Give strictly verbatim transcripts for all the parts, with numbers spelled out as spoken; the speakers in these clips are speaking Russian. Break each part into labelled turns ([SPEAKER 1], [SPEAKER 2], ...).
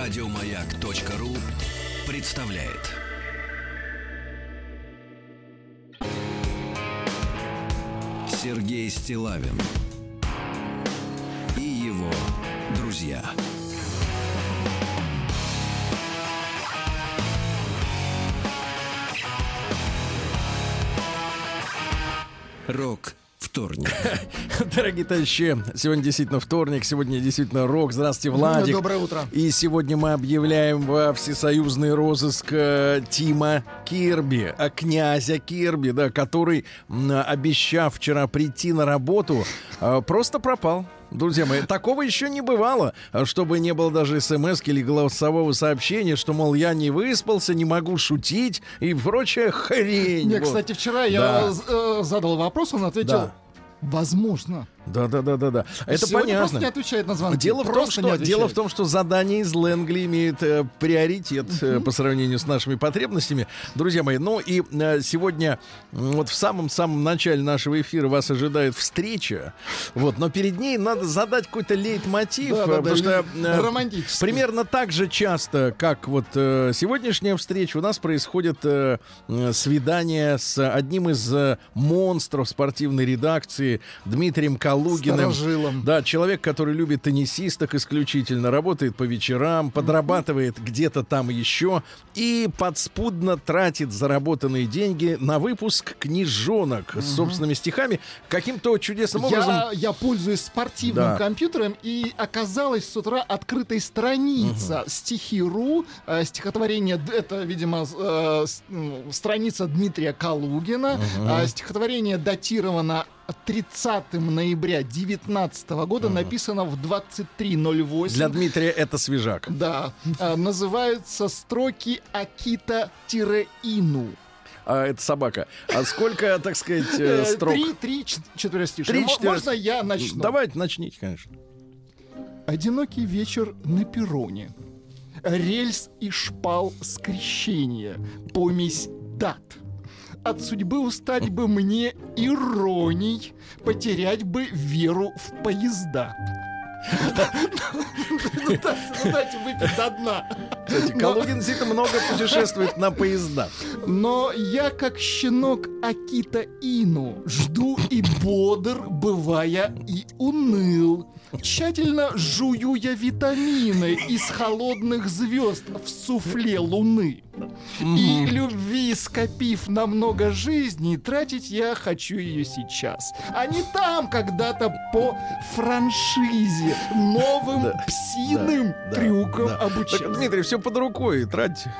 [SPEAKER 1] Радиомаяк.ру представляет. Сергей Стиллавин и его друзья. Рок-вторник.
[SPEAKER 2] Дорогие товарищи, сегодня действительно вторник, сегодня действительно рок. Здравствуйте, Владик.
[SPEAKER 3] Доброе утро.
[SPEAKER 2] И сегодня мы объявляем во всесоюзный розыск э, Тима Кирби, э, князя Кирби, да, который, э, обещав вчера прийти на работу, э, просто пропал. Друзья мои, такого еще не бывало, чтобы не было даже смс или голосового сообщения, что, мол, я не выспался, не могу шутить и прочая хрень.
[SPEAKER 3] Не,
[SPEAKER 2] Вот.
[SPEAKER 3] кстати, вчера
[SPEAKER 2] Да.
[SPEAKER 3] я э, задал вопрос, он ответил:
[SPEAKER 2] Да.
[SPEAKER 3] возможно.
[SPEAKER 2] Да, да, да, да, да. Это
[SPEAKER 3] Сегодня
[SPEAKER 2] понятно.
[SPEAKER 3] просто не отвечает на звонки.
[SPEAKER 2] Дело в, том,
[SPEAKER 3] Просто не
[SPEAKER 2] что,
[SPEAKER 3] отвечает.
[SPEAKER 2] дело в том, что задание из Лэнгли имеет э, приоритет э, по сравнению с нашими потребностями. Друзья мои, ну и э, сегодня, м, вот в самом-самом начале нашего эфира вас ожидает встреча. Вот, но перед ней надо задать какой-то лейтмотив.
[SPEAKER 3] Да,
[SPEAKER 2] э,
[SPEAKER 3] да,
[SPEAKER 2] потому
[SPEAKER 3] да,
[SPEAKER 2] что э,
[SPEAKER 3] романтический.
[SPEAKER 2] примерно так же часто, как вот э, сегодняшняя встреча, у нас происходит э, э, свидание с одним из э, монстров спортивной редакции, Дмитрием Калугиным.
[SPEAKER 3] Старожилом.
[SPEAKER 2] Да, человек, который любит теннисисток исключительно, работает по вечерам, подрабатывает где-то там еще и подспудно тратит заработанные деньги на выпуск книжонок с собственными стихами. Каким-то чудесным образом...
[SPEAKER 3] Я, я пользуюсь спортивным
[SPEAKER 2] Да.
[SPEAKER 3] компьютером, и оказалась с утра открытой страница стихи.ру, э, стихотворение, д- это, видимо, с- э, с- м, страница Дмитрия Калугина. А стихотворение датировано тридцатого ноября девятнадцатого года, написано в двадцать три ноль восемь.
[SPEAKER 2] Для Дмитрия это свежак.
[SPEAKER 3] Да, а, называются строки Акита-Ину.
[SPEAKER 2] А это собака. А сколько, так сказать, э,
[SPEAKER 3] Э,
[SPEAKER 2] строк?
[SPEAKER 3] Три, три чет- четверостишие.
[SPEAKER 2] Три
[SPEAKER 3] Мо-
[SPEAKER 2] четверо-
[SPEAKER 3] Можно я начну?
[SPEAKER 2] Давайте начните, конечно.
[SPEAKER 3] Одинокий вечер на перроне. Рельс и шпал скрещения. Помесь дат. От судьбы устать бы мне ироний, потерять бы веру в поезда. Ну дайте выпить до дна.
[SPEAKER 2] Кстати, Калугин действительно много путешествует на поездах.
[SPEAKER 3] Но я, как щенок Акита-Ину, жду и бодр, бывая и уныл. Тщательно жую я витамины из холодных звезд в суфле луны. И любви, скопив на много жизней, тратить я хочу ее сейчас, а не там когда-то по франшизе новым
[SPEAKER 2] Да,
[SPEAKER 3] псиным
[SPEAKER 2] да,
[SPEAKER 3] трюкам
[SPEAKER 2] да.
[SPEAKER 3] обучаться.
[SPEAKER 2] Так, Дмитрий, все под рукой, тратьте.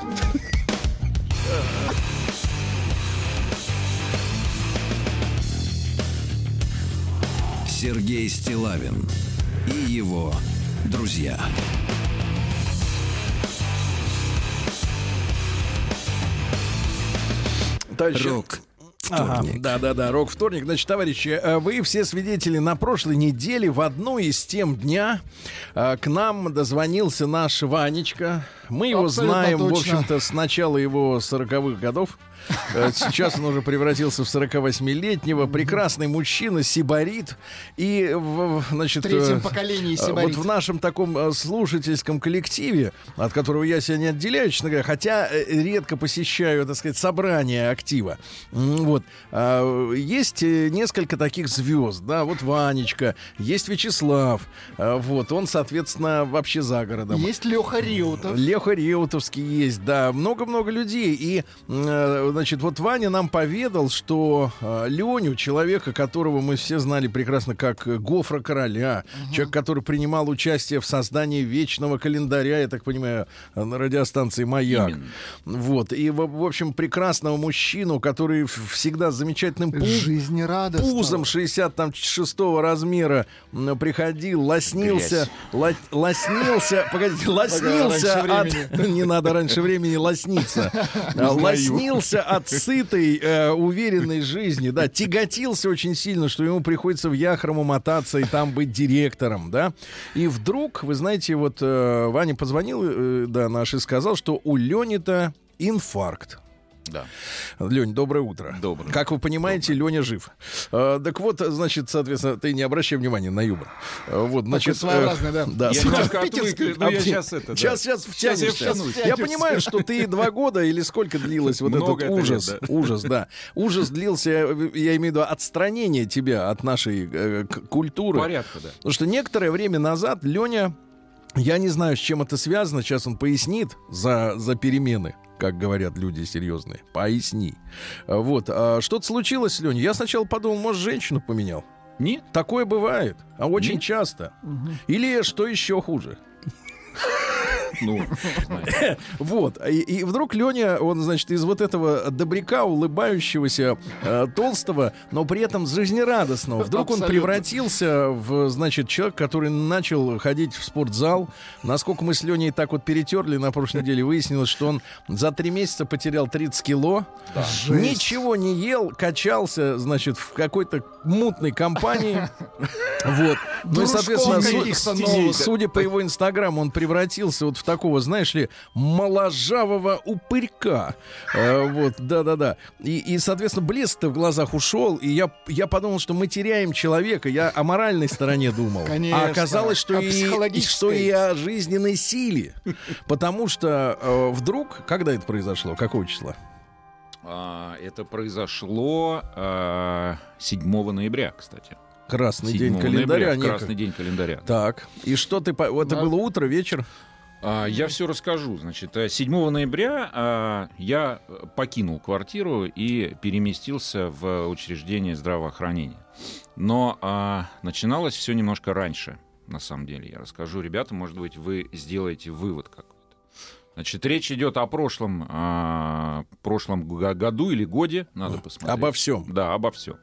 [SPEAKER 1] Сергей Стиллавин и его друзья.
[SPEAKER 2] Товарищи,
[SPEAKER 1] Рок-вторник.
[SPEAKER 2] Ага, да-да-да, рок-вторник. Значит, товарищи, э, вы все свидетели, на прошлой неделе в одну из тем дня э, к нам дозвонился наш Ванечка. Мы его
[SPEAKER 3] Абсолютно
[SPEAKER 2] знаем, в
[SPEAKER 3] точно.
[SPEAKER 2] общем-то, с начала его сороковых годов. Э, Сейчас он уже превратился в сорокавосьмилетнего. Прекрасный мужчина, сибарит. И, в- значит,
[SPEAKER 3] В третьем
[SPEAKER 2] э,
[SPEAKER 3] поколении
[SPEAKER 2] э,
[SPEAKER 3] сибарит.
[SPEAKER 2] вот в нашем таком э, слушательском коллективе, от которого я себя не отделяю, честно говоря, хотя э, редко посещаю, так сказать, собрания актива. М, Вот. А, есть э, несколько таких звезд, да, вот Ванечка, есть Вячеслав, а, вот, он, соответственно, вообще за городом.
[SPEAKER 3] Есть Леха Реутов.
[SPEAKER 2] Леха Реутовский есть, да, много-много людей. И, э, значит, вот Ваня нам поведал, что э, Леню, человека, которого мы все знали прекрасно как э, Гофра Короля, человек, который принимал участие в создании вечного календаря, я так понимаю, э, на радиостанции «Маяк». Вот, и, в, в общем, прекрасного мужчину, который в- всегда с замечательным пу-
[SPEAKER 3] Жизнерадостного.
[SPEAKER 2] пузом шестьдесят шестого размера м, приходил, лоснился, ло- лоснился, погодите, лоснился
[SPEAKER 3] раньше
[SPEAKER 2] от... Не надо раньше времени лосниться. А, Лоснился от сытой, э, уверенной жизни, да, тяготился очень сильно, что ему приходится в Яхрому мотаться и там быть директором, да. И вдруг, вы знаете, вот э, Ваня позвонил, э, да, наш, и сказал, что у Лени-то инфаркт.
[SPEAKER 4] Да.
[SPEAKER 2] Лёнь, доброе утро.
[SPEAKER 4] Доброе.
[SPEAKER 2] Как вы понимаете, Лёня жив. А, так вот, значит, соответственно, ты не обращай внимания на юмор. А, вот, значит,
[SPEAKER 3] своеобразный, да.
[SPEAKER 2] Да,
[SPEAKER 4] Я
[SPEAKER 2] с-
[SPEAKER 4] немножко
[SPEAKER 2] питерский-
[SPEAKER 4] отвык, но я щас это, да.
[SPEAKER 2] Сейчас, сейчас
[SPEAKER 4] Щас я
[SPEAKER 2] втянешься.
[SPEAKER 4] втянусь.
[SPEAKER 2] Я понимаю, что ты два года или сколько длилось вот
[SPEAKER 4] Много
[SPEAKER 2] этот
[SPEAKER 4] это
[SPEAKER 2] ужас.
[SPEAKER 4] лет, да.
[SPEAKER 2] Ужас, да. Ужас длился, я имею в виду, отстранение тебя от нашей э, к- культуры.
[SPEAKER 4] Порядка, да.
[SPEAKER 2] Потому что некоторое время назад Лёня, я не знаю, с чем это связано, сейчас он пояснит за, за перемены, как говорят люди серьезные. Поясни. А, Вот. А что-то случилось, Лёня. Я сначала подумал, может, женщину поменял.
[SPEAKER 4] Нет?
[SPEAKER 2] Такое бывает, а очень
[SPEAKER 4] Нет.
[SPEAKER 2] часто. Или что еще хуже.
[SPEAKER 4] Ну, знаете.
[SPEAKER 2] Вот. И, и вдруг Леня, он, значит, из вот этого добряка, улыбающегося, э, толстого, но при этом жизнерадостного, вдруг он
[SPEAKER 3] Абсолютно.
[SPEAKER 2] превратился в, значит, человек, который начал ходить в спортзал. Насколько мы с Леней так вот перетерли на прошлой неделе, выяснилось, что он за три месяца потерял тридцать кило. Ничего не ел, качался, значит, в какой-то мутной компании. Вот. Ну и, соответственно,
[SPEAKER 3] Дружком
[SPEAKER 2] су-
[SPEAKER 3] каких-то
[SPEAKER 2] су-
[SPEAKER 3] новых.
[SPEAKER 2] судя по его инстаграму, он превратился вот в такого, знаешь ли, моложавого упырька. Э, вот, да-да-да. И, и, соответственно, блеск-то в глазах ушел, и я, я подумал, что мы теряем человека. Я о моральной стороне думал.
[SPEAKER 3] Конечно.
[SPEAKER 2] А оказалось, что
[SPEAKER 3] О
[SPEAKER 2] и, и
[SPEAKER 3] психологической.
[SPEAKER 2] что и о жизненной силе. Потому что э, вдруг, когда это произошло, какого числа?
[SPEAKER 4] А, это произошло а, седьмого ноября, кстати.
[SPEAKER 2] Красный день
[SPEAKER 4] седьмого
[SPEAKER 2] календаря.
[SPEAKER 4] ноября,
[SPEAKER 2] некак.
[SPEAKER 4] Красный день календаря.
[SPEAKER 2] Так, и что ты... по- Вот это
[SPEAKER 3] Да.
[SPEAKER 2] было утро, вечер?
[SPEAKER 4] А, я все расскажу. Значит, э, седьмого ноября а, я покинул квартиру и переместился в учреждение здравоохранения. Но а, начиналось все немножко раньше, на самом деле. Я расскажу, ребята, может быть, вы сделаете вывод какой-то. Значит, речь идет о прошлом, а, прошлом г- году или годе, надо посмотреть.
[SPEAKER 2] Обо всем.
[SPEAKER 4] Да, обо всем.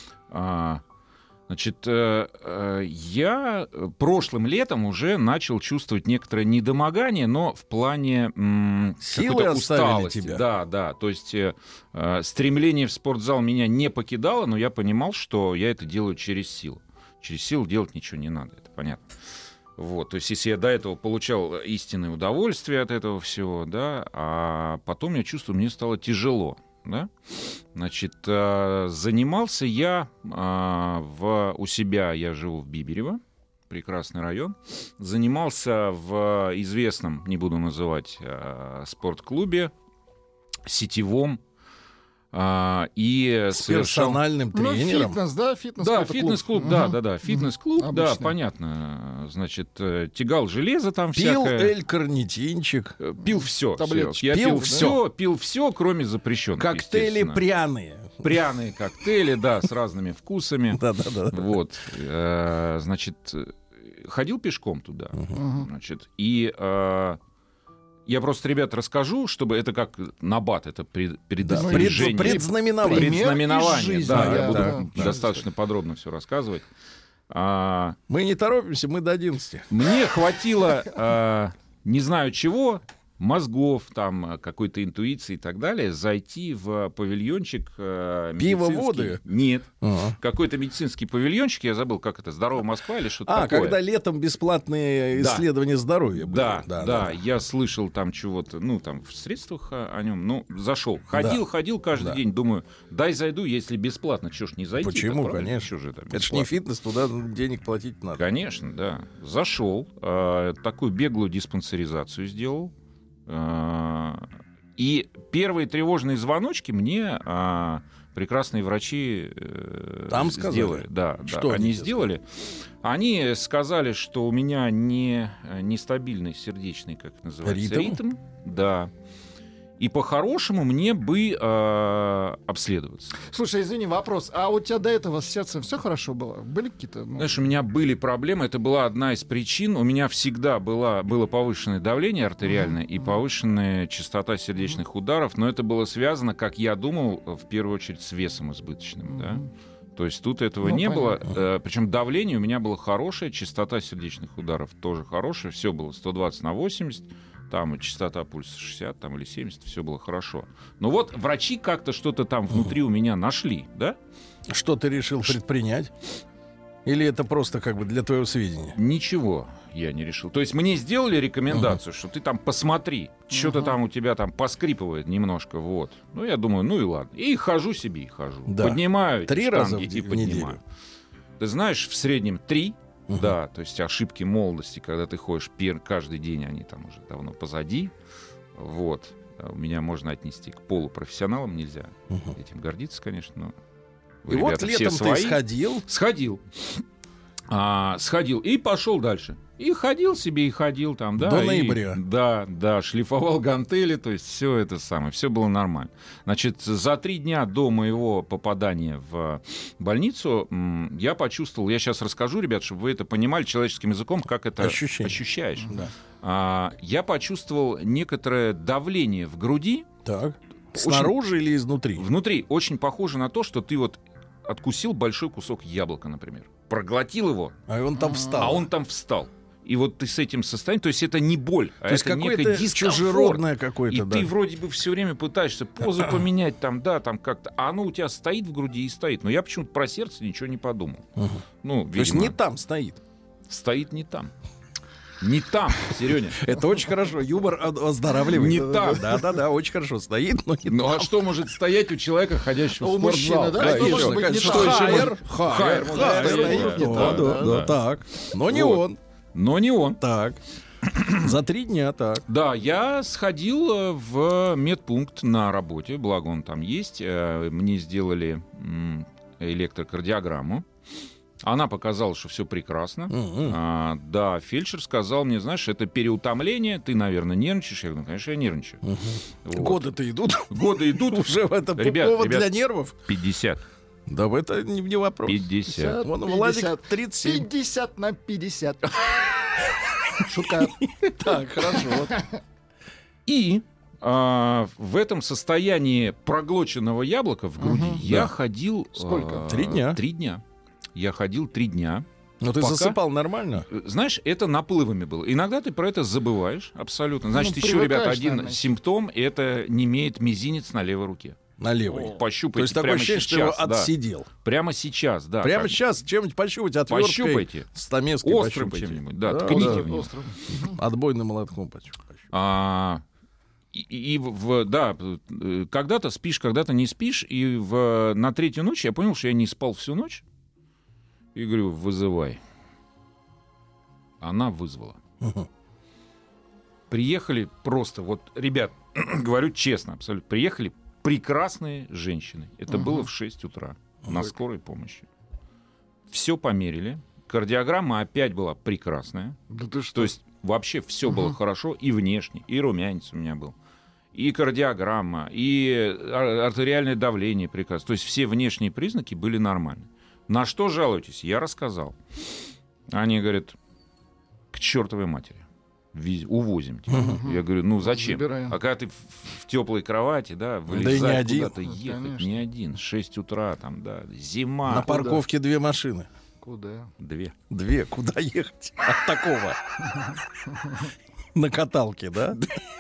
[SPEAKER 4] А, Значит, э, э, я прошлым летом уже начал чувствовать некоторое недомогание, но в плане м,
[SPEAKER 2] Силы
[SPEAKER 4] какой-то
[SPEAKER 2] оставили
[SPEAKER 4] усталости.
[SPEAKER 2] тебя.
[SPEAKER 4] Да, да. То есть э, э, стремление в спортзал меня не покидало, но я понимал, что я это делаю через силу. Через силу делать ничего не надо, это понятно. Вот, то есть, если я до этого получал истинное удовольствие от этого всего, да, а потом я чувствую, мне стало тяжело. Да? Значит, э, занимался я э, в, у себя, я живу в Биберево, прекрасный район, занимался в известном, не буду называть, э, спортклубе, сетевом, э, и
[SPEAKER 2] С
[SPEAKER 4] совершал...
[SPEAKER 2] персональным
[SPEAKER 3] Ну,
[SPEAKER 2] тренером.
[SPEAKER 3] фитнес, да, фитнес.
[SPEAKER 4] Да,
[SPEAKER 3] какой-то
[SPEAKER 4] фитнес-клуб,
[SPEAKER 3] клуб.
[SPEAKER 4] да,
[SPEAKER 3] Мгм.
[SPEAKER 4] да, да, фитнес-клуб,
[SPEAKER 3] Мгм.
[SPEAKER 4] да,
[SPEAKER 3] Обычный.
[SPEAKER 4] понятно. Значит, э, тягал железо там
[SPEAKER 2] Пил
[SPEAKER 4] всякое.
[SPEAKER 2] эль-карнитинчик.
[SPEAKER 4] Э, Пил все.
[SPEAKER 3] Таблеточки.
[SPEAKER 4] Я
[SPEAKER 2] Пил
[SPEAKER 4] пил
[SPEAKER 2] всё.
[SPEAKER 4] все, пил все, кроме запрещенных.
[SPEAKER 2] Коктейли пряные.
[SPEAKER 4] Пряные коктейли, да, с разными вкусами.
[SPEAKER 2] Да-да-да.
[SPEAKER 4] Вот, э, значит, э, ходил пешком туда,
[SPEAKER 3] Мгм.
[SPEAKER 4] значит, и э, я просто, ребят, расскажу, чтобы это как набат, это пред-
[SPEAKER 2] Да,
[SPEAKER 4] предостережение.
[SPEAKER 2] пред- предзнаменование.
[SPEAKER 3] Пример
[SPEAKER 4] Предзнаменование,
[SPEAKER 3] из жизни,
[SPEAKER 4] да,
[SPEAKER 2] да,
[SPEAKER 4] я буду
[SPEAKER 2] да,
[SPEAKER 4] достаточно подробно все рассказывать. А,
[SPEAKER 2] Мы не торопимся, мы до одиннадцати.
[SPEAKER 4] мне хватило, а, не знаю чего, мозгов, там, какой-то интуиции и так далее, зайти в павильончик э,
[SPEAKER 2] Пиво,
[SPEAKER 4] медицинский.
[SPEAKER 2] воды?
[SPEAKER 4] Нет.
[SPEAKER 2] Ага.
[SPEAKER 4] Какой-то медицинский павильончик, я забыл, как это, «Здоровая Москва» или что-то
[SPEAKER 2] А,
[SPEAKER 4] такое.
[SPEAKER 2] когда летом бесплатные
[SPEAKER 4] Да.
[SPEAKER 2] исследования здоровья были.
[SPEAKER 4] Да, да, я слышал там чего-то, ну, там, в средствах о, о нем, ну, зашел. Ходил,
[SPEAKER 2] Да.
[SPEAKER 4] ходил каждый
[SPEAKER 2] Да.
[SPEAKER 4] день, думаю, дай зайду, если бесплатно, чё ж не зайти?
[SPEAKER 2] Почему, конечно.
[SPEAKER 4] Чё же там
[SPEAKER 2] Это ж не
[SPEAKER 4] бесплатно?
[SPEAKER 2] фитнес, туда денег платить надо.
[SPEAKER 4] Конечно, да. Зашел, э, такую беглую диспансеризацию сделал. э, и первые тревожные звоночки мне э, прекрасные врачи э,
[SPEAKER 2] Там сказали?
[SPEAKER 4] сделали. Да, да,
[SPEAKER 2] Что
[SPEAKER 4] они
[SPEAKER 2] они
[SPEAKER 4] сделали. Они сказали, что у меня не, нестабильный сердечный, как это называется,
[SPEAKER 2] Ритм?
[SPEAKER 4] ритм. Да. И по-хорошему мне бы э, обследоваться.
[SPEAKER 3] Слушай, извини, вопрос. А у тебя до этого с сердцем все хорошо было? Были какие-то... ну,
[SPEAKER 4] Знаешь, у меня были проблемы, это была одна из причин. У меня всегда была, было повышенное давление артериальное и повышенная частота сердечных ударов, но это было связано, как я думал, в первую очередь с весом избыточным. Да? То есть тут этого
[SPEAKER 3] Ну,
[SPEAKER 4] не
[SPEAKER 3] понятно.
[SPEAKER 4] было. Э, причем давление у меня было хорошее, частота сердечных ударов тоже хорошая. Все было сто двадцать на восемьдесят. Там и частота пульса шестьдесят там, или семьдесят, все было хорошо. Но вот врачи как-то что-то там внутри у меня нашли, да?
[SPEAKER 2] Что ты решил предпринять? Или это просто как бы для твоего сведения?
[SPEAKER 4] Ничего я не решил. То есть мне сделали рекомендацию, uh-huh. что ты там посмотри, что-то uh-huh. там у тебя там поскрипывает немножко, вот. Ну, я думаю, ну и ладно. И хожу себе, и хожу. Да. Поднимаю
[SPEAKER 2] три раза в,
[SPEAKER 4] и
[SPEAKER 2] в
[SPEAKER 4] поднимаю.
[SPEAKER 2] неделю.
[SPEAKER 4] Ты знаешь, в среднем три, uh-huh. да, то есть ошибки молодости, когда ты ходишь пер... каждый день, они там уже давно позади, вот. Меня можно отнести к полупрофессионалам, нельзя uh-huh. этим гордиться, конечно, но...
[SPEAKER 2] И вот летом ты сходил?
[SPEAKER 4] Сходил. А, сходил и пошел дальше. И ходил себе, и ходил там, да.
[SPEAKER 2] До
[SPEAKER 4] и,
[SPEAKER 2] ноября.
[SPEAKER 4] Да, да, шлифовал гантели, то есть все это самое, все было нормально. Значит, за три дня до моего попадания в больницу м, я почувствовал, я сейчас расскажу, ребят, чтобы вы это понимали человеческим языком, как это
[SPEAKER 2] Ощущение.
[SPEAKER 4] ощущаешь.
[SPEAKER 2] Да.
[SPEAKER 4] А, я почувствовал некоторое давление в груди.
[SPEAKER 2] Так. Снаружи
[SPEAKER 4] очень,
[SPEAKER 2] или изнутри?
[SPEAKER 4] Внутри. Очень похоже на то, что ты вот откусил большой кусок яблока, например. Проглотил его.
[SPEAKER 2] А он там встал.
[SPEAKER 4] А он там встал. И вот ты с этим состоянием, то есть это не боль, а
[SPEAKER 2] то есть
[SPEAKER 4] это некое дискомфорт.
[SPEAKER 2] чужеродное какое-то,
[SPEAKER 4] и
[SPEAKER 2] да.
[SPEAKER 4] ты вроде бы все время пытаешься позу поменять, там, да, там как-то, а оно у тебя стоит в груди и стоит. Но я почему-то про сердце ничего не подумал.
[SPEAKER 2] Угу.
[SPEAKER 4] Ну, видимо,
[SPEAKER 2] то есть не там стоит.
[SPEAKER 4] Стоит не там. Не там, Серёня.
[SPEAKER 2] Это очень хорошо. Юмор оздоравливает.
[SPEAKER 4] Не там.
[SPEAKER 2] Да-да-да, очень хорошо стоит, но не
[SPEAKER 4] Ну
[SPEAKER 2] там.
[SPEAKER 4] а что может стоять у человека, ходящего в
[SPEAKER 3] У мужчины,
[SPEAKER 4] спортзал?
[SPEAKER 3] да?
[SPEAKER 2] Что
[SPEAKER 3] еще,
[SPEAKER 2] может быть не
[SPEAKER 3] что
[SPEAKER 2] так?
[SPEAKER 3] еще
[SPEAKER 2] Хайер,
[SPEAKER 3] может-
[SPEAKER 2] хайер,
[SPEAKER 4] Хайер,
[SPEAKER 2] хайер,
[SPEAKER 4] стоит,
[SPEAKER 2] да,
[SPEAKER 4] да,
[SPEAKER 2] да,
[SPEAKER 4] да.
[SPEAKER 2] да, так. Но не
[SPEAKER 4] Вот.
[SPEAKER 2] он.
[SPEAKER 4] Но не он.
[SPEAKER 2] Так. За три дня, так.
[SPEAKER 4] Да, я сходил э, в медпункт на работе, благо он там есть. Э, Мне сделали м, электрокардиограмму. Она показала, что все прекрасно.
[SPEAKER 2] Мгм.
[SPEAKER 4] А, да, фельдшер сказал мне, знаешь, это переутомление, ты, наверное, нервничаешь. Я говорю, конечно, я нервничаю. Вот.
[SPEAKER 2] Годы-то идут.
[SPEAKER 4] Годы идут.
[SPEAKER 2] Уже в этом
[SPEAKER 4] Ребят,
[SPEAKER 2] повод
[SPEAKER 4] ребят.
[SPEAKER 2] для нервов.
[SPEAKER 4] пятьдесят.
[SPEAKER 2] Да, это не, не вопрос.
[SPEAKER 4] пятьдесят.
[SPEAKER 2] Вон у
[SPEAKER 3] пятьдесят.
[SPEAKER 2] Владик тридцать семь.
[SPEAKER 3] пятьдесят на пятьдесят. Шутка.
[SPEAKER 2] Так, хорошо.
[SPEAKER 4] И а, в этом состоянии проглоченного яблока в груди
[SPEAKER 3] Мгм.
[SPEAKER 4] я
[SPEAKER 2] Да.
[SPEAKER 4] ходил...
[SPEAKER 2] Сколько?
[SPEAKER 4] а,
[SPEAKER 2] Три дня?
[SPEAKER 4] Три дня. Я ходил три дня.
[SPEAKER 2] Но ты
[SPEAKER 4] Пока-
[SPEAKER 2] засыпал нормально?
[SPEAKER 4] Знаешь, это наплывами было. Иногда ты про это забываешь абсолютно. Значит,
[SPEAKER 3] Ну,
[SPEAKER 4] еще, ребят,
[SPEAKER 3] привыкаешь,
[SPEAKER 4] один
[SPEAKER 3] наверное.
[SPEAKER 4] симптом — это не имеет мизинец на левой руке.
[SPEAKER 2] На левой.
[SPEAKER 4] Пощупайте
[SPEAKER 2] То есть такое
[SPEAKER 4] прямо
[SPEAKER 2] ощущение, что его
[SPEAKER 4] сейчас. да.
[SPEAKER 2] отсидел.
[SPEAKER 4] Прямо сейчас, да.
[SPEAKER 2] Прямо
[SPEAKER 4] как-
[SPEAKER 2] сейчас чем-нибудь пощупать, отверткой.
[SPEAKER 4] Пощупайте.
[SPEAKER 2] Стамеской
[SPEAKER 4] Острым
[SPEAKER 2] пощупайте.
[SPEAKER 4] чем-нибудь, да,
[SPEAKER 2] Да,
[SPEAKER 4] ткните
[SPEAKER 2] да.
[SPEAKER 4] в него.
[SPEAKER 3] Остров.
[SPEAKER 2] Отбойным молотком пощупать.
[SPEAKER 4] А, и, и в, да, э, когда-то спишь, когда-то не спишь. И в, на третью ночь я понял, что я не спал всю ночь. И говорю, вызывай. Она вызвала.
[SPEAKER 2] Мгм.
[SPEAKER 4] Приехали просто, вот, ребят, говорю честно, абсолютно, приехали прекрасные женщины. Это
[SPEAKER 3] Мгм.
[SPEAKER 4] было в шесть утра на скорой помощи. Все померили. Кардиограмма опять была прекрасная.
[SPEAKER 3] Да ты что?
[SPEAKER 4] То есть вообще все было
[SPEAKER 3] Мгм.
[SPEAKER 4] хорошо, и внешне, и румянец у меня был, и кардиограмма, и ар- артериальное давление прекрасно. То есть все внешние признаки были нормальны. На что жалуетесь? Я рассказал. Они говорят, к чертовой матери. Вез- Увозим тебя.
[SPEAKER 3] Мгм.
[SPEAKER 4] Я говорю, ну зачем?
[SPEAKER 3] Забираем.
[SPEAKER 4] А когда ты в, в теплой кровати, да, вылезать
[SPEAKER 2] не один.
[SPEAKER 4] куда-то,
[SPEAKER 3] Ну,
[SPEAKER 4] ехать,
[SPEAKER 3] конечно.
[SPEAKER 4] не один. шесть утра, там, да, зима.
[SPEAKER 2] На парковке две машины.
[SPEAKER 3] Куда?
[SPEAKER 4] Две.
[SPEAKER 2] Две. Куда ехать? От такого. На каталке, да?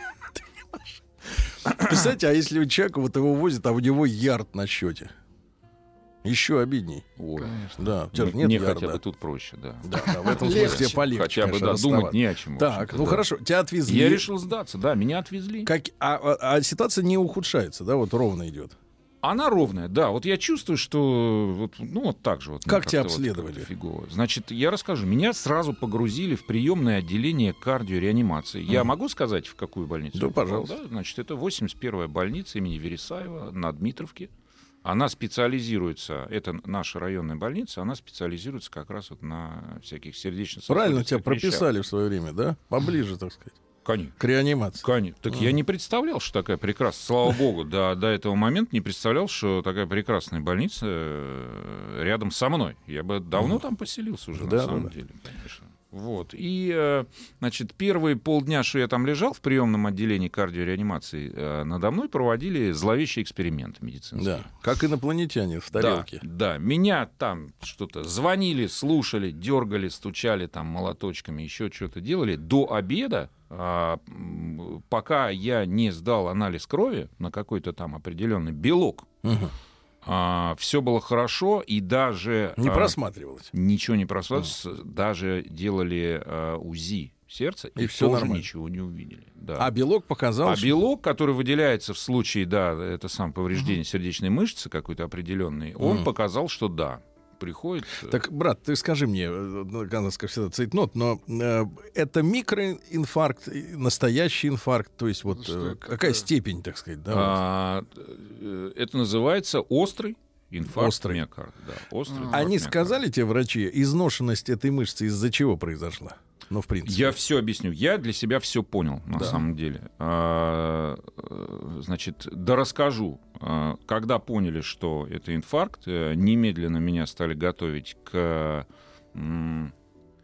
[SPEAKER 2] Представляете, а если у человека вот его возят, а у него ярд на счете? Еще обидней.
[SPEAKER 4] Ой.
[SPEAKER 3] Конечно.
[SPEAKER 2] Да, у тебя же
[SPEAKER 4] Мне
[SPEAKER 2] нет
[SPEAKER 4] хотя
[SPEAKER 2] ярда.
[SPEAKER 4] бы тут проще, да.
[SPEAKER 2] Да, да, в этом
[SPEAKER 3] Легче.
[SPEAKER 2] смысле полегче.
[SPEAKER 4] Хотя бы,
[SPEAKER 2] конечно,
[SPEAKER 4] да, думать
[SPEAKER 2] расставаться.
[SPEAKER 4] не о чем. в
[SPEAKER 2] Так,
[SPEAKER 4] общем-то,
[SPEAKER 2] ну
[SPEAKER 4] да.
[SPEAKER 2] хорошо, тебя отвезли.
[SPEAKER 4] Я решил сдаться, да, меня отвезли.
[SPEAKER 2] Как, а, а- а ситуация не ухудшается, да, вот ровно идет.
[SPEAKER 4] Она ровная, да. Вот я чувствую, что вот, ну вот так же вот.
[SPEAKER 2] Как
[SPEAKER 4] ну,
[SPEAKER 2] тебя
[SPEAKER 4] как-то вот
[SPEAKER 2] обследовали?
[SPEAKER 4] как-то фигово. Значит, я расскажу. Меня сразу погрузили в приемное отделение кардиореанимации. Я
[SPEAKER 2] Мгм.
[SPEAKER 4] могу сказать, в какую больницу?
[SPEAKER 2] Да,
[SPEAKER 4] я попал?
[SPEAKER 2] пожалуйста.
[SPEAKER 4] Да, значит, это восемьдесят первая больница имени Вересаева на Дмитровке. Она специализируется, это наша районная больница, она специализируется как раз вот на всяких сердечно-сосудистых
[SPEAKER 2] Правильно тебя
[SPEAKER 4] вещах.
[SPEAKER 2] прописали в свое время, да? Поближе, так сказать,
[SPEAKER 4] Конечно.
[SPEAKER 2] к реанимации.
[SPEAKER 4] Конечно. Так я не представлял, что такая прекрасная, слава богу, до, до этого момента не представлял, что такая прекрасная больница э, рядом со мной. Я бы давно там поселился уже,
[SPEAKER 2] Да,
[SPEAKER 4] на самом
[SPEAKER 2] да.
[SPEAKER 4] деле, конечно. Вот. И, э, значит, первые полдня, что я там лежал в приемном отделении кардиореанимации, э, надо мной проводили зловещий эксперимент медицинский.
[SPEAKER 2] Да, как инопланетяне в тарелке.
[SPEAKER 4] Да, да, меня там что-то звонили, слушали, дергали, стучали там молоточками, еще что-то делали. До обеда, а, м, пока я не сдал анализ крови на какой-то там определенный белок,
[SPEAKER 2] Мгм.
[SPEAKER 4] А, все было хорошо, и даже...
[SPEAKER 2] Не
[SPEAKER 4] а,
[SPEAKER 2] просматривалось.
[SPEAKER 4] Ничего не просматривалось. А. Даже делали а, УЗИ сердца, и, и все тоже нормально. Ничего не увидели. Да.
[SPEAKER 2] А белок показал...
[SPEAKER 4] А
[SPEAKER 2] что...
[SPEAKER 4] белок, который выделяется в случае, да, это сам повреждение uh-huh. сердечной мышцы какой-то определенный, uh-huh. он показал, что да, приходит...
[SPEAKER 2] Так, брат, ты скажи мне, канадская всегда цейтнот, но э, это микроинфаркт, настоящий инфаркт, то есть вот э, какая такое? Степень, так сказать? Да,
[SPEAKER 4] а, вот. Это называется острый инфаркт острый. Миокарда. Да, острый
[SPEAKER 2] а. Они миокарда. Сказали тебе, врачи, изношенность этой мышцы из-за чего произошла? Ну, в принципе.
[SPEAKER 4] Я все объясню. Я для себя все понял, на да. самом деле. А, значит, да расскажу. А, когда поняли, что это инфаркт, немедленно меня стали готовить к... М-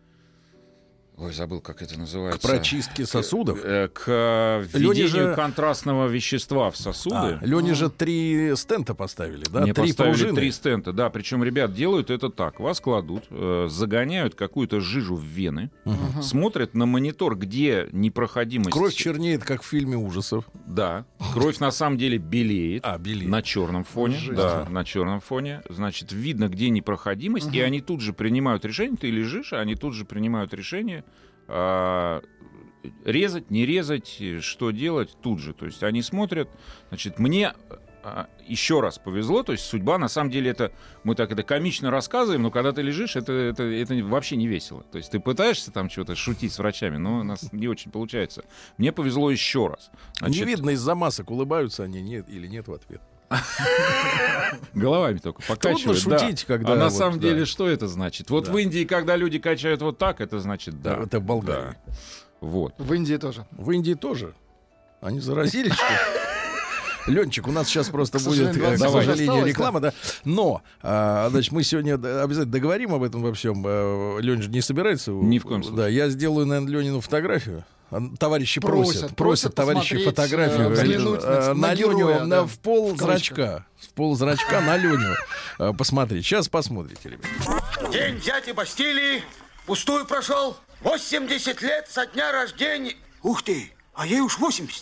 [SPEAKER 4] Ой, забыл, как это называется.
[SPEAKER 2] К прочистке сосудов?
[SPEAKER 4] К, к введению же... контрастного вещества в сосуды. А,
[SPEAKER 2] Лене же три стента поставили, да?
[SPEAKER 4] Мне
[SPEAKER 2] три
[SPEAKER 4] поставили
[SPEAKER 2] пружины.
[SPEAKER 4] три стента, да. Причем ребят делают это так. Вас кладут, э, загоняют какую-то жижу в вены, uh-huh. смотрят на монитор, где непроходимость...
[SPEAKER 2] Кровь чернеет, как в фильме ужасов.
[SPEAKER 4] Да. Кровь на самом деле белеет.
[SPEAKER 2] А, белеет.
[SPEAKER 4] На черном фоне. Жесть. Да, на черном фоне. Значит, видно, где непроходимость, uh-huh. и они тут же принимают решение. Ты лежишь, а они тут же принимают решение... А, резать, не резать, что делать тут же. То есть они смотрят. Значит, мне а, еще раз повезло. То есть судьба, на самом деле, это мы так это комично рассказываем, но когда ты лежишь, это, это, это вообще не весело. То есть ты пытаешься там что-то шутить с врачами, но у нас не очень получается. Мне повезло еще раз.
[SPEAKER 2] Значит, не видно из-за масок, улыбаются они нет или нет в ответ.
[SPEAKER 4] Головами только покачивают.
[SPEAKER 2] Трудно шутить,
[SPEAKER 4] да.
[SPEAKER 2] когда...
[SPEAKER 4] А на
[SPEAKER 2] вот,
[SPEAKER 4] самом
[SPEAKER 2] да.
[SPEAKER 4] деле что это значит? Вот да. в Индии, когда люди качают вот так, это значит да.
[SPEAKER 2] Это в Болгарии.
[SPEAKER 4] Да. Вот.
[SPEAKER 3] В Индии тоже.
[SPEAKER 2] В Индии тоже. Они заразились, что ли? Ленчик, у нас сейчас просто будет, к сожалению, реклама, да. Но, а, значит, мы сегодня обязательно договорим об этом во всем. Леня же не собирается.
[SPEAKER 4] Ни в коем случае.
[SPEAKER 2] Да, я сделаю, наверное, Ленину фотографию. Товарищи просят, просят, просят товарищи фотографию
[SPEAKER 3] э,
[SPEAKER 2] на, на Леню героя, на, да, в пол в зрачка. В пол зрачка на Леню э, посмотреть. Сейчас посмотрите, ребят.
[SPEAKER 5] День взятия Бастилии пустую прошел. восемьдесят лет со дня рождения. Ух ты, а ей уж восемьдесят.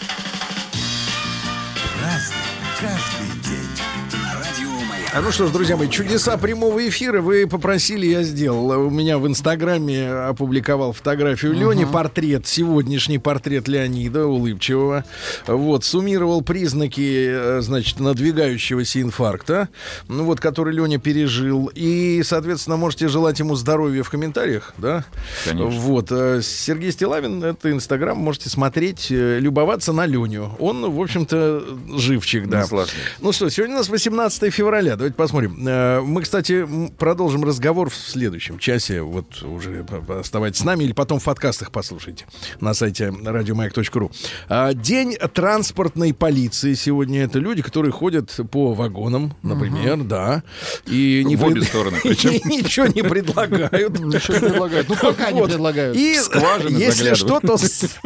[SPEAKER 1] Разный, каждый день.
[SPEAKER 2] А ну что ж, друзья мои, чудеса прямого эфира вы попросили, я сделал. У меня в Инстаграме опубликовал фотографию uh-huh. Лени, портрет, сегодняшний портрет Леонида, улыбчивого. Вот, суммировал признаки, значит, надвигающегося инфаркта, ну вот, который Леня пережил. И, соответственно, можете желать ему здоровья в комментариях, да?
[SPEAKER 4] Конечно.
[SPEAKER 2] Вот, Сергей Стиллавин, это Инстаграм, можете смотреть, любоваться на Леню. Он, в общем-то, живчик, да. Ну что, сегодня у нас восемнадцатое февраля. Давайте посмотрим. Мы, кстати, продолжим разговор в следующем часе. Вот уже оставайтесь с нами или потом в подкастах послушайте на сайте радиомаяк точка ру. День транспортной полиции сегодня. Это люди, которые ходят по вагонам, например, uh-huh. да. И
[SPEAKER 4] в
[SPEAKER 2] не
[SPEAKER 4] обе
[SPEAKER 2] пред...
[SPEAKER 4] стороны.
[SPEAKER 2] Ничего не предлагают.
[SPEAKER 3] Ничего не предлагают. Ну, пока не предлагают.
[SPEAKER 2] И если что, то...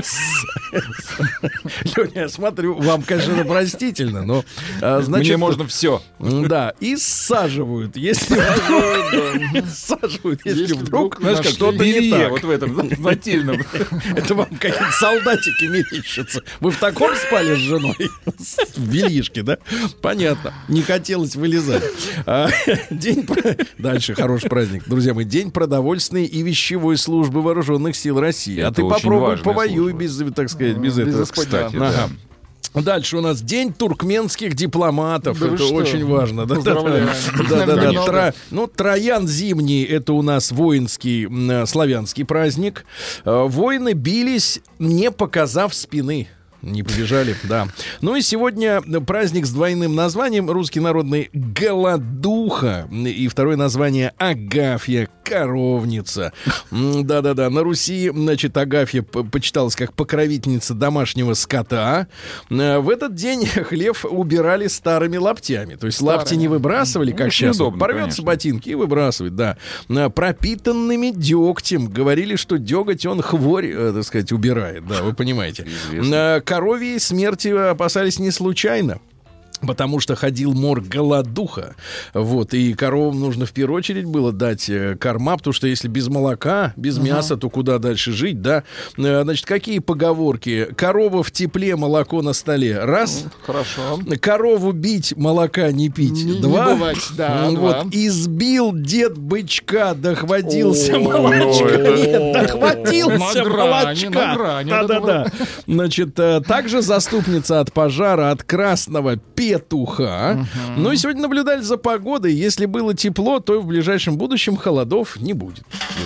[SPEAKER 2] Леня, я смотрю, вам, конечно, простительно, но...
[SPEAKER 4] Мне можно все.
[SPEAKER 2] Да, и саживают, если вдруг, саживают, если вдруг, знаешь, как что-то не так.
[SPEAKER 4] Вот в этом нательном.
[SPEAKER 2] Это вам какие-то солдатики мерещатся. Вы в таком спали с женой? В бельишке, да? Понятно. Не хотелось вылезать. День... Дальше хороший праздник. Друзья мои, День продовольственной и вещевой службы вооруженных сил России. А ты попробуй повоюй без, так сказать, без этого.
[SPEAKER 4] Кстати,
[SPEAKER 2] да. Дальше у нас День туркменских дипломатов. Да это очень важно. Да, да, да, да, да. Тро... Ну, Троян зимний — это у нас воинский э, славянский праздник. Э, воины бились, не показав спины. Не побежали, да. Ну и сегодня праздник с двойным названием. Русский народный голодуха. И второе название Агафья коровница. Да-да-да. На Руси, значит, Агафья почиталась как покровительница домашнего скота. В этот день хлев убирали старыми лаптями. То есть старыми. Лапти не выбрасывали, как ну, сейчас. Удобно, порвется конечно. Ботинки и выбрасывать, да. Пропитанными дегтем. Говорили, что деготь он хворь, так сказать, убирает. Да, вы понимаете. Известно. Коровьей смерти опасались не случайно. Потому что ходил мор голодуха. Вот, и коровам нужно в первую очередь было дать э, корма, потому что если без молока, без uh-huh. мяса, то куда дальше жить, да? Э, значит, какие поговорки? Корова в тепле, молоко на столе. Раз.
[SPEAKER 3] Хорошо.
[SPEAKER 2] Корову бить, молока не пить.
[SPEAKER 3] Не,
[SPEAKER 2] два.
[SPEAKER 3] Не бывать, да,
[SPEAKER 2] вот.
[SPEAKER 3] два.
[SPEAKER 2] Избил дед бычка, дохватился молочка. Нет, дохватился молочка. Да-да-да. Значит, также заступница от пожара от красного петуха. Uh-huh. Ну и сегодня наблюдали за погодой. Если было тепло, то в ближайшем будущем холодов не будет.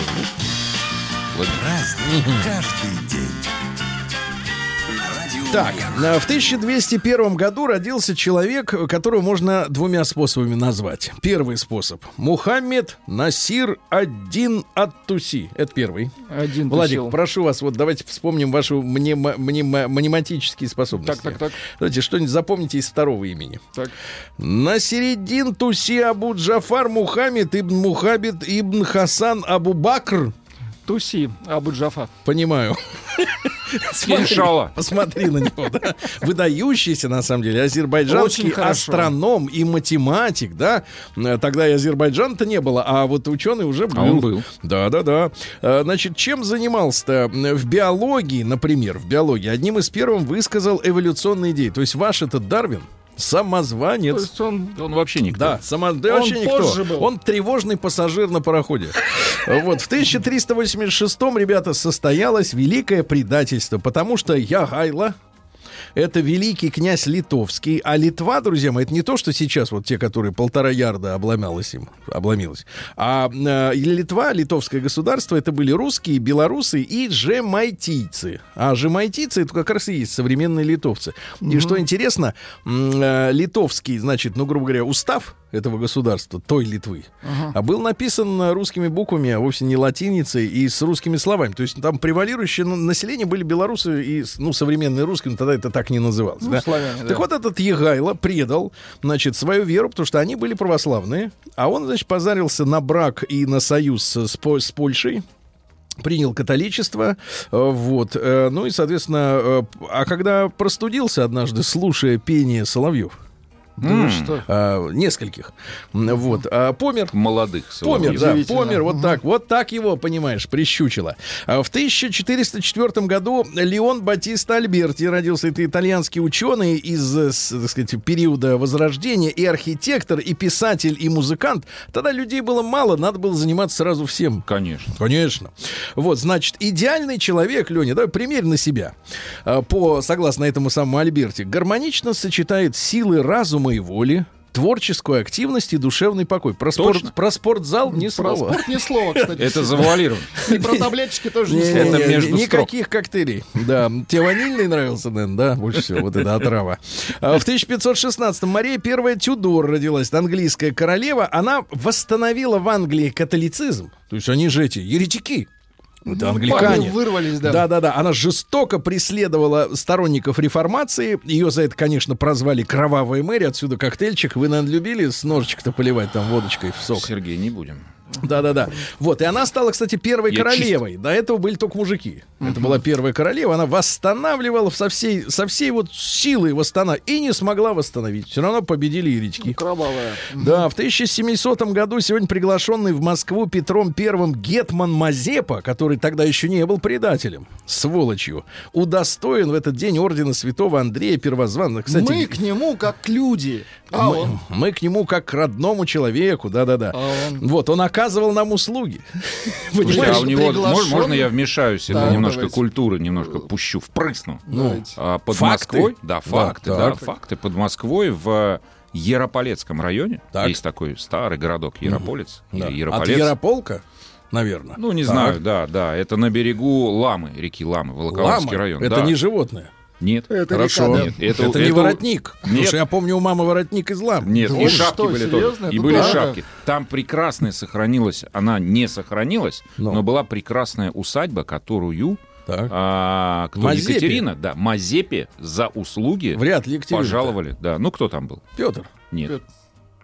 [SPEAKER 1] Праздник каждый день.
[SPEAKER 2] Так, в тысяча двести первом году родился человек, которого можно двумя способами назвать. Первый способ. Мухаммед Насир ад-Дин ат-Туси. Это первый.
[SPEAKER 3] Один
[SPEAKER 2] Владик,
[SPEAKER 3] тусил.
[SPEAKER 2] прошу вас, вот давайте вспомним ваши мнемо- мнемо- мнематические способности.
[SPEAKER 3] Так, так, так.
[SPEAKER 2] Давайте что-нибудь запомните из второго имени.
[SPEAKER 3] Так.
[SPEAKER 2] Насириддин Туси Абу Джафар Мухаммед ибн Мухаббид ибн Хасан Абу Бакр.
[SPEAKER 3] Туси Абу Джафа.
[SPEAKER 2] Понимаю.
[SPEAKER 4] Иншалла.
[SPEAKER 2] Посмотри на него, да. Выдающийся, на самом деле, азербайджанский астроном и математик, да. Тогда и Азербайджана-то не было, а вот ученый уже был.
[SPEAKER 4] А он был.
[SPEAKER 2] Да-да-да. Значит, чем занимался-то? В биологии, например, в биологии одним из первых высказал эволюционные идеи. То есть ваш этот Дарвин самозванец.
[SPEAKER 3] То есть он...
[SPEAKER 4] Он вообще никто.
[SPEAKER 2] Да, само... да
[SPEAKER 3] Он
[SPEAKER 2] вообще никто.
[SPEAKER 3] позже был.
[SPEAKER 2] Он тревожный пассажир на пароходе. Вот, в тысяча триста восемьдесят шестом, ребята, состоялось великое предательство, потому что Ягайло — это великий князь литовский, а Литва, друзья мои, это не то, что сейчас вот те, которые полтора ярда обломалось им, обломилось, а э, Литва, литовское государство, это были русские, белорусы и жемайтийцы. А жемайтийцы — это как раз и есть современные литовцы. Mm-hmm. И что интересно, э, литовский, значит, ну, грубо говоря, устав этого государства, той Литвы, uh-huh. а был написан русскими буквами, а вовсе не латиницей, и с русскими словами. То есть там превалирующее население были белорусы и, ну, современные русские, но тогда это так не называлось. Ну, да? Славяне, так да. Вот этот Ягайло предал, значит, свою веру, потому что они были православные, а он, значит, позарился на брак и на союз с, с Польшей, принял католичество, вот, ну и, соответственно, а когда простудился однажды, слушая пение соловьев,
[SPEAKER 3] Да
[SPEAKER 4] Mm.
[SPEAKER 3] что?
[SPEAKER 2] А, нескольких. Вот. А, помер.
[SPEAKER 4] Молодых
[SPEAKER 2] Помер,
[SPEAKER 4] соловьев.
[SPEAKER 2] да, помер. Вот так. Вот так его, понимаешь, прищучило. А в тысяча четыреста четвёртом году Леон Батиста Альберти родился. Это итальянский ученый из, так сказать, периода Возрождения, и архитектор, и писатель, и музыкант. Тогда людей было мало, надо было заниматься сразу всем.
[SPEAKER 4] Конечно.
[SPEAKER 2] Конечно. Вот, значит, идеальный человек, Леня, давай примерь на себя. По, согласно этому самому Альберти, гармонично сочетает силы разума и воли, творческую активность и душевный покой. Про, спорт, про спортзал ни
[SPEAKER 3] Про
[SPEAKER 2] слова.
[SPEAKER 3] спорт ни слова, кстати.
[SPEAKER 4] Это завуалировано.
[SPEAKER 3] И про таблеточки тоже ни
[SPEAKER 2] Не,
[SPEAKER 3] слова.
[SPEAKER 2] не,
[SPEAKER 4] Это
[SPEAKER 2] не,
[SPEAKER 4] между
[SPEAKER 2] никаких коктейлей. Да, тебе ванильный нравился, наверное, да? Больше всего вот эта отрава. А в тысяча пятьсот шестнадцатом Мария Первая Тюдор родилась, английская королева. Она восстановила в Англии католицизм. То есть они же эти еретики. Это англикане.
[SPEAKER 3] Парни вырвались, да.
[SPEAKER 2] Да-да-да. Она жестоко преследовала сторонников реформации. Ее за это, конечно, прозвали Кровавая Мэри. Отсюда коктейльчик. Вы, наверное, любили с ножичка-то поливать там водочкой в сок?
[SPEAKER 4] Сергей, не будем.
[SPEAKER 2] Да-да-да. Вот, и она стала, кстати, первой
[SPEAKER 4] Я
[SPEAKER 2] королевой. Чист. До этого были только мужики. Uh-huh. Это была первая королева. Она восстанавливала со всей, со всей вот силой восстанавливала. И не смогла восстановить. Все равно победили еретики.
[SPEAKER 3] Кровавая.
[SPEAKER 2] Да, в тысяча семисотом году сегодня приглашенный в Москву Петром Первым гетман Мазепа, который тогда еще не был предателем, сволочью, удостоен в этот день ордена Святого Андрея Первозванного. Кстати,
[SPEAKER 3] мы к нему как люди. А
[SPEAKER 2] мы,
[SPEAKER 3] он?
[SPEAKER 2] мы к нему как к родному человеку, да-да-да.
[SPEAKER 3] А он?
[SPEAKER 2] Вот, он оказывал нам услуги.
[SPEAKER 4] Слушайте, а у него,
[SPEAKER 3] приглашенный?
[SPEAKER 4] можно, можно я вмешаюсь,
[SPEAKER 3] Да,
[SPEAKER 4] это немножко
[SPEAKER 3] давайте.
[SPEAKER 4] культуры, немножко пущу, впрысну.
[SPEAKER 2] Ну,
[SPEAKER 4] А, под
[SPEAKER 2] факты?
[SPEAKER 4] Москвой, да, факты,
[SPEAKER 2] Да,
[SPEAKER 4] да,
[SPEAKER 2] так.
[SPEAKER 4] факты. Под Москвой в Ярополецком районе
[SPEAKER 2] Так.
[SPEAKER 4] есть такой старый городок Ярополец.
[SPEAKER 2] да.
[SPEAKER 4] Или
[SPEAKER 2] От
[SPEAKER 4] Ярополец.
[SPEAKER 2] Ярополка, наверное.
[SPEAKER 4] Ну, не
[SPEAKER 2] Так.
[SPEAKER 4] знаю, да, да. Это на берегу Ламы, реки Ламы, Волоколамский
[SPEAKER 2] Лама?
[SPEAKER 4] район.
[SPEAKER 2] Это
[SPEAKER 4] да.
[SPEAKER 2] не животное.
[SPEAKER 4] Нет.
[SPEAKER 3] Это
[SPEAKER 2] Хорошо.
[SPEAKER 3] река, да.
[SPEAKER 4] Нет,
[SPEAKER 2] Это,
[SPEAKER 4] это-
[SPEAKER 2] не
[SPEAKER 4] это-
[SPEAKER 2] воротник. Потому
[SPEAKER 4] Нет.
[SPEAKER 2] что я помню, у мамы воротник из ламы.
[SPEAKER 4] Нет,
[SPEAKER 3] Да
[SPEAKER 4] и
[SPEAKER 3] вы
[SPEAKER 4] шапки
[SPEAKER 3] что,
[SPEAKER 4] были
[SPEAKER 3] серьезно?
[SPEAKER 4] тоже. И
[SPEAKER 3] Это
[SPEAKER 4] были
[SPEAKER 3] правда?
[SPEAKER 4] шапки. Там прекрасная сохранилась, она не сохранилась,
[SPEAKER 2] Ну.
[SPEAKER 4] но была прекрасная усадьба, которую
[SPEAKER 2] Так.
[SPEAKER 4] а, кто,
[SPEAKER 2] Мазепе?
[SPEAKER 4] Екатерина, да, Мазепе за услуги
[SPEAKER 2] Вряд ли Екатерина.
[SPEAKER 4] пожаловали. Да, ну кто там был?
[SPEAKER 2] Петр.
[SPEAKER 4] Нет.
[SPEAKER 3] Петр.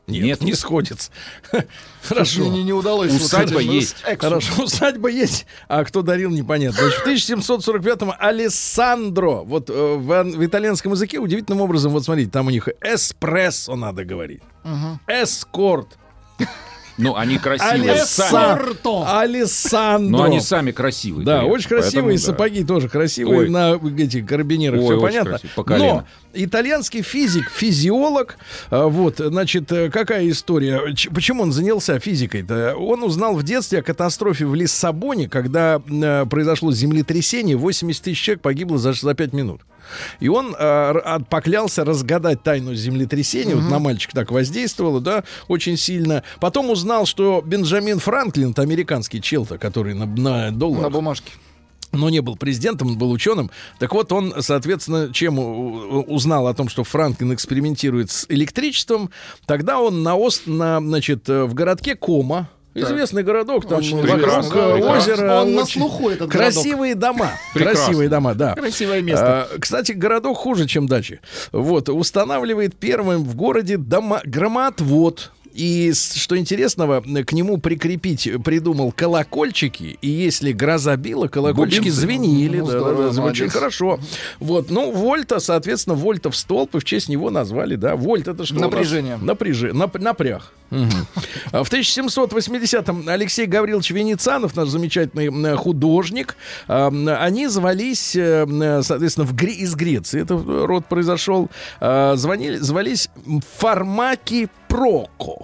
[SPEAKER 2] Нет,
[SPEAKER 4] Нет.
[SPEAKER 2] не сходится. Хорошо.
[SPEAKER 3] Мне не, не удалось.
[SPEAKER 4] Усадьба
[SPEAKER 3] вот этим,
[SPEAKER 4] есть.
[SPEAKER 3] с эксу.
[SPEAKER 2] Хорошо, усадьба есть, а кто дарил, непонятно. Значит, в тысяча семьсот сорок пятом Алессандро, вот э, в, в итальянском языке удивительным образом, вот смотрите, там у них эспрессо надо говорить,
[SPEAKER 3] Мгм.
[SPEAKER 2] эскорт,
[SPEAKER 4] Ну, они красивые сами.
[SPEAKER 3] Алессандро.
[SPEAKER 2] Алессандро.
[SPEAKER 4] Но они сами красивые.
[SPEAKER 2] Да,
[SPEAKER 4] конечно.
[SPEAKER 2] очень красивые,
[SPEAKER 4] Поэтому, да.
[SPEAKER 2] сапоги тоже красивые,
[SPEAKER 4] Ой.
[SPEAKER 2] на эти карабинерах,
[SPEAKER 4] Ой,
[SPEAKER 2] все
[SPEAKER 4] очень
[SPEAKER 2] понятно.
[SPEAKER 4] красиво, по колено.
[SPEAKER 2] Но итальянский физик, физиолог, а, вот, значит, э, какая история? Ч- почему он занялся физикой-то? Он узнал в детстве о катастрофе в Лиссабоне, когда э, произошло землетрясение, восемьдесят тысяч человек погибло за, за пять минут. И он э, р- поклялся разгадать тайну землетрясения. Вот на мальчика так воздействовало, да, очень сильно. Потом узнал, что Бенджамин Франклин, это американский чел-то, который на, на долларах,
[SPEAKER 3] На бумажке.
[SPEAKER 2] но не был президентом, он был ученым. Так вот, он, соответственно, чем у- узнал о том, что Франклин экспериментирует с электричеством, тогда он на, ост... на значит, э, в городке Кома, известный городок, там
[SPEAKER 3] Очень
[SPEAKER 2] вокруг
[SPEAKER 4] прекрасно,
[SPEAKER 2] э,
[SPEAKER 4] прекрасно.
[SPEAKER 2] озера,
[SPEAKER 3] Он на
[SPEAKER 2] очень
[SPEAKER 3] слуху, этот
[SPEAKER 2] красивые дома,
[SPEAKER 4] Прекрасно.
[SPEAKER 2] красивые дома, да.
[SPEAKER 3] Красивое место.
[SPEAKER 2] А, кстати, городок хуже, чем дачи. Вот, устанавливает первым в городе дома... громоотвод. И, с- что интересного, к нему прикрепить придумал колокольчики, и если гроза била, колокольчики
[SPEAKER 4] Бубенцы.
[SPEAKER 2] звенили.
[SPEAKER 3] Ну,
[SPEAKER 2] да, да,
[SPEAKER 3] здорово,
[SPEAKER 2] да, очень
[SPEAKER 3] молодец.
[SPEAKER 2] хорошо. Вот, ну, вольта, соответственно, вольтов столб, и в честь него назвали, да. Вольт — это что у нас?
[SPEAKER 3] Напряжение.
[SPEAKER 2] Напряжение. Нап- напряг. Мгм. А В тысяча семьсот восьмидесятом Алексей Гаврилович Венецианов, наш замечательный м, художник, а, м, они звались, э, м, соответственно, в Гре- из Греции, это род произошел, а, звонили, звались Фармаки Проко.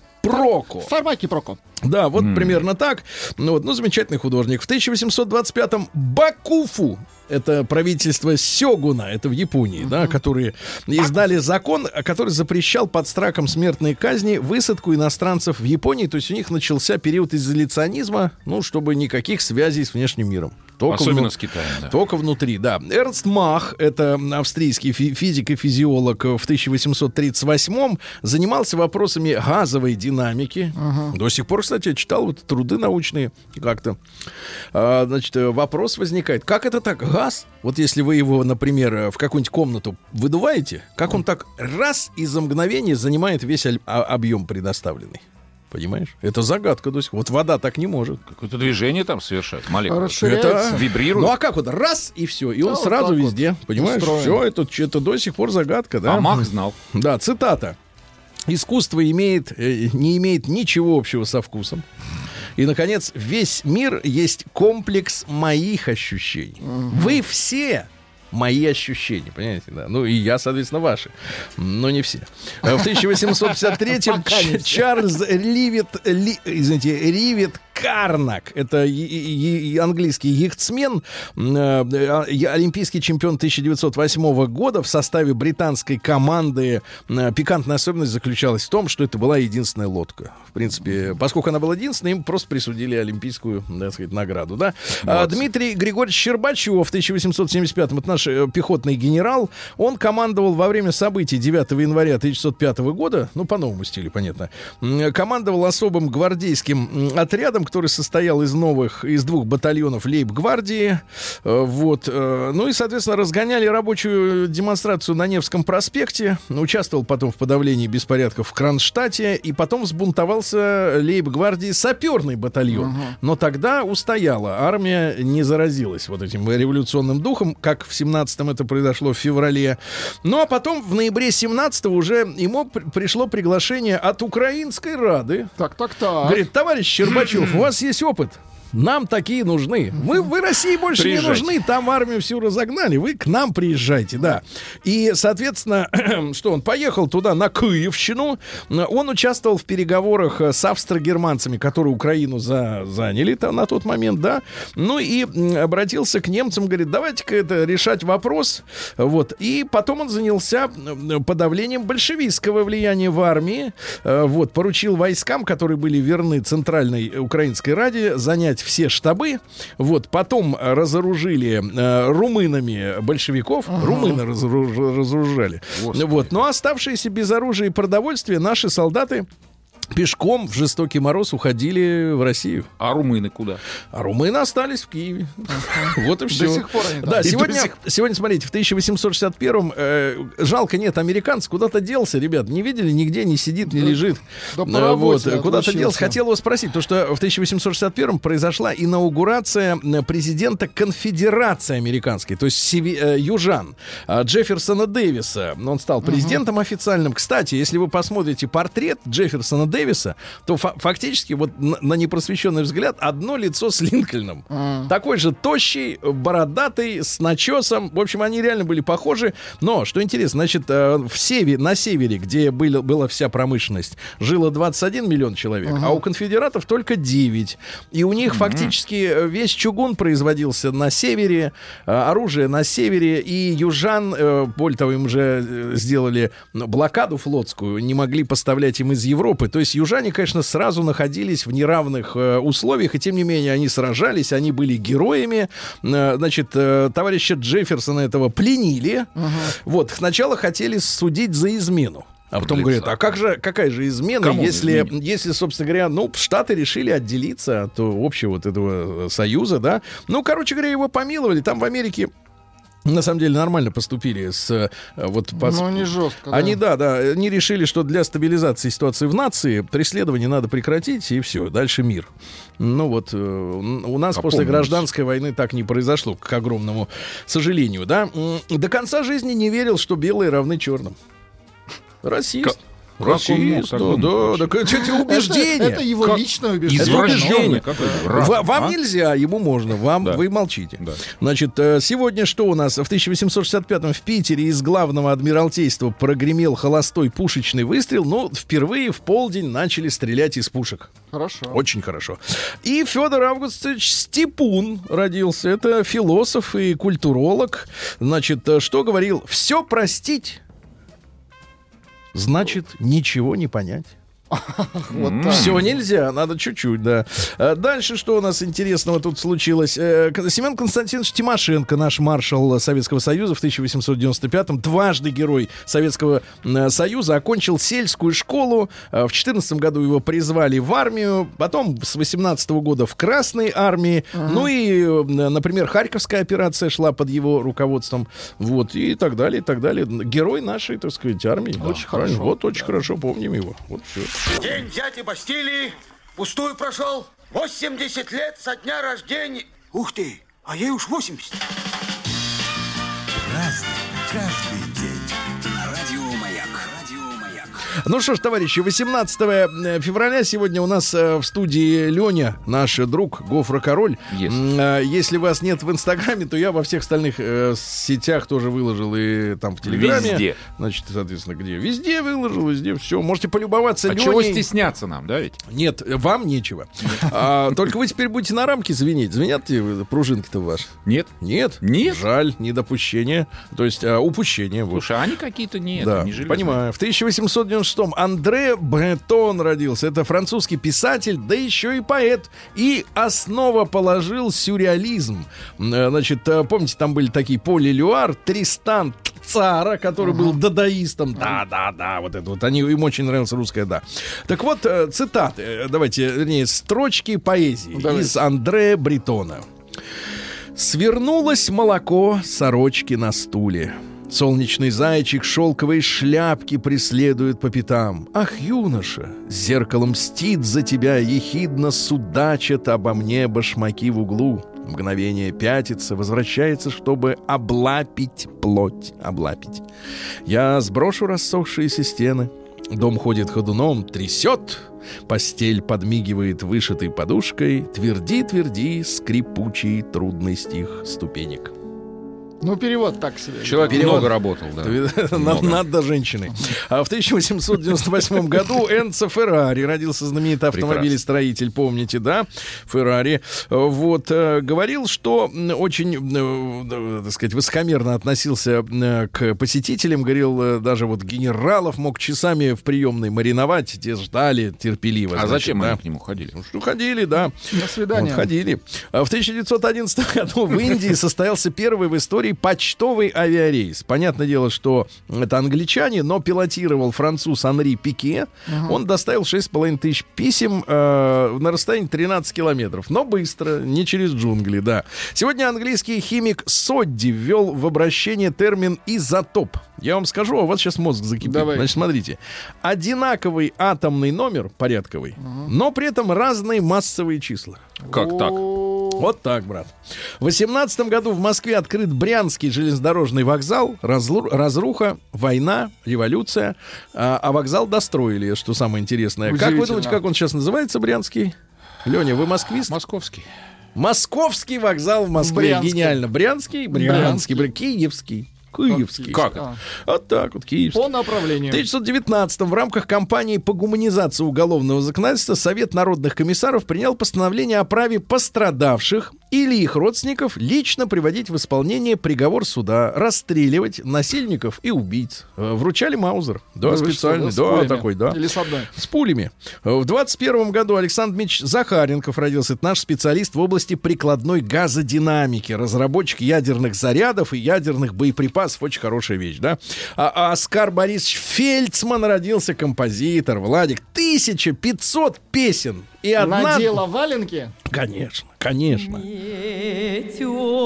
[SPEAKER 2] Проко.
[SPEAKER 3] Фармаки Проко.
[SPEAKER 2] Да, вот примерно так. Ну, вот, ну, замечательный художник. В тысяча восемьсот двадцать пятом Бакуфу, это правительство Сёгуна, это в Японии, да, которые издали закон, который запрещал под страхом смертной казни высадку иностранцев в Японии. То есть у них начался период изоляционизма, ну, чтобы никаких связей с внешним миром. Только
[SPEAKER 4] Особенно
[SPEAKER 2] вну-
[SPEAKER 4] с Китаем, да.
[SPEAKER 2] Только внутри, да. Эрнст Мах, это австрийский фи- физик и физиолог, в тысяча восемьсот тридцать восьмом занимался вопросами газовой динамики. До сих пор, кстати, я читал вот труды научные как-то. А, значит, э, вопрос возникает, как это так, газ? Вот если вы его, например, э, в какую-нибудь комнату выдуваете, как он так раз и за мгновение занимает весь аль- а- объем предоставленный? Понимаешь? Это загадка до сих пор. Вот вода так не может.
[SPEAKER 4] Какое-то движение там совершает, молекулы.
[SPEAKER 3] Расширяется.
[SPEAKER 4] Вибрирует.
[SPEAKER 2] Ну а как вот раз и все, и он
[SPEAKER 3] Да,
[SPEAKER 2] сразу
[SPEAKER 3] вот так
[SPEAKER 2] везде, понимаешь?
[SPEAKER 3] устроен.
[SPEAKER 2] Все, это, это до сих пор загадка, да?
[SPEAKER 4] А Мах знал.
[SPEAKER 2] Да, цитата. Искусство имеет, э, не имеет ничего общего со вкусом. И, наконец, весь мир есть комплекс моих ощущений. Вы все мои ощущения, понимаете, да? Ну и я, соответственно, ваши, но не все. А В тысяча восемьсот пятьдесят третьем Ч- Чарльз Ривет, Ли- извините, Ривет Карнак, это и- и- и английский яхтсмен, э, э, олимпийский чемпион тысяча девятьсот восьмого года в составе британской команды. Э, Пикантная особенность заключалась в том, что это была единственная лодка. В принципе, поскольку она была единственной, им просто присудили олимпийскую, так сказать, награду, да? А Дмитрий Григорьевич Щербачев в тысяча восемьсот семьдесят пятом, это наш э, пехотный генерал, он командовал во время событий девятого января тысяча девятьсот пятого года, ну, по новому стилю, понятно, м, командовал особым гвардейским м, отрядом, который состоял из новых, из двух батальонов лейб-гвардии, э, вот, э, ну и, соответственно, разгоняли рабочую демонстрацию на Невском проспекте, участвовал потом в подавлении беспорядков в Кронштадте, и потом взбунтовался лейб-гвардии саперный батальон, но тогда устояла, армия не заразилась вот этим революционным духом, как в семнадцатом это произошло в феврале, ну а потом в ноябре семнадцатого уже ему при- пришло приглашение от Украинской Рады.
[SPEAKER 3] Так, так, так.
[SPEAKER 2] Говорит, товарищ Щербачев, у вас есть опыт. Нам такие нужны. Вы, вы России больше
[SPEAKER 4] Приезжайте.
[SPEAKER 2] не нужны. Там армию всю разогнали. Вы к нам приезжайте, да. И, соответственно, что он поехал туда, на Киевщину. Он участвовал в переговорах с австро-германцами, которые Украину за, заняли там на тот момент, да. Ну и м, обратился к немцам, говорит, давайте-ка это решать вопрос. Вот. И потом он занялся м, подавлением большевистского влияния в армии. Э, Вот. Поручил войскам, которые были верны Центральной Украинской Раде, занять все штабы. Вот. Потом разоружили э, румынами большевиков. Румыны разору- разоружали. Вот. Ну а оставшиеся без оружия и продовольствия наши солдаты пешком в жестокий мороз уходили в Россию.
[SPEAKER 4] А румыны куда?
[SPEAKER 2] А румыны остались в Киеве. Вот и все.
[SPEAKER 3] До сих пор они там.
[SPEAKER 2] Да,
[SPEAKER 3] И до
[SPEAKER 2] сегодня,
[SPEAKER 3] сих-
[SPEAKER 2] сегодня, смотрите, в тысяча восемьсот шестьдесят первом, э, жалко, нет, американец куда-то делся, ребят, не видели, нигде не сидит, не лежит.
[SPEAKER 3] Да по
[SPEAKER 2] Э,
[SPEAKER 3] работе
[SPEAKER 2] вот, куда-то
[SPEAKER 3] отлучился.
[SPEAKER 2] делся. Хотел его спросить, то что в тысяча восемьсот шестьдесят первом произошла инаугурация э, президента конфедерации американской, то есть севи- э, южан, э, Джефферсона Дэвиса. Он стал президентом официальным. Кстати, если вы посмотрите портрет Джефферсона Дэвиса, то фа- фактически вот на, на непросвещенный взгляд одно лицо с Линкольном.
[SPEAKER 3] М.
[SPEAKER 2] Такой же тощий, бородатый, с начесом. В общем, они реально были похожи. Но, что интересно, значит, э, в севе, на севере, где были, была вся промышленность, жило двадцать один миллион человек, а у конфедератов только девять. И у них фактически э, весь чугун производился на севере, э, оружие на севере, и южан, э, более того, им уже э, сделали ну, блокаду флотскую, не могли поставлять им из Европы. То есть южане, конечно, сразу находились в неравных э, условиях, и тем не менее они сражались, они были героями. Э, значит, э, товарища Джефферсона этого пленили. Вот, сначала хотели судить за измену. А потом
[SPEAKER 4] Подлеца.
[SPEAKER 2] говорят, а как же, какая же измена,
[SPEAKER 4] Кому он
[SPEAKER 2] если,
[SPEAKER 4] изменил?
[SPEAKER 2] если, собственно говоря, ну, Штаты решили отделиться от общего вот этого э, союза, да? Ну, короче говоря, его помиловали. Там в Америке на самом деле нормально поступили с э, вот по-
[SPEAKER 3] Ну, не жестко.
[SPEAKER 2] они, да, да, они решили, что для стабилизации ситуации в нации преследование надо прекратить, и все, дальше мир. Ну вот, э, у нас после
[SPEAKER 4] Опомнились.
[SPEAKER 2] гражданской войны так не произошло, к огромному сожалению, да. М, До конца жизни не верил, что белые равны черным. Расист.
[SPEAKER 4] Как- как он мог
[SPEAKER 2] Расист,
[SPEAKER 4] так
[SPEAKER 2] да,
[SPEAKER 4] думать
[SPEAKER 2] да,
[SPEAKER 4] вообще?
[SPEAKER 2] да, это эти
[SPEAKER 3] Это,
[SPEAKER 2] убеждения.
[SPEAKER 3] это его
[SPEAKER 4] Как
[SPEAKER 3] личное убеждение.
[SPEAKER 4] Извращение. какое? Разум,
[SPEAKER 2] Ва- Вам
[SPEAKER 4] а?
[SPEAKER 2] нельзя, ему можно, вам
[SPEAKER 4] Да.
[SPEAKER 2] вы молчите.
[SPEAKER 4] Да.
[SPEAKER 2] Значит, э, сегодня что у нас? В тысяча восемьсот шестьдесят пятом в Питере из главного адмиралтейства прогремел холостой пушечный выстрел. Ну, впервые в полдень начали стрелять из пушек.
[SPEAKER 3] Хорошо.
[SPEAKER 2] Очень хорошо. И Федор Августович Степун родился. Это философ и культуролог. Значит, э, что говорил? Все простить значит ничего не понять.
[SPEAKER 3] Вот так.
[SPEAKER 2] Все нельзя, надо чуть-чуть, да. А дальше что у нас интересного тут случилось? Э, К- Семен Константинович Тимошенко, наш маршал Советского Союза в тысяча восемьсот девяносто пятом, дважды герой Советского э, Союза, окончил сельскую школу. Э, В четырнадцатом году его призвали в армию, потом с восемнадцатого года в Красной армии. Ну и, э, например, Харьковская операция шла под его руководством. Вот, и так далее, и так далее. Герой нашей, так сказать, армии.
[SPEAKER 3] Очень
[SPEAKER 2] Правильно?
[SPEAKER 3] хорошо.
[SPEAKER 2] Вот, очень хорошо помним его. Вот все.
[SPEAKER 5] День взятия Бастилии пустую прошел. восемьдесят лет со дня рождения. Ух ты, а ей уж восемьдесят.
[SPEAKER 1] Разный, каждый день. Радио Маяк. Радио Маяк.
[SPEAKER 2] Ну что ж, товарищи, восемнадцатого февраля сегодня у нас э, в студии Леня, наш друг Гофра Король.
[SPEAKER 4] Есть.
[SPEAKER 2] М, э, Если вас нет в Инстаграме, то я во всех остальных э, сетях тоже выложил, и там в Телеграме.
[SPEAKER 4] Везде.
[SPEAKER 2] Значит, соответственно, где? Везде выложил, везде все. Можете полюбоваться
[SPEAKER 4] А
[SPEAKER 2] Леней.
[SPEAKER 4] чего стесняться нам, да ведь?
[SPEAKER 2] Нет, вам нечего. А, только вы теперь будете на рамки звенеть. Звенят те вы, пружинки-то ваши?
[SPEAKER 4] Нет?
[SPEAKER 2] Нет?
[SPEAKER 4] Нет?
[SPEAKER 2] Жаль, недопущение. То есть а, упущение. Вот.
[SPEAKER 4] Слушай, а они какие-то нет,
[SPEAKER 2] Да,
[SPEAKER 4] не железные.
[SPEAKER 2] понимаю. В тысяча восемьсот девяносто шестом Андре Бретон родился. Это французский писатель, да еще и поэт. И основоположил сюрреализм. Э, Значит, э, помните, там были такие Поль Элюар, Тристан Цара, который был дадаистом. Да, да, да, вот это вот. Они, им очень нравилась русская «да». Так вот, э, цитаты, э, давайте, вернее, строчки поэзии
[SPEAKER 3] Давайте.
[SPEAKER 2] из Андре Бретона. Свернулось молоко сорочки на стуле. Солнечный зайчик шелковой шляпки преследует по пятам. Ах, юноша, зеркалом мстит за тебя, ехидно судачат обо мне башмаки в углу. Мгновение пятится, возвращается, чтобы облапить плоть, облапить. Я сброшу рассохшиеся стены. Дом ходит ходуном, трясет. Постель подмигивает вышитой подушкой. Тверди, тверди, скрипучий трудный стих ступенек.
[SPEAKER 3] Ну, перевод так себе.
[SPEAKER 4] Человек
[SPEAKER 2] Перевод.
[SPEAKER 4] много работал, да.
[SPEAKER 2] Надо,
[SPEAKER 4] Много.
[SPEAKER 2] надо женщины. А в тысяча восемьсот девяносто восьмом году Энцо Феррари родился, знаменитый автомобилестроитель, помните, да? Феррари. Вот, э, говорил, что м, очень, э, э, так сказать, высокомерно относился э, к посетителям. Говорил, э, даже вот генералов мог часами в приемной мариновать. Те ждали терпеливо.
[SPEAKER 4] А
[SPEAKER 2] значит,
[SPEAKER 4] зачем
[SPEAKER 2] да.
[SPEAKER 4] они к нему ходили?
[SPEAKER 2] Ну, что ходили, да.
[SPEAKER 3] На свидание.
[SPEAKER 2] Вот, ходили. А в тысяча девятьсот одиннадцатом году в Индии состоялся первый в истории истории почтовый авиарейс. Понятное дело, что это англичане, но пилотировал француз Анри Пике. Uh-huh. Он доставил шесть с половиной тысяч писем э, на расстоянии тринадцать километров. Но быстро, не через джунгли, да. Сегодня английский химик Содди ввел в обращение термин «изотоп». Я вам скажу, а у вас сейчас мозг закипит. Давай. Значит, смотрите. Одинаковый атомный номер, порядковый, uh-huh. но при этом разные массовые числа.
[SPEAKER 4] Как так?
[SPEAKER 2] Вот так, брат. В восемнадцатом году в Москве открыт Брянский железнодорожный вокзал. Разлу- разруха, война, революция. А, а вокзал достроили, что самое интересное. Как вы думаете, как он сейчас называется, Брянский? Леня, вы москвист?
[SPEAKER 4] Московский.
[SPEAKER 2] Московский вокзал в Москве. Брянский. Гениально. Брянский, Брянский, Брянский. Киевский. Киевский.
[SPEAKER 4] Как?
[SPEAKER 2] А. Вот так вот, киевский.
[SPEAKER 3] По направлению.
[SPEAKER 2] В тысяча девятьсот девятнадцатом в рамках кампании по гуманизации уголовного законодательства Совет народных комиссаров принял постановление о праве пострадавших или их родственников лично приводить в исполнение приговор суда, расстреливать насильников и убийц. Вручали маузер. Да, ну, специальный. Что, да, да такой, да.
[SPEAKER 3] Или с одной.
[SPEAKER 2] С пулями. В двадцать первом году Александр Дмитриевич Захаренков родился. Это наш специалист в области прикладной газодинамики, разработчик ядерных зарядов и ядерных боеприпасов. Очень хорошая вещь, да? А Оскар Борисович Фельдсман родился, композитор. Владик, тысяча пятьсот песен. И одна...
[SPEAKER 3] Надела валенки?
[SPEAKER 2] Конечно, конечно.
[SPEAKER 6] Метет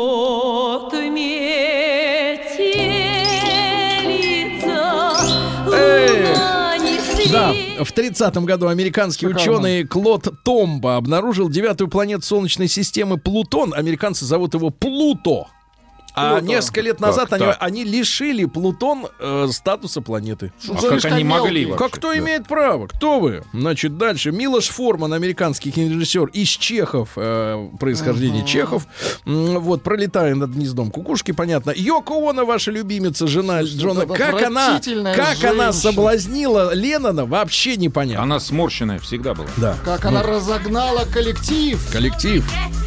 [SPEAKER 6] метелица.
[SPEAKER 2] Да, в тридцатом году американский Шикарно. ученый Клод Томбо обнаружил девятую планету Солнечной системы Плутон. Американцы зовут его Плуто. А Плутон. несколько лет назад они, они лишили Плутон э, статуса планеты.
[SPEAKER 4] А как они могли вообще?
[SPEAKER 2] Как кто да. имеет право? Кто вы? Значит, дальше. Милош Форман, американский кинорежиссер из Чехов, э, происхождение uh-huh. Чехов. Вот, пролетая над гнездом кукушки, понятно. Йоко Оно, ваша любимица, жена Слушайте, Джона. Как она, как она соблазнила Леннона, вообще непонятно.
[SPEAKER 4] Она сморщенная всегда была.
[SPEAKER 2] Да.
[SPEAKER 3] Как ну. она разогнала коллектив.
[SPEAKER 2] Коллектив.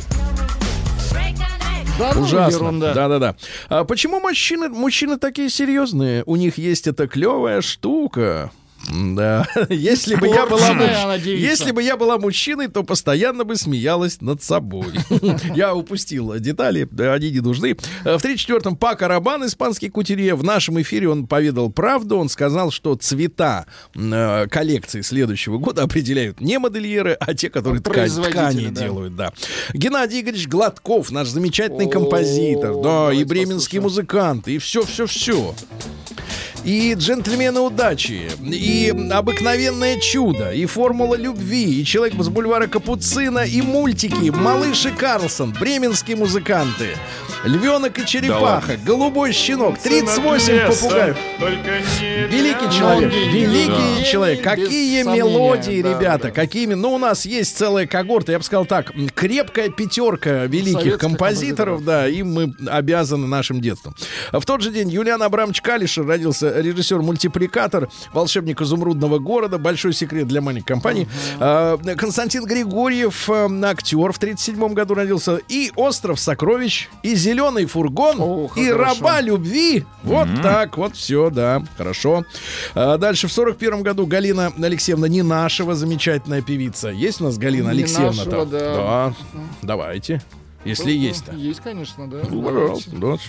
[SPEAKER 3] Да,
[SPEAKER 2] ужасно. Да-да-да. А почему мужчины, мужчины такие серьезные? У них есть эта клевая штука. Да, если бы, я была муж... если бы я была мужчиной, то постоянно бы смеялась над собой. Я упустил детали, они не нужны. В тридцать четвёртом Пако Рабан, испанский кутюрье, в нашем эфире он поведал правду. Он сказал, что цвета э, коллекции следующего года определяют не модельеры, а те, которые ткань, ткани да. делают. Да. Геннадий Игоревич Гладков, наш замечательный композитор, да, и бременский музыкант, и все-все-все. И «Джентльмены удачи», и «Обыкновенное чудо», и «Формула любви», и «Человек с бульвара Капуцина», и мультики «Малыш и Карлсон», бременские музыканты, «Львенок и черепаха», да «Голубой щенок», тридцать восемь попугаев. Великий человек, великий да. человек. Какие Без мелодии, сомнения, ребята, да, да. какими... Ну, у нас есть целая когорта, я бы сказал так, крепкая пятерка великих Советских композиторов, композиторов. Да, им мы обязаны нашим детством. В тот же день Юлиан Абрамович Калишер родился, режиссер-мультипликатор, волшебник изумрудного города, большой секрет для маленькой компании. Uh-huh. Константин Григорьев, актер, в тридцать седьмом году родился. И «Остров сокровищ», и «Зеленый фургон», oh, и хорошо. «Раба любви». Вот uh-huh. так, вот все, да, хорошо. А дальше в сорок первом году Галина Алексеевна Ненашева, замечательная певица. Есть у нас Галина Алексеевна? Да. да. Давайте. Если ну, есть-то.
[SPEAKER 3] Есть, конечно, да.
[SPEAKER 2] Ну, пожалуйста, да. Вот.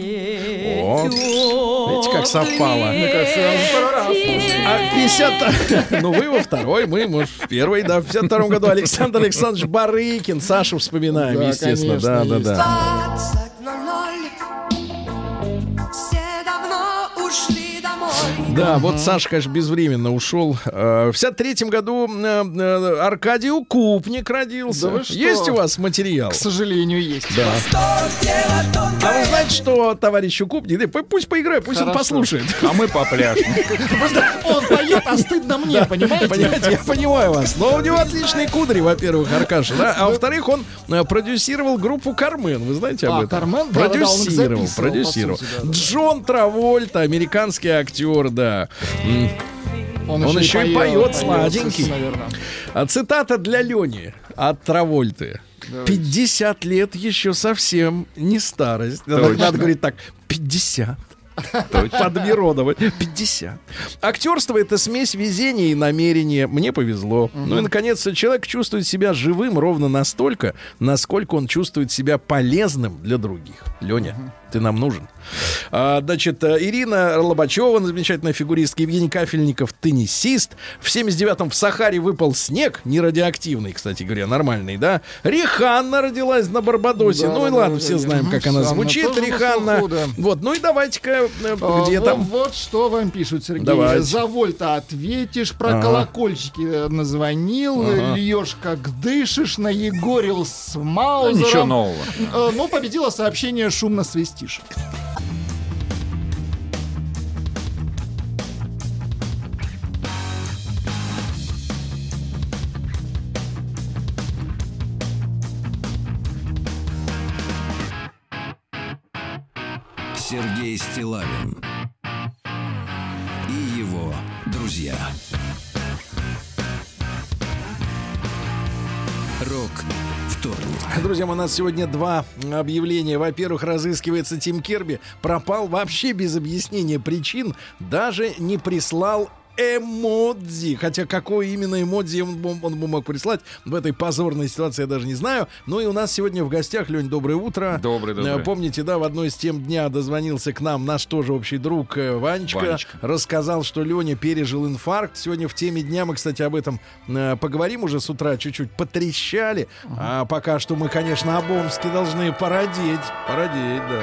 [SPEAKER 2] Видите, как совпало.
[SPEAKER 3] Мне кажется, я второй раз слушаю.
[SPEAKER 2] А пятьдесят... Ну, вы во второй, мы, может, в первый, да. В пятьдесят втором году Александр Александрович Барыкин. Сашу вспоминаем, да, естественно.
[SPEAKER 3] Конечно,
[SPEAKER 2] да,
[SPEAKER 3] есть.
[SPEAKER 2] да, да. Да, вот Саша, конечно, безвременно ушел. В пятьдесят третьем году Аркадий Укупник родился. Да есть у вас материал?
[SPEAKER 3] К сожалению, есть.
[SPEAKER 2] Да. А вы знаете, что, товарищ Укупник? Пусть поиграет, пусть Хорошо. он послушает.
[SPEAKER 4] А мы попляшем.
[SPEAKER 3] Просто он поет, а стыдно мне, понимаете?
[SPEAKER 2] Понимаете, я понимаю вас. Но у него отличные кудри, во-первых, Аркаша, да? А во-вторых, он продюсировал группу «Кармен». Вы знаете об этом?
[SPEAKER 3] «Кармен»?
[SPEAKER 2] Продюсировал, продюсировал. Джон Травольта, американский актер, да.
[SPEAKER 3] Он,
[SPEAKER 2] Он еще, еще и поет, поет сладенький.
[SPEAKER 3] Наверное.
[SPEAKER 2] А цитата для Лени от Травольты. Давайте. пятьдесят лет еще совсем не старость. Надо, надо говорить так. пятьдесят. Под Миронова. пятьдесят. Актерство — это смесь везения и намерения. Мне повезло. Ну и, наконец, человек чувствует себя живым ровно настолько, насколько он чувствует себя полезным для других. Леня, ты нам нужен. А, значит, Ирина Лобачева, замечательная фигуристка, Евгений Кафельников, теннисист. В семьдесят девятом в Сахаре выпал снег, не радиоактивный, кстати говоря, нормальный, да. Риханна родилась на Барбадосе.
[SPEAKER 3] Да,
[SPEAKER 2] ну и
[SPEAKER 3] да,
[SPEAKER 2] ладно,
[SPEAKER 3] да,
[SPEAKER 2] все
[SPEAKER 3] да,
[SPEAKER 2] знаем,
[SPEAKER 3] да.
[SPEAKER 2] как она
[SPEAKER 3] Анна
[SPEAKER 2] звучит,
[SPEAKER 3] тоже на
[SPEAKER 2] Риханна.
[SPEAKER 3] слуху, да.
[SPEAKER 2] Вот, ну и давайте-ка, э,
[SPEAKER 3] А,
[SPEAKER 2] где
[SPEAKER 3] вот,
[SPEAKER 2] там?
[SPEAKER 3] Вот что вам пишут, Сергей.
[SPEAKER 2] Давайте.
[SPEAKER 3] За вольта ответишь, про
[SPEAKER 2] Ага.
[SPEAKER 3] колокольчики э, назвонил,
[SPEAKER 2] Ага.
[SPEAKER 3] льешь как дышишь, наегорил с
[SPEAKER 4] Да,
[SPEAKER 3] Маузером.
[SPEAKER 4] ничего нового.
[SPEAKER 3] Э, Но победило сообщение «Шумно свистишь».
[SPEAKER 1] Сергей Стиллавин и его друзья. Рок-вторник.
[SPEAKER 2] Друзья, у нас сегодня два объявления. Во-первых, разыскивается Тим Керби. Пропал вообще без объяснения причин. Даже не прислал эмодзи. Хотя какой именно эмодзи он, бы- он бы мог прислать, в этой позорной ситуации я даже не знаю. Ну и у нас сегодня в гостях, Лень, доброе утро.
[SPEAKER 4] Доброе, доброе.
[SPEAKER 2] Э, Помните, да, в одной из тем дня дозвонился к нам наш тоже общий друг э, Ванечка.
[SPEAKER 4] Ванечка.
[SPEAKER 2] Рассказал, что Леня пережил инфаркт. Сегодня в теме дня мы, кстати, об этом э, поговорим уже с утра. Чуть-чуть потрещали. А пока что мы, конечно, об Омске должны породеть. Породеть, да.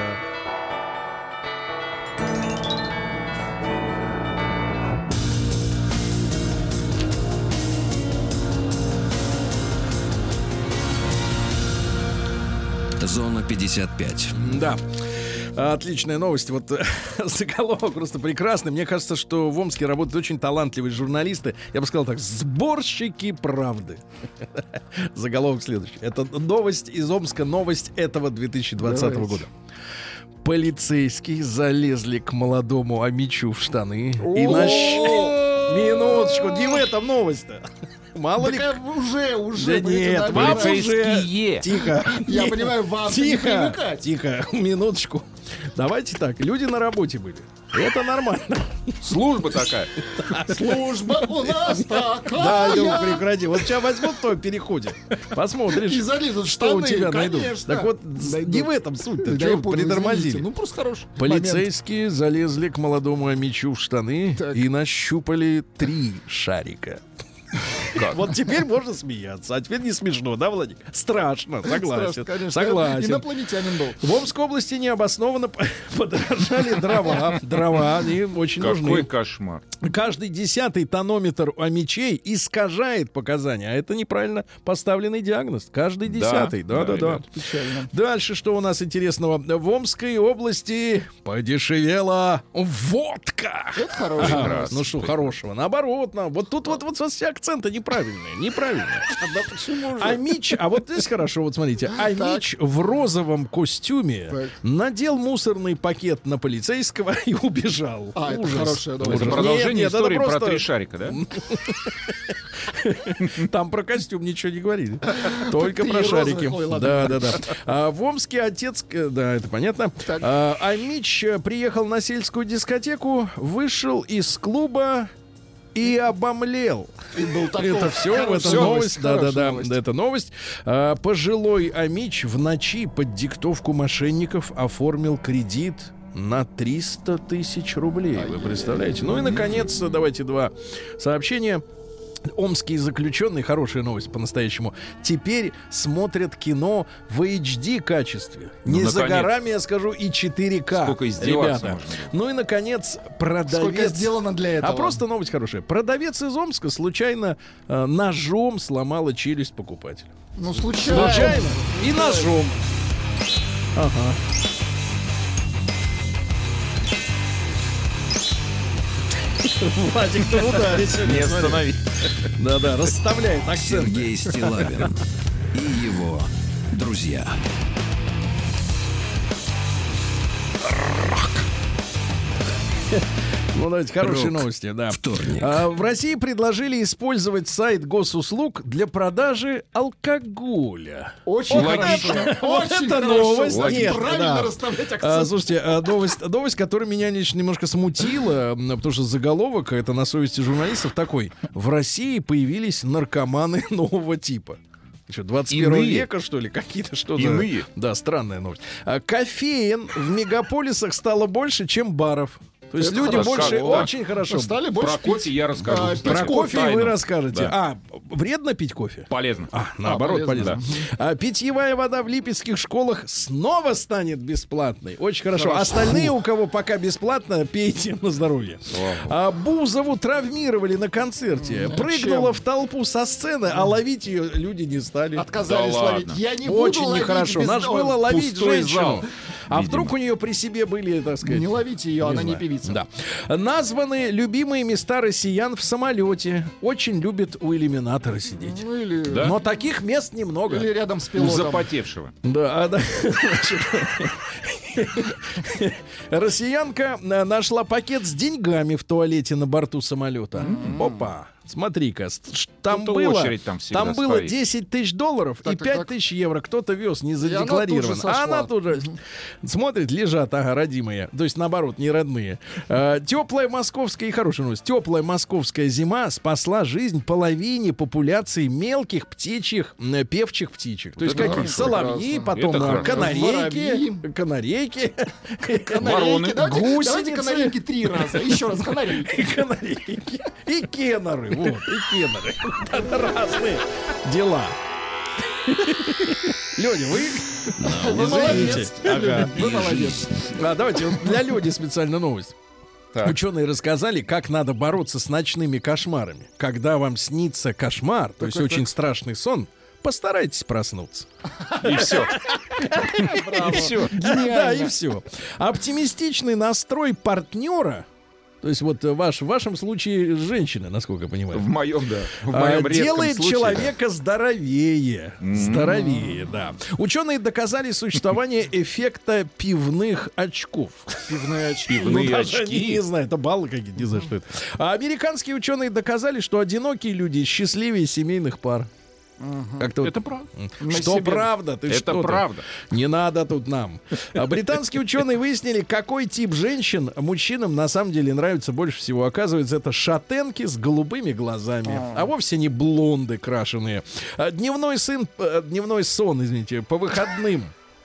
[SPEAKER 1] Зона пятьдесят пять.
[SPEAKER 2] Да. Отличная новость. Вот э, заголовок просто прекрасный. Мне кажется, что в Омске работают очень талантливые журналисты. Я бы сказал так, сборщики правды. Заголовок следующий. Это новость из Омска, новость этого две тысячи двадцатого года. Полицейские залезли к молодому Амичу в штаны и нащ... Минуточку, не в этом новость-то. Мало ли...
[SPEAKER 3] Так, а уже, уже.
[SPEAKER 2] Да
[SPEAKER 3] будете
[SPEAKER 2] нет,
[SPEAKER 3] набирать.
[SPEAKER 2] вам уже...
[SPEAKER 4] Полицейские.
[SPEAKER 2] Тихо.
[SPEAKER 3] Я
[SPEAKER 2] Не-
[SPEAKER 3] понимаю, вам не
[SPEAKER 2] Тихо,
[SPEAKER 3] привыкать.
[SPEAKER 2] тихо, минуточку. Давайте так, люди на работе были. Это нормально.
[SPEAKER 4] Служба такая.
[SPEAKER 3] Служба у нас
[SPEAKER 2] Да,
[SPEAKER 3] такая.
[SPEAKER 2] Лёва, прекрати. Вот сейчас возьмут в том переходе. Посмотришь,
[SPEAKER 3] И залезут в
[SPEAKER 2] что у
[SPEAKER 3] штаны,
[SPEAKER 2] тебя найдут.
[SPEAKER 3] конечно.
[SPEAKER 2] Так вот, с-
[SPEAKER 3] Найдут.
[SPEAKER 2] не в этом суть-то.
[SPEAKER 3] Да,
[SPEAKER 2] Чего
[SPEAKER 3] я
[SPEAKER 2] вы
[SPEAKER 3] понял,
[SPEAKER 2] притормозили?
[SPEAKER 3] извините. Ну, просто хороший момент.
[SPEAKER 2] Полицейские залезли к молодому Амичу в штаны
[SPEAKER 3] Так.
[SPEAKER 2] и нащупали три шарика. Вот теперь можно смеяться, а теперь не смешно, да, Владик? Страшно, согласен.
[SPEAKER 3] Страшно, конечно.
[SPEAKER 2] Согласен.
[SPEAKER 3] Инопланетянин был.
[SPEAKER 2] В Омской области необоснованно п- подорожали дрова. Дрова, они очень
[SPEAKER 4] Какой
[SPEAKER 2] нужны.
[SPEAKER 4] кошмар.
[SPEAKER 2] Каждый десятый тонометр амичей искажает показания, а это неправильно поставленный диагноз. Каждый
[SPEAKER 4] Да,
[SPEAKER 2] десятый,
[SPEAKER 4] да,
[SPEAKER 2] да-да-да.
[SPEAKER 4] ребят.
[SPEAKER 3] Печально.
[SPEAKER 2] Дальше что у нас интересного? В Омской области подешевела водка.
[SPEAKER 3] Это хороший.
[SPEAKER 2] Ага, ну что хорошего? Наоборот, на, вот тут вот, вот все акценты неправильные, неправильные.
[SPEAKER 3] Да почему же?
[SPEAKER 2] Амич, а вот здесь хорошо, вот смотрите, Амич в розовом костюме
[SPEAKER 3] Так.
[SPEAKER 2] надел мусорный пакет на полицейского и убежал.
[SPEAKER 3] А, это
[SPEAKER 2] Ужас.
[SPEAKER 3] хорошая новость.
[SPEAKER 2] Ужас.
[SPEAKER 4] Это продолжение
[SPEAKER 2] Нет, нет, это
[SPEAKER 4] истории
[SPEAKER 2] просто-
[SPEAKER 4] про три шарика, да?
[SPEAKER 2] Там про костюм ничего не говорили. Только
[SPEAKER 3] Ты
[SPEAKER 2] про
[SPEAKER 3] розовый,
[SPEAKER 2] шарики.
[SPEAKER 3] ой, ладно.
[SPEAKER 2] Да, да, да. А в Омске отец, э, да, это понятно.
[SPEAKER 3] Так.
[SPEAKER 2] А, Амич э, приехал на сельскую дискотеку, вышел из клуба и обомлел.
[SPEAKER 3] И был такой
[SPEAKER 2] Это все, это
[SPEAKER 3] хорошая
[SPEAKER 2] новость. Да, да,
[SPEAKER 3] хорошая
[SPEAKER 2] да,
[SPEAKER 3] новость.
[SPEAKER 2] да, это новость. А, пожилой Амич в ночи под диктовку мошенников оформил кредит на триста тысяч рублей. Вы представляете? Ну и, наконец, давайте два сообщения. Омские заключенные, хорошая новость по-настоящему, теперь смотрят кино в эйч ди качестве.
[SPEAKER 4] Ну,
[SPEAKER 2] Не за
[SPEAKER 4] наконец.
[SPEAKER 2] горами, я скажу, и четыре ка.
[SPEAKER 4] Сколько издеваться
[SPEAKER 2] ребята.
[SPEAKER 4] можно.
[SPEAKER 2] Ну и, наконец, продавец...
[SPEAKER 3] Сколько сделано для этого.
[SPEAKER 2] А просто новость хорошая. Продавец из Омска случайно э, ножом сломала челюсть покупателя.
[SPEAKER 3] Ну, случайно.
[SPEAKER 2] Случайно. И ножом. Ага. Владик, ты ударить.
[SPEAKER 4] Не останови.
[SPEAKER 2] Да-да, расставляет акцент.
[SPEAKER 1] Сергей Стиллавин и его друзья.
[SPEAKER 2] Ну, давайте, хорошие
[SPEAKER 1] Рок.
[SPEAKER 2] новости, да.
[SPEAKER 1] Вторник.
[SPEAKER 2] А, в России предложили использовать сайт госуслуг для продажи алкоголя.
[SPEAKER 3] Очень
[SPEAKER 4] Логично.
[SPEAKER 3] хорошо.
[SPEAKER 2] Вот
[SPEAKER 3] Очень
[SPEAKER 2] это
[SPEAKER 3] хорошо.
[SPEAKER 2] новость.
[SPEAKER 3] Вот
[SPEAKER 2] Нет,
[SPEAKER 3] правильно
[SPEAKER 2] да.
[SPEAKER 3] расставлять
[SPEAKER 2] А,
[SPEAKER 3] акцент.
[SPEAKER 2] слушайте, а, новость, новость, которая меня лично немножко смутила, м, потому что заголовок, это на совести журналистов такой: в России появились наркоманы нового типа. Что, двадцать первого
[SPEAKER 4] Иные.
[SPEAKER 2] века, что ли? Какие-то что-то...
[SPEAKER 4] Иные.
[SPEAKER 2] Да, странная новость. А, кофеин в мегаполисах стало больше, чем баров. То есть
[SPEAKER 3] Это
[SPEAKER 2] люди
[SPEAKER 3] хорошо.
[SPEAKER 2] больше...
[SPEAKER 4] Как так?
[SPEAKER 2] Очень хорошо.
[SPEAKER 3] Стали
[SPEAKER 4] Про
[SPEAKER 3] больше
[SPEAKER 4] кофе
[SPEAKER 3] пить.
[SPEAKER 4] я расскажу.
[SPEAKER 3] А,
[SPEAKER 4] кстати.
[SPEAKER 2] Про кофе вы
[SPEAKER 4] Тайну.
[SPEAKER 2] расскажете.
[SPEAKER 4] Да.
[SPEAKER 2] А, вредно пить кофе?
[SPEAKER 4] Полезно.
[SPEAKER 2] А, наоборот,
[SPEAKER 3] полезно,
[SPEAKER 2] полезно. А, питьевая вода в липецких школах снова станет бесплатной. Очень хорошо.
[SPEAKER 3] Хорошо.
[SPEAKER 2] Остальные, у кого пока бесплатно, пейте на здоровье. А, Бузову травмировали на концерте. Прыгнула
[SPEAKER 3] чем?
[SPEAKER 2] в толпу со сцены, а ловить ее люди не стали.
[SPEAKER 3] Отказались
[SPEAKER 4] Да
[SPEAKER 3] ловить.
[SPEAKER 4] ладно.
[SPEAKER 3] Я не буду
[SPEAKER 2] Очень
[SPEAKER 3] ловить
[SPEAKER 2] нехорошо.
[SPEAKER 3] без-
[SPEAKER 2] Надо
[SPEAKER 3] Ой,
[SPEAKER 2] было ловить
[SPEAKER 4] пустой
[SPEAKER 2] женщину.
[SPEAKER 4] зал,
[SPEAKER 2] А
[SPEAKER 4] видимо.
[SPEAKER 2] вдруг у нее при себе были, так сказать...
[SPEAKER 3] Не ловите ее, она
[SPEAKER 2] знаю.
[SPEAKER 3] не певица.
[SPEAKER 2] Да. Названы любимые места россиян в самолете. Очень любят у иллюминатора сидеть.
[SPEAKER 3] Ну или,
[SPEAKER 4] Да?
[SPEAKER 2] Но таких мест немного.
[SPEAKER 3] или рядом с
[SPEAKER 4] У
[SPEAKER 3] пилотом.
[SPEAKER 4] запотевшего.
[SPEAKER 2] Да, а, да. Значит, россиянка э, нашла пакет с деньгами в туалете на борту самолета. Опа. Смотри-ка, с- ш- там
[SPEAKER 4] Тут
[SPEAKER 2] было,
[SPEAKER 4] очередь там всегда
[SPEAKER 2] там было
[SPEAKER 4] стоит.
[SPEAKER 2] десять тысяч долларов
[SPEAKER 3] Так,
[SPEAKER 2] и
[SPEAKER 3] так,
[SPEAKER 2] пять
[SPEAKER 3] так.
[SPEAKER 2] тысяч евро. Кто-то вез, не
[SPEAKER 3] она тут же
[SPEAKER 2] задекларировано. А
[SPEAKER 3] сошла.
[SPEAKER 2] она тут же смотрит, лежат, ага, родимые. То есть, наоборот, не родные. Э, теплая московская, и хорошая новость, теплая московская зима спасла жизнь половине популяции мелких птичьих, м, певчих птичек. То есть,
[SPEAKER 4] это
[SPEAKER 2] какие
[SPEAKER 4] хорошо.
[SPEAKER 2] соловьи,
[SPEAKER 3] Прекрасно.
[SPEAKER 2] потом
[SPEAKER 4] Это
[SPEAKER 2] а,
[SPEAKER 4] хорошо.
[SPEAKER 2] канарейки, канарейки,
[SPEAKER 4] Вороны.
[SPEAKER 3] Канарейки. Давайте,
[SPEAKER 2] гусеницы.
[SPEAKER 3] давайте канарейки три раза. Еще раз канарейки.
[SPEAKER 2] канарейки и кеноры. Вот, и кеноры. Это разные дела. Леня, вы...
[SPEAKER 3] Вы молодец.
[SPEAKER 2] Ага.
[SPEAKER 3] Вы молодец.
[SPEAKER 2] А, давайте, вот для Лёни специально новость.
[SPEAKER 4] Так.
[SPEAKER 2] Ученые рассказали, как надо бороться с ночными кошмарами. Когда вам снится кошмар, то есть очень страшный сон, постарайтесь проснуться.
[SPEAKER 4] И все. И все.
[SPEAKER 2] Да, и все. Оптимистичный настрой партнера, то есть вот ваш, в вашем случае женщины, насколько я понимаю,
[SPEAKER 4] В моем, да. В
[SPEAKER 2] а,
[SPEAKER 4] моем редком
[SPEAKER 2] делает
[SPEAKER 4] случае.
[SPEAKER 2] человека здоровее. Здоровее, да. Ученые доказали существование эффекта пивных очков.
[SPEAKER 3] Пивные очки.
[SPEAKER 4] Пивные
[SPEAKER 2] Ну, даже
[SPEAKER 4] очки.
[SPEAKER 2] Не, не знаю, это баллы какие-то, не знаю, что это. А американские ученые доказали, что одинокие люди счастливее семейных пар. Как-то вот-
[SPEAKER 4] Это правда.
[SPEAKER 3] На
[SPEAKER 2] Что
[SPEAKER 3] себе.
[SPEAKER 2] правда? Ты
[SPEAKER 4] Это
[SPEAKER 2] что ты?
[SPEAKER 4] правда.
[SPEAKER 2] Не надо тут нам. А британские ученые выяснили, какой тип женщин мужчинам на самом деле нравится больше всего. Оказывается, это шатенки с голубыми глазами, а вовсе не блонды крашеные. А Дневной сын, э, дневной сон, извините, по выходным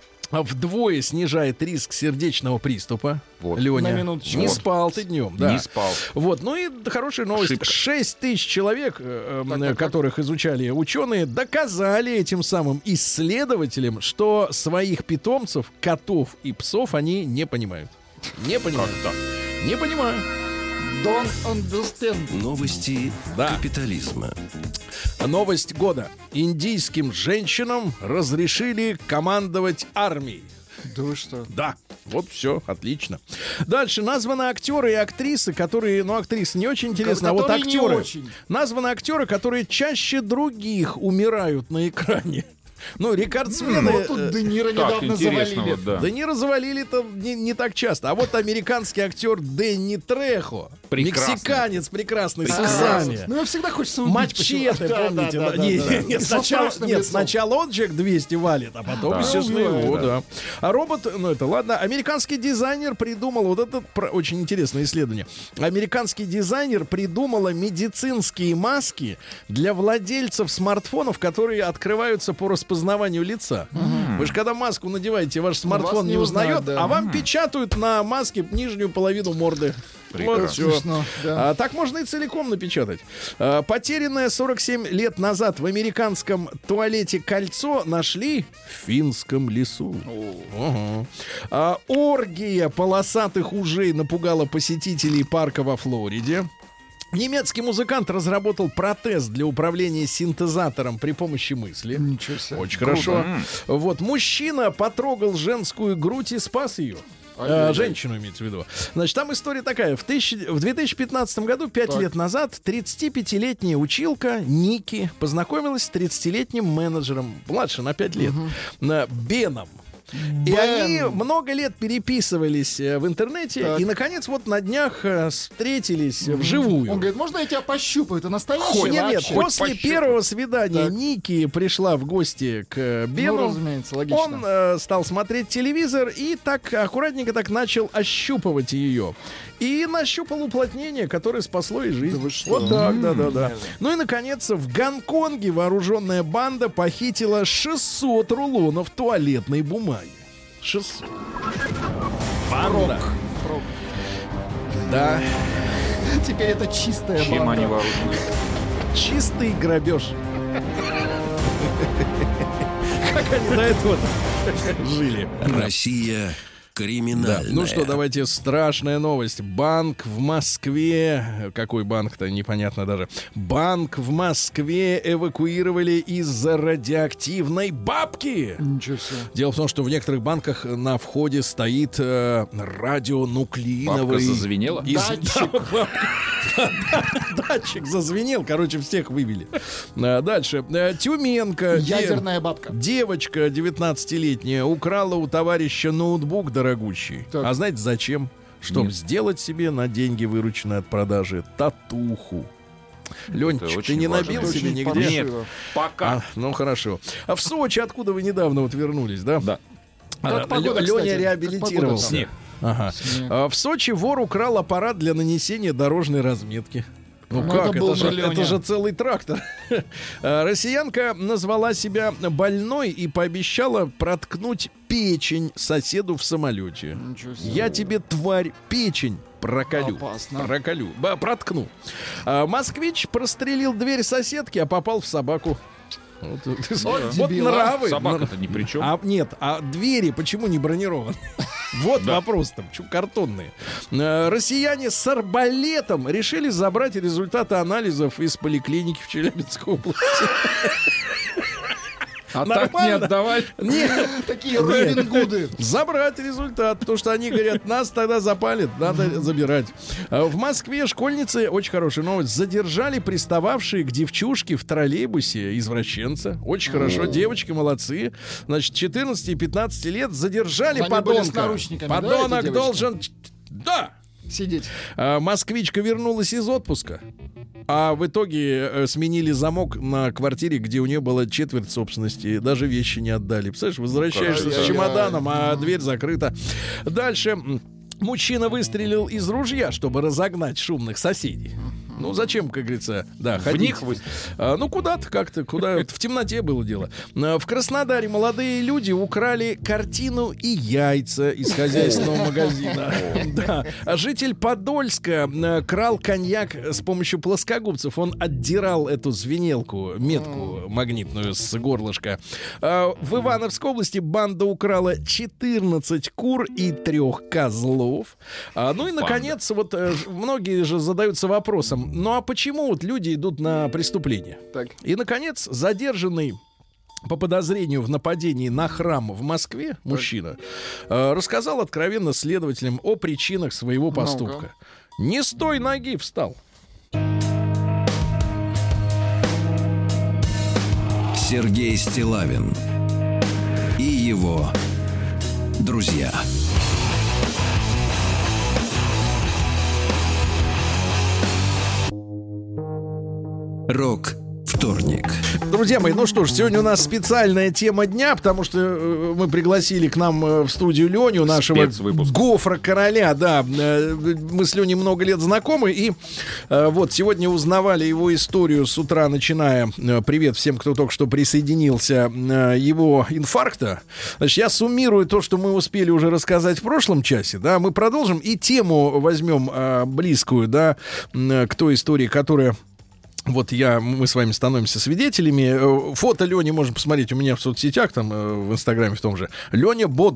[SPEAKER 2] вдвое снижает риск сердечного приступа.
[SPEAKER 4] Вот.
[SPEAKER 2] Леня,
[SPEAKER 3] На минуточку.
[SPEAKER 2] не
[SPEAKER 3] Вот.
[SPEAKER 2] спал ты днем, да.
[SPEAKER 4] Не спал.
[SPEAKER 2] Вот, ну и хорошая новость.
[SPEAKER 4] Ошибка.
[SPEAKER 2] шесть тысяч человек, э, э,
[SPEAKER 3] Так, так, так.
[SPEAKER 2] которых изучали ученые, доказали этим самым исследователям, что своих питомцев, котов и псов, они не понимают. Не понимают.
[SPEAKER 4] Как так?
[SPEAKER 2] Не понимаю.
[SPEAKER 3] Don't understand.
[SPEAKER 1] Новости
[SPEAKER 2] Да.
[SPEAKER 1] капитализма.
[SPEAKER 2] Новость года. Индийским женщинам разрешили командовать армией.
[SPEAKER 3] Да вы что?
[SPEAKER 2] Да, вот все, отлично. Дальше названы актеры и актрисы, которые, ну, актрисы не очень интересно, а вот
[SPEAKER 3] Которые не
[SPEAKER 2] актеры.
[SPEAKER 3] очень.
[SPEAKER 2] Названы актеры, которые чаще других умирают на экране. Ну, рекордсмены.
[SPEAKER 3] Вот тут
[SPEAKER 2] э,
[SPEAKER 3] Де Ниро
[SPEAKER 4] Так,
[SPEAKER 3] недавно
[SPEAKER 4] интересно,
[SPEAKER 3] завалили.
[SPEAKER 4] вот, да.
[SPEAKER 2] Да не развалили-то не, не так часто. А вот американский актер Дэнни Трехо,
[SPEAKER 4] Прекрасный.
[SPEAKER 2] мексиканец прекрасный, с
[SPEAKER 4] Прекрасный.
[SPEAKER 2] усами.
[SPEAKER 3] Ну, я всегда хочется убить.
[SPEAKER 2] Мачете,
[SPEAKER 3] почему-то. Да,
[SPEAKER 2] помните?
[SPEAKER 3] да,
[SPEAKER 2] да?
[SPEAKER 3] да,
[SPEAKER 2] Не-
[SPEAKER 3] да, да.
[SPEAKER 2] не,
[SPEAKER 3] И со
[SPEAKER 2] сначала,
[SPEAKER 3] страшным
[SPEAKER 2] нет,
[SPEAKER 3] лицом.
[SPEAKER 2] сначала он человек двести валит, а потом,
[SPEAKER 4] Да.
[SPEAKER 2] естественно,
[SPEAKER 3] Убивает,
[SPEAKER 2] его,
[SPEAKER 4] да.
[SPEAKER 2] да. А робот, ну это ладно, американский дизайнер придумал, вот это про- очень интересное исследование. Американский дизайнер придумала медицинские маски для владельцев смартфонов, которые открываются по распознаванию лица. Вы же когда маску надеваете, ваш смартфон
[SPEAKER 3] Вас
[SPEAKER 2] не
[SPEAKER 3] не
[SPEAKER 2] узнает,
[SPEAKER 3] узнать, да.
[SPEAKER 2] а вам печатают на маске нижнюю половину морды.
[SPEAKER 4] Прекрасно.
[SPEAKER 2] Вот всё.
[SPEAKER 3] Смешно, да.
[SPEAKER 2] А, так можно и целиком напечатать. А, потерянное сорок семь лет назад в американском туалете кольцо нашли в финском лесу. Ага. А, оргия полосатых ужей напугала посетителей парка во Флориде. Немецкий музыкант разработал протез для управления синтезатором при помощи мысли.
[SPEAKER 3] Ничего себе.
[SPEAKER 2] Очень хорошо. Вот мужчина потрогал женскую грудь и спас ее.
[SPEAKER 3] Ай-яй-яй.
[SPEAKER 2] Э, женщину имеется в виду. Значит, там история такая. В, тысячи, в две тысячи пятнадцатом году, пять
[SPEAKER 3] Так.
[SPEAKER 2] лет назад, тридцатипятилетняя училка Ники познакомилась с тридцатилетним менеджером, младше на пять лет, на Беном. И
[SPEAKER 3] Бен.
[SPEAKER 2] они много лет переписывались э, в интернете,
[SPEAKER 3] Так.
[SPEAKER 2] и, наконец, вот на днях э, встретились э, вживую.
[SPEAKER 3] Он говорит, можно я тебя пощупаю? Ты настоящий
[SPEAKER 2] Нет, нет,
[SPEAKER 3] вообще?»
[SPEAKER 2] после
[SPEAKER 4] пощупай.
[SPEAKER 2] первого свидания
[SPEAKER 3] Так.
[SPEAKER 2] Ники пришла в гости к э,
[SPEAKER 3] Ну,
[SPEAKER 2] Бену.
[SPEAKER 3] разумеется, логично.
[SPEAKER 2] Он э, стал смотреть телевизор и так аккуратненько так начал ощупывать ее. И нащупал уплотнение, которое спасло ей жизнь.
[SPEAKER 3] Да вы что?
[SPEAKER 2] Вот так, да, да, да. Ну и, наконец, в Гонконге вооруженная банда похитила шестьсот рулонов туалетной бумаги. шестьсот. Банда.
[SPEAKER 3] Проб.
[SPEAKER 2] Да,
[SPEAKER 3] Теперь это чистая
[SPEAKER 4] Чем они
[SPEAKER 3] банда.
[SPEAKER 4] вооружены?
[SPEAKER 2] чистый грабеж. Как они до этого жили.
[SPEAKER 1] Россия криминальная.
[SPEAKER 2] Ну что, давайте страшная новость. Банк в Москве, какой банк-то, непонятно даже. Банк в Москве эвакуировали из-за радиоактивной бабки.
[SPEAKER 3] Ничего себе.
[SPEAKER 2] Дело в том, что в некоторых банках на входе стоит э, радионуклеиновый...
[SPEAKER 4] Бабка зазвенела?
[SPEAKER 2] Из-
[SPEAKER 3] Датчик.
[SPEAKER 2] Да, бабка. Датчик зазвенел, короче, всех вывели. А, Дальше. Э, Тюменка. де-
[SPEAKER 3] Ядерная бабка.
[SPEAKER 2] Девочка девятнадцатилетняя украла у товарища ноутбук дорогущий.
[SPEAKER 3] Так.
[SPEAKER 2] А знаете зачем? Чтобы
[SPEAKER 4] Нет.
[SPEAKER 2] сделать себе на деньги, вырученные от продажи, татуху. Ленчик, ты
[SPEAKER 4] очень
[SPEAKER 2] не
[SPEAKER 4] важно.
[SPEAKER 2] набил
[SPEAKER 3] Это
[SPEAKER 2] себе
[SPEAKER 3] очень
[SPEAKER 2] нигде?
[SPEAKER 3] паршиво.
[SPEAKER 4] Нет, пока.
[SPEAKER 2] А, ну хорошо. А в Сочи, откуда вы недавно вот вернулись, да?
[SPEAKER 4] Да.
[SPEAKER 3] Как погода,
[SPEAKER 2] Леня
[SPEAKER 3] кстати? Как
[SPEAKER 2] реабилитировался.
[SPEAKER 3] погода?
[SPEAKER 4] Снег.
[SPEAKER 2] Ага.
[SPEAKER 3] Снег.
[SPEAKER 2] А, в Сочи вор украл аппарат для нанесения дорожной разметки. Ну,
[SPEAKER 3] Ну,
[SPEAKER 2] как?
[SPEAKER 3] это был
[SPEAKER 2] Это, же,
[SPEAKER 3] бы Леня.
[SPEAKER 2] это же целый трактор. А, Россиянка назвала себя больной и пообещала проткнуть печень соседу в самолете.
[SPEAKER 3] Ничего себе.
[SPEAKER 2] Я тебе, тварь, печень проколю.
[SPEAKER 3] Опасно.
[SPEAKER 2] Проколю. Ба, проткну. А, москвич прострелил дверь соседки, а попал в собаку. Вот, вот,
[SPEAKER 3] Вот
[SPEAKER 2] вот
[SPEAKER 3] дебил, а.
[SPEAKER 2] нравы.
[SPEAKER 4] Собака-то ни при чем.
[SPEAKER 2] А, нет, а двери почему не бронированы? Вот вопрос там, чё, картонные. Э, Россияне с арбалетом решили забрать результаты анализов из поликлиники в Челябинской области.
[SPEAKER 4] А так не
[SPEAKER 2] нормально.
[SPEAKER 4] отдавать.
[SPEAKER 2] Нет,
[SPEAKER 3] Такие Робин Гуды.
[SPEAKER 2] забрать результат, потому что они говорят, нас тогда запалят, надо забирать. А В Москве школьницы, очень хорошая новость, задержали пристававшие к девчушке в троллейбусе извращенца. Очень хорошо, девочки молодцы. Значит, четырнадцати и пятнадцати лет задержали
[SPEAKER 3] Они были с
[SPEAKER 2] подонка.
[SPEAKER 3] наручниками, да, эти
[SPEAKER 2] Подонок
[SPEAKER 3] девочки?
[SPEAKER 2] должен... Да!
[SPEAKER 3] Сидеть.
[SPEAKER 2] А, москвичка вернулась из отпуска, а в итоге э, сменили замок на квартире, где у нее была четверть собственности. Даже вещи не отдали. Представляешь, возвращаешься с
[SPEAKER 3] Ай-яй-яй.
[SPEAKER 2] чемоданом, а дверь закрыта. Дальше. м, Мужчина выстрелил из ружья, чтобы разогнать шумных соседей. Ну, зачем, как говорится, да,
[SPEAKER 4] В
[SPEAKER 2] ходить.
[SPEAKER 4] них выстрелил.
[SPEAKER 2] А, ну, куда-то как-то, куда в темноте было дело. А, В Краснодаре молодые люди украли картину и яйца из хозяйственного магазина. Да. А житель Подольска а, крал коньяк с помощью плоскогубцев. Он отдирал эту звенелку, метку магнитную с горлышка. А, В Ивановской области банда украла четырнадцать кур и трех козлов. А, Ну и, наконец, вот э, многие же задаются вопросом, ну а почему вот люди идут на преступление?
[SPEAKER 3] Так.
[SPEAKER 2] И, наконец, задержанный по подозрению в нападении на храм в Москве мужчина э, рассказал откровенно следователям о причинах своего поступка. Не с той ноги встал.
[SPEAKER 1] Сергей Стиллавин и его друзья. Рок вторник.
[SPEAKER 2] Друзья мои, ну что ж, сегодня у нас специальная тема дня, потому что э, мы пригласили к нам э, в студию Леню, нашего
[SPEAKER 4] Спецвыпуск.
[SPEAKER 2] гофра-короля, да. Э, мы с Леней много лет знакомы, и э, вот сегодня узнавали его историю с утра, начиная, э, привет всем, кто только что присоединился, э, его инфаркта. Значит, я суммирую то, что мы успели уже рассказать в прошлом часе, да, мы продолжим и тему возьмем э, близкую, да, э, к той истории, которая... Вот я, мы с вами становимся свидетелями. Фото Лёни можно посмотреть у меня в соцсетях, там, в Инстаграме в том же. Лёня бодр.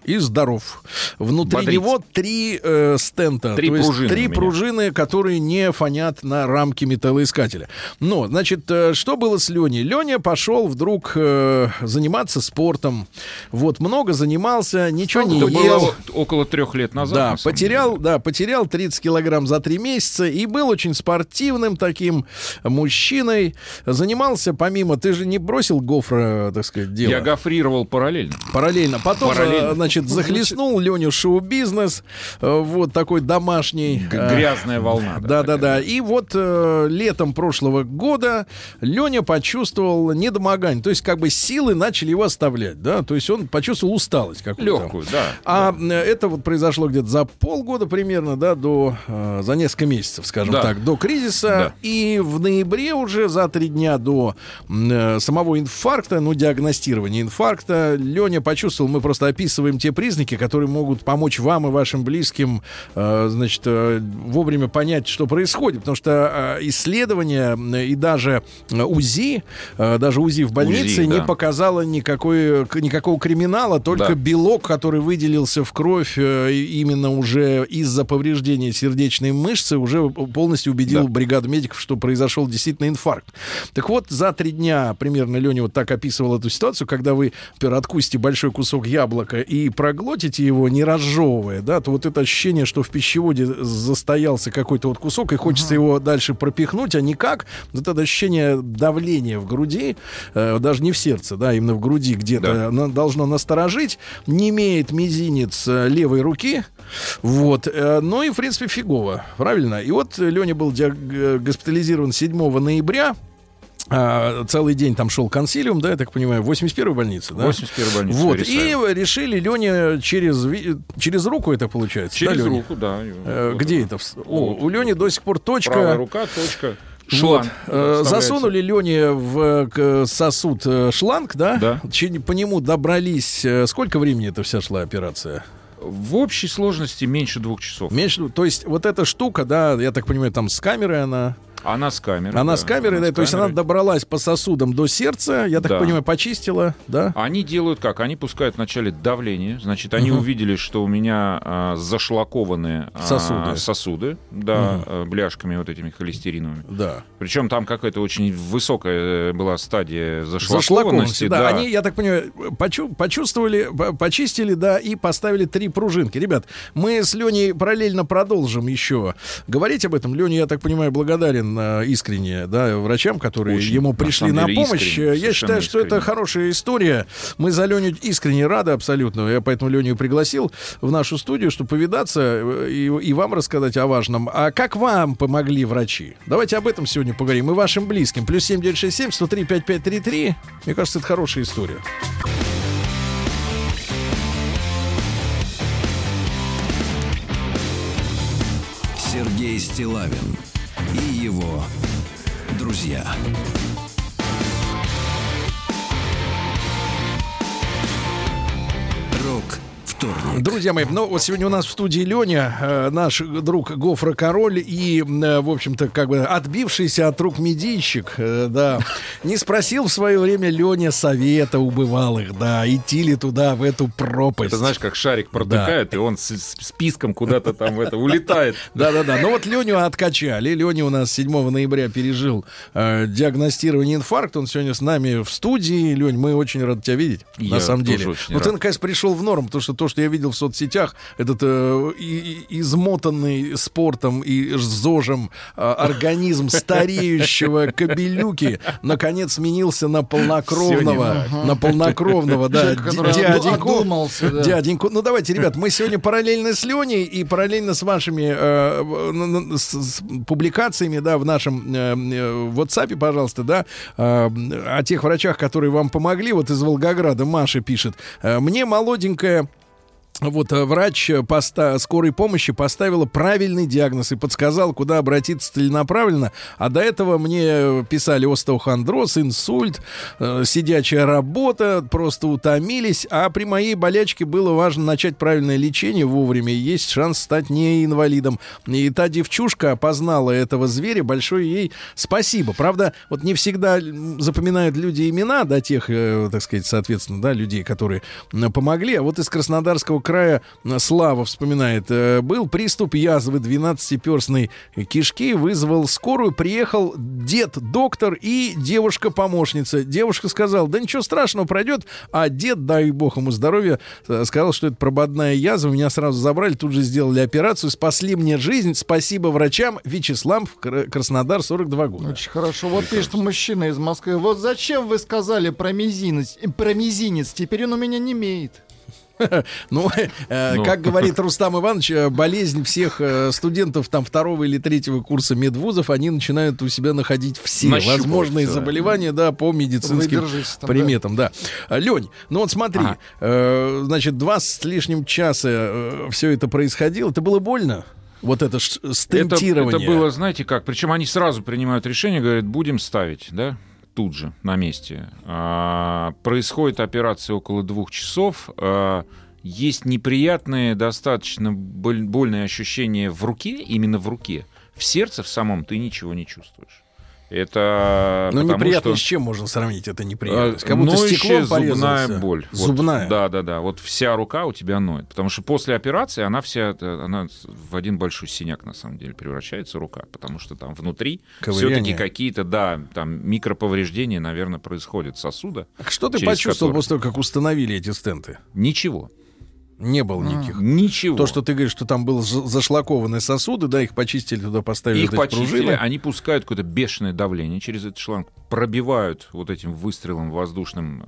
[SPEAKER 2] и здоров. Внутри
[SPEAKER 4] Бодрится.
[SPEAKER 2] него три э, стента.
[SPEAKER 4] Три
[SPEAKER 2] то есть
[SPEAKER 4] пружины
[SPEAKER 2] три
[SPEAKER 4] у меня.
[SPEAKER 2] пружины, которые не фонят на рамке металлоискателя. Но, значит, э, что было с Леней? Леня пошел вдруг э, заниматься спортом. Вот, много занимался, ничего не
[SPEAKER 4] Это
[SPEAKER 2] ел.
[SPEAKER 4] было около трех лет назад.
[SPEAKER 2] Да,
[SPEAKER 4] на самом
[SPEAKER 2] потерял,
[SPEAKER 4] деле.
[SPEAKER 2] да, потерял тридцать килограмм за три месяца и был очень спортивным таким мужчиной. Занимался помимо... Ты же не бросил гофра, так сказать, дело?
[SPEAKER 4] Я гофрировал параллельно.
[SPEAKER 2] Параллельно. Потом,
[SPEAKER 4] Параллельно.
[SPEAKER 2] э, значит, захлестнул Леню шоу-бизнес. э, Вот такой домашний.
[SPEAKER 4] Г- Грязная волна.
[SPEAKER 2] Да-да-да. И вот э, летом прошлого года Леня почувствовал недомогание. То есть как бы силы начали его оставлять. Да? То есть он почувствовал усталость какую-то.
[SPEAKER 4] Легкую, да.
[SPEAKER 2] А э, это вот произошло где-то за полгода примерно, да, до, э, за несколько месяцев, скажем
[SPEAKER 4] Да.
[SPEAKER 2] так, до кризиса.
[SPEAKER 4] Да.
[SPEAKER 2] И в ноябре уже, за три дня до э, самого инфаркта, ну, диагностирования инфаркта, Леня почувствовал, мы просто описываем те признаки, которые могут помочь вам и вашим близким, э, значит, э, вовремя понять, что происходит. Потому что э, исследования э, и даже э, УЗИ, э, даже УЗИ в больнице
[SPEAKER 4] УЗИ,
[SPEAKER 2] не
[SPEAKER 4] да.
[SPEAKER 2] показало никакой, к- никакого криминала, только
[SPEAKER 4] Да.
[SPEAKER 2] белок, который выделился в кровь э, именно уже из-за повреждения сердечной мышцы, уже полностью убедил
[SPEAKER 4] Да.
[SPEAKER 2] бригаду медиков, что произошел действительно инфаркт. Так вот, за три дня примерно Леня вот так описывал эту ситуацию, когда вы, например, откусите большой кусок яблока и проглотите его, не разжевывая, да, то вот это ощущение, что в пищеводе застоялся какой-то вот кусок, и хочется его дальше пропихнуть, а никак, вот это ощущение давления в груди, э, даже не в сердце, да, именно в груди где-то
[SPEAKER 4] Да.
[SPEAKER 2] на- должно насторожить, не имеет мизинец э, левой руки, вот, э, ну и, в принципе, фигово, правильно? И вот Леня был диаг- э, госпитализирован седьмого ноября, а, целый день там шел консилиум, да, я так понимаю, в восемьдесят первой больнице, да?
[SPEAKER 4] восемьдесят первой больнице.
[SPEAKER 2] Вот,
[SPEAKER 4] Вересаева.
[SPEAKER 2] и решили Леня через, ви- через руку это получается,
[SPEAKER 4] Через
[SPEAKER 2] да, Леня?
[SPEAKER 4] руку, да.
[SPEAKER 2] Э,
[SPEAKER 4] Вот
[SPEAKER 2] где
[SPEAKER 4] она.
[SPEAKER 2] это? В- О,
[SPEAKER 4] Вот.
[SPEAKER 2] у Лени до сих пор точка.
[SPEAKER 4] Правая рука, точка.
[SPEAKER 2] Вот.
[SPEAKER 4] Шланг.
[SPEAKER 2] Э,
[SPEAKER 4] вставляется.
[SPEAKER 2] засунули Лене в к, сосуд э, шланг, да?
[SPEAKER 4] Да.
[SPEAKER 2] Чи- По нему добрались. э, Сколько времени это вся шла операция?
[SPEAKER 4] В общей сложности меньше двух часов.
[SPEAKER 2] Меньше, то есть вот эта штука, да, я так понимаю, там с камерой она.
[SPEAKER 4] Она с камерой.
[SPEAKER 2] Она
[SPEAKER 4] да,
[SPEAKER 2] с камерой,
[SPEAKER 4] она
[SPEAKER 2] да,
[SPEAKER 4] с
[SPEAKER 2] то есть она
[SPEAKER 4] камерой.
[SPEAKER 2] добралась по сосудам до сердца, я так
[SPEAKER 4] Да.
[SPEAKER 2] понимаю, почистила, да?
[SPEAKER 4] Они делают как? Они пускают вначале давление. Значит, они
[SPEAKER 2] Мгм.
[SPEAKER 4] увидели, что у меня а, зашлакованные а,
[SPEAKER 2] Сосуды.
[SPEAKER 4] сосуды, да, а, бляшками вот этими холестериновыми.
[SPEAKER 2] Да.
[SPEAKER 4] Причем там какая-то очень высокая э, была стадия
[SPEAKER 2] Зашлакованности,
[SPEAKER 4] зашлакованности.
[SPEAKER 2] да.
[SPEAKER 4] Да.
[SPEAKER 2] Они, я так понимаю, почу- почувствовали, по- почистили, да, и поставили три пружинки. Ребят, мы с Леней параллельно продолжим еще говорить об этом. Леня, я так понимаю, благодарен э, искренне, да, врачам, которые
[SPEAKER 4] Очень,
[SPEAKER 2] ему
[SPEAKER 4] на
[SPEAKER 2] пришли
[SPEAKER 4] самом
[SPEAKER 2] на
[SPEAKER 4] деле,
[SPEAKER 2] помощь.
[SPEAKER 4] искренне,
[SPEAKER 2] Я
[SPEAKER 4] совершенно
[SPEAKER 2] считаю, что это
[SPEAKER 4] искренне.
[SPEAKER 2] хорошая история. Мы за Леню искренне рады абсолютно. Я поэтому Леню пригласил в нашу студию, чтобы повидаться э, и, и вам рассказать о важном. А как вам помогли врачи? Давайте об этом сегодня поговорим. И вашим близким. Плюс семь девять шесть семь сто три пять пять три три. Мне кажется, это хорошая история.
[SPEAKER 1] Сергей Стиллавин и его друзья. Рок-вторник.
[SPEAKER 2] Друзья мои, ну вот сегодня у нас в студии Леня, э, наш друг Гофра Король и, э, в общем-то, как бы отбившийся от рук медийщик, э, да, не спросил в свое время Леня совета у бывалых, да, идти ли туда, в эту пропасть.
[SPEAKER 4] Это знаешь, как шарик протыкает, и он с, с списком куда-то там это улетает.
[SPEAKER 2] Да-да-да, но вот Леню откачали. Леня у нас седьмого ноября пережил э, диагностирование инфаркта. Он сегодня с нами в студии. Лень, мы очень рады тебя видеть,
[SPEAKER 4] Я
[SPEAKER 2] на самом
[SPEAKER 4] тоже
[SPEAKER 2] деле.
[SPEAKER 4] очень
[SPEAKER 2] Вот
[SPEAKER 4] рад.
[SPEAKER 2] ты, наконец, пришел в норму, потому что то, что я видел в соцсетях, этот э, и- и- измотанный спортом и зожем э, организм стареющего кобелюки, наконец сменился на полнокровного, на полнокровного, да,
[SPEAKER 3] Человек, который
[SPEAKER 2] дяденьку.
[SPEAKER 3] одумался, да.
[SPEAKER 2] Дяденьку. Ну, давайте, ребят, мы сегодня параллельно с Леней и параллельно с вашими э, н- н- с- с публикациями, да, в нашем э, э, WhatsApp, пожалуйста, да, э, о тех врачах, которые вам помогли. Вот из Волгограда Маша пишет. Э, Мне молоденькая вот э, врач э, поста- скорой помощи поставила правильный диагноз и подсказал, куда обратиться целенаправленно. А до этого мне писали остеохондроз, инсульт, э, сидячая работа, просто утомились. А при моей болячке было важно начать правильное лечение вовремя. И есть шанс стать не инвалидом. И та девчушка опознала этого зверя. Большое ей спасибо. Правда, вот не всегда м, запоминают люди имена, да, тех, э, так сказать, соответственно, да, людей, которые м, помогли. А вот из Краснодарского Краснодарского края Слава вспоминает. Был приступ язвы двенадцатиперстной кишки, вызвал скорую, приехал дед-доктор и девушка-помощница. Девушка сказала, да ничего страшного, пройдет. А дед, дай бог ему здоровья, сказал, что это прободная язва. Меня сразу забрали, тут же сделали операцию, спасли мне жизнь. Спасибо врачам. Вячеслав, Краснодар, сорок два года.
[SPEAKER 3] Очень хорошо. Вот пишет мужчина из Москвы. Вот зачем вы сказали про мизинец? Про мизинец. Теперь он у меня не имеет.
[SPEAKER 2] Ну, э, как говорит Рустам Иванович, болезнь всех э, студентов там второго или третьего курса медвузов, они начинают у себя находить все
[SPEAKER 4] Нащупывать,
[SPEAKER 2] возможные
[SPEAKER 4] да.
[SPEAKER 2] заболевания, да, по медицинским
[SPEAKER 3] там,
[SPEAKER 2] приметам, да. да. Лень, ну вот смотри,
[SPEAKER 4] Ага.
[SPEAKER 2] э, значит, два с лишним часа э, все это происходило, это было больно? Вот это ш- стентирование.
[SPEAKER 4] Это, это было, знаете как, причем они сразу принимают решение, говорят, будем ставить, да, тут же, на месте. А, происходит операция около двух часов. А, есть неприятные, достаточно боль- больные ощущения в руке, именно в руке. В сердце в самом ты ничего не чувствуешь. Это
[SPEAKER 2] Ну,
[SPEAKER 4] потому
[SPEAKER 2] неприятно,
[SPEAKER 4] что...
[SPEAKER 2] с чем можно сравнить это неприятность? Как
[SPEAKER 4] Э,
[SPEAKER 2] будто
[SPEAKER 4] ноющая
[SPEAKER 2] стеклом
[SPEAKER 4] зубная
[SPEAKER 2] порезался.
[SPEAKER 4] боль. Вот,
[SPEAKER 2] Зубная?
[SPEAKER 4] да, да, да. Вот вся рука у тебя ноет. Потому что после операции она вся, она в один большой синяк, на самом деле, превращается, рука. Потому что там внутри
[SPEAKER 2] Ковыряние.
[SPEAKER 4] все-таки какие-то, да, там микроповреждения, наверное, происходят сосуда.
[SPEAKER 2] Что ты
[SPEAKER 4] через
[SPEAKER 2] почувствовал
[SPEAKER 4] который-
[SPEAKER 2] после того, как установили эти стенты?
[SPEAKER 4] Ничего.
[SPEAKER 2] Не было никаких.
[SPEAKER 4] Ничего.
[SPEAKER 2] То, что ты говоришь, что там были з- зашлакованные сосуды, да, их почистили, туда поставили
[SPEAKER 4] Их
[SPEAKER 2] вот эти
[SPEAKER 4] почистили,
[SPEAKER 2] пружины.
[SPEAKER 4] они пускают какое-то бешеное давление через этот шланг, пробивают вот этим выстрелом воздушным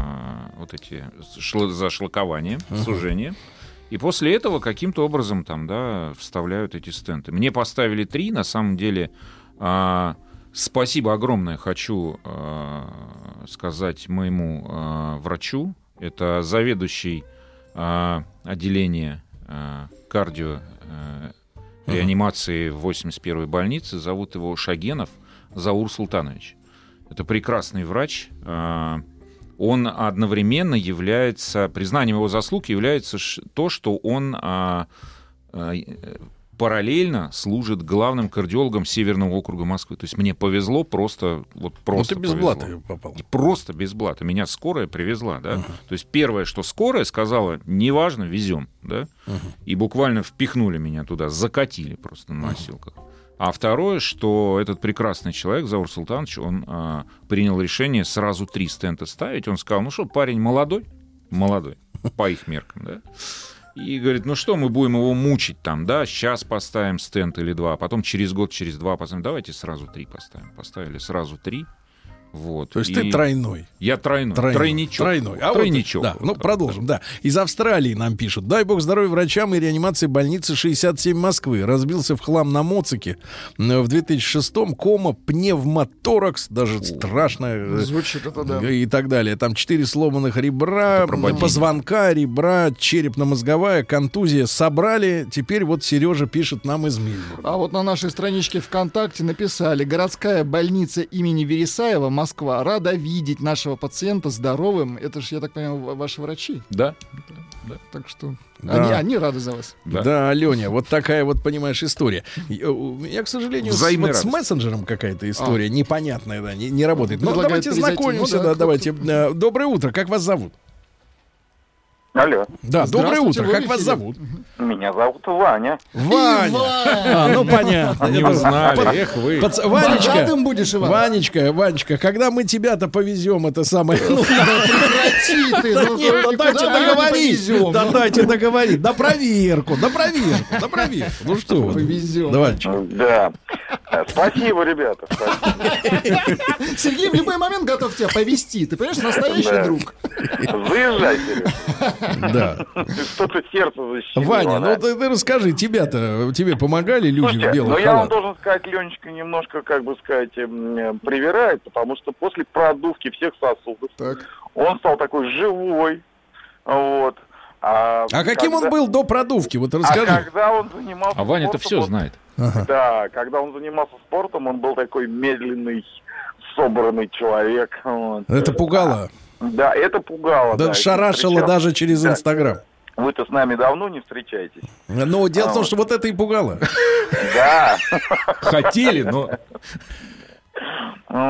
[SPEAKER 4] э, вот эти шл- зашлакования, сужения. И после этого каким-то образом там, да, вставляют эти стенты. Мне поставили три, на самом деле. э, спасибо огромное хочу э, сказать моему э, врачу. Это заведующий э, отделения э, кардио э, реанимации в восемьдесят первой больнице. Зовут его Шагенов Заур Султанович. Это прекрасный врач. Э, он одновременно является, признанием его заслуг является ш- то, что он э, э, параллельно служит главным кардиологом Северного округа Москвы. То есть мне повезло просто, вот просто
[SPEAKER 2] Ну, ты без
[SPEAKER 4] повезло.
[SPEAKER 2] блата попал.
[SPEAKER 4] Просто без блата. Меня скорая привезла, да.
[SPEAKER 2] Uh-huh.
[SPEAKER 4] То есть первое, что скорая сказала, неважно, везем, да.
[SPEAKER 2] Uh-huh.
[SPEAKER 4] И буквально впихнули меня туда, закатили просто на носилках. А второе, что этот прекрасный человек, Заур Султанович, он а, принял решение сразу три стента ставить. Он сказал, ну что, парень молодой, молодой, по их меркам, да. И говорит, ну что, мы будем его мучить там, да, сейчас поставим стент или два, потом через год, через два поставим, давайте сразу три поставим. Поставили сразу три. Вот.
[SPEAKER 2] То есть
[SPEAKER 4] И
[SPEAKER 2] ты тройной.
[SPEAKER 4] Я тройной.
[SPEAKER 2] Тройной.
[SPEAKER 4] Тройничок.
[SPEAKER 2] Тройной. А
[SPEAKER 4] Тройничок.
[SPEAKER 2] Вот, да, ну,
[SPEAKER 4] Вот,
[SPEAKER 2] продолжим, да. Из Австралии нам пишут. Дай бог здоровья врачам и реанимации больницы шестьдесят семь Москвы. Разбился в хлам на моцике в две тысячи шестом. Кома, пневмоторакс, даже страшно.
[SPEAKER 3] Звучит это, да.
[SPEAKER 2] И так далее. Там четыре сломанных ребра,
[SPEAKER 4] прободение.
[SPEAKER 2] позвонка, ребра, черепно-мозговая, контузия. Собрали. Теперь вот Сережа пишет нам из Мильбурга.
[SPEAKER 3] А вот на нашей страничке ВКонтакте написали: городская больница имени Вересаева, Москва, рада видеть нашего пациента здоровым. Это же, я так понимаю, ва- ваши врачи.
[SPEAKER 4] Да.
[SPEAKER 3] Так что
[SPEAKER 2] Да.
[SPEAKER 3] они, они рады за вас.
[SPEAKER 4] Да.
[SPEAKER 2] Да, Леня, вот такая вот, понимаешь, история. Я, у меня, к сожалению, с,
[SPEAKER 4] Взаимная
[SPEAKER 2] вот с
[SPEAKER 4] радость.
[SPEAKER 2] мессенджером какая-то история непонятная, да, не, не работает. Ну,
[SPEAKER 3] Предлагает
[SPEAKER 2] давайте
[SPEAKER 3] перезайти.
[SPEAKER 2] знакомимся,
[SPEAKER 3] Ну
[SPEAKER 2] да,
[SPEAKER 3] да,
[SPEAKER 2] давайте. Э, Доброе утро, как вас зовут?
[SPEAKER 7] Алло,
[SPEAKER 2] Да, доброе
[SPEAKER 3] Здравствуйте,
[SPEAKER 2] утро,
[SPEAKER 3] вы
[SPEAKER 2] как
[SPEAKER 3] в
[SPEAKER 2] вас
[SPEAKER 3] эфире.
[SPEAKER 2] зовут?
[SPEAKER 7] меня зовут Ваня.
[SPEAKER 2] Ваня. А, ну понятно.
[SPEAKER 4] Не
[SPEAKER 2] Это-
[SPEAKER 4] узнали.
[SPEAKER 2] Под-
[SPEAKER 4] Эх вы.
[SPEAKER 2] Пац- Ванечка,
[SPEAKER 3] Богатым будешь, Иван.
[SPEAKER 2] Ванечка, Ванечка, когда мы тебя-то повезем, это самое... Ну,
[SPEAKER 3] Прекрати ты, ну,
[SPEAKER 2] нет, да
[SPEAKER 3] никуда
[SPEAKER 2] дайте
[SPEAKER 3] не
[SPEAKER 2] договорить.
[SPEAKER 3] повезем.
[SPEAKER 2] Да дайте договорить. Да проверку, да проверку, да проверку. Ну что вы.
[SPEAKER 3] Повезем.
[SPEAKER 2] Давай.
[SPEAKER 7] Да. Э, Спасибо, ребята. Спасибо.
[SPEAKER 3] Сергей в любой момент готов тебя повезти. Ты понимаешь, настоящий
[SPEAKER 7] Да.
[SPEAKER 3] друг.
[SPEAKER 7] Заезжай, Сереж.
[SPEAKER 2] Да.
[SPEAKER 7] Что-то сердце защемило.
[SPEAKER 2] Ваня, ну
[SPEAKER 7] да.
[SPEAKER 2] ты, ты расскажи, тебя-то, тебе помогали люди в
[SPEAKER 7] Слушайте,
[SPEAKER 2] белых
[SPEAKER 7] ну я вам
[SPEAKER 2] халатах?
[SPEAKER 7] должен сказать, Ленечка немножко, как бы сказать, м, привирает, потому что после продувки всех сосудов
[SPEAKER 3] Так.
[SPEAKER 7] он стал такой живой. Вот. А,
[SPEAKER 2] А каким он
[SPEAKER 7] когда-
[SPEAKER 2] был до продувки? Вот
[SPEAKER 7] А
[SPEAKER 2] расскажи.
[SPEAKER 7] когда он занимался
[SPEAKER 4] А Ваня-то
[SPEAKER 7] спортом,
[SPEAKER 4] все
[SPEAKER 7] он-
[SPEAKER 4] знает.
[SPEAKER 7] Да, когда он занимался спортом, он был такой медленный, собранный человек. Вот.
[SPEAKER 2] Это пугало.
[SPEAKER 7] Да, это пугало.
[SPEAKER 2] Да,
[SPEAKER 7] да,
[SPEAKER 2] шарашило
[SPEAKER 7] причем
[SPEAKER 2] даже через
[SPEAKER 7] да.
[SPEAKER 2] Инстаграм.
[SPEAKER 7] Вы-то с нами давно не встречаетесь.
[SPEAKER 2] Но дело в том,
[SPEAKER 7] А,
[SPEAKER 2] что вот это и пугало.
[SPEAKER 7] Да.
[SPEAKER 4] Хотели, но...
[SPEAKER 7] Вот.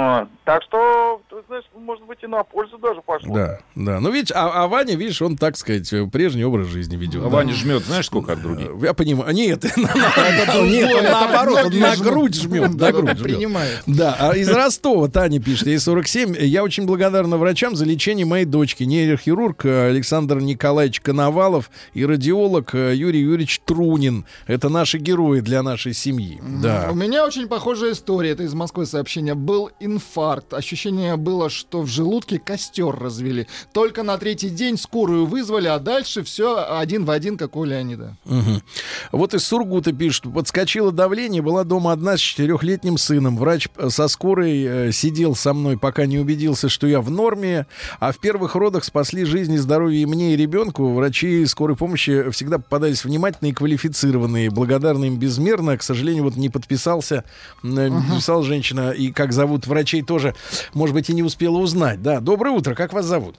[SPEAKER 7] Так что, ты знаешь, может быть, и на пользу даже пошло.
[SPEAKER 2] Да, да. Ну, видишь, а, а Ваня, видишь, он, так сказать, прежний образ жизни ведет.
[SPEAKER 4] А
[SPEAKER 2] да.
[SPEAKER 4] Ваня жмет, знаешь, сколько от груди?
[SPEAKER 2] Я понимаю. Нет, нет, он наоборот, он на грудь жмет, на грудь жмет.
[SPEAKER 3] Принимает.
[SPEAKER 2] Да, а из Ростова Таня пишет, ей сорок семь. Я очень благодарна врачам за лечение моей дочки. Нейрохирург Александр Николаевич Коновалов и радиолог Юрий Юрьевич Трунин. Это наши герои для нашей семьи. Да.
[SPEAKER 3] У меня очень похожая история. Это из Москвы сообщение. Был инфаркт. Ощущение было, что в желудке костер развели. Только на третий день скорую вызвали, а дальше все один в один, как у Леонида.
[SPEAKER 2] Угу. Вот из Сургута пишут. Подскочило давление, была дома одна с четырехлетним сыном. Врач со скорой э, сидел со мной, пока не убедился, что я в норме. А в первых родах спасли жизнь и здоровье и мне, и ребенку. Врачи скорой помощи всегда попадались внимательные и квалифицированные. Благодарны им безмерно. К сожалению, вот не подписался, не подписала женщина. И как зовут врачей тоже, может быть, и не успела узнать. Да, доброе утро. Как вас зовут?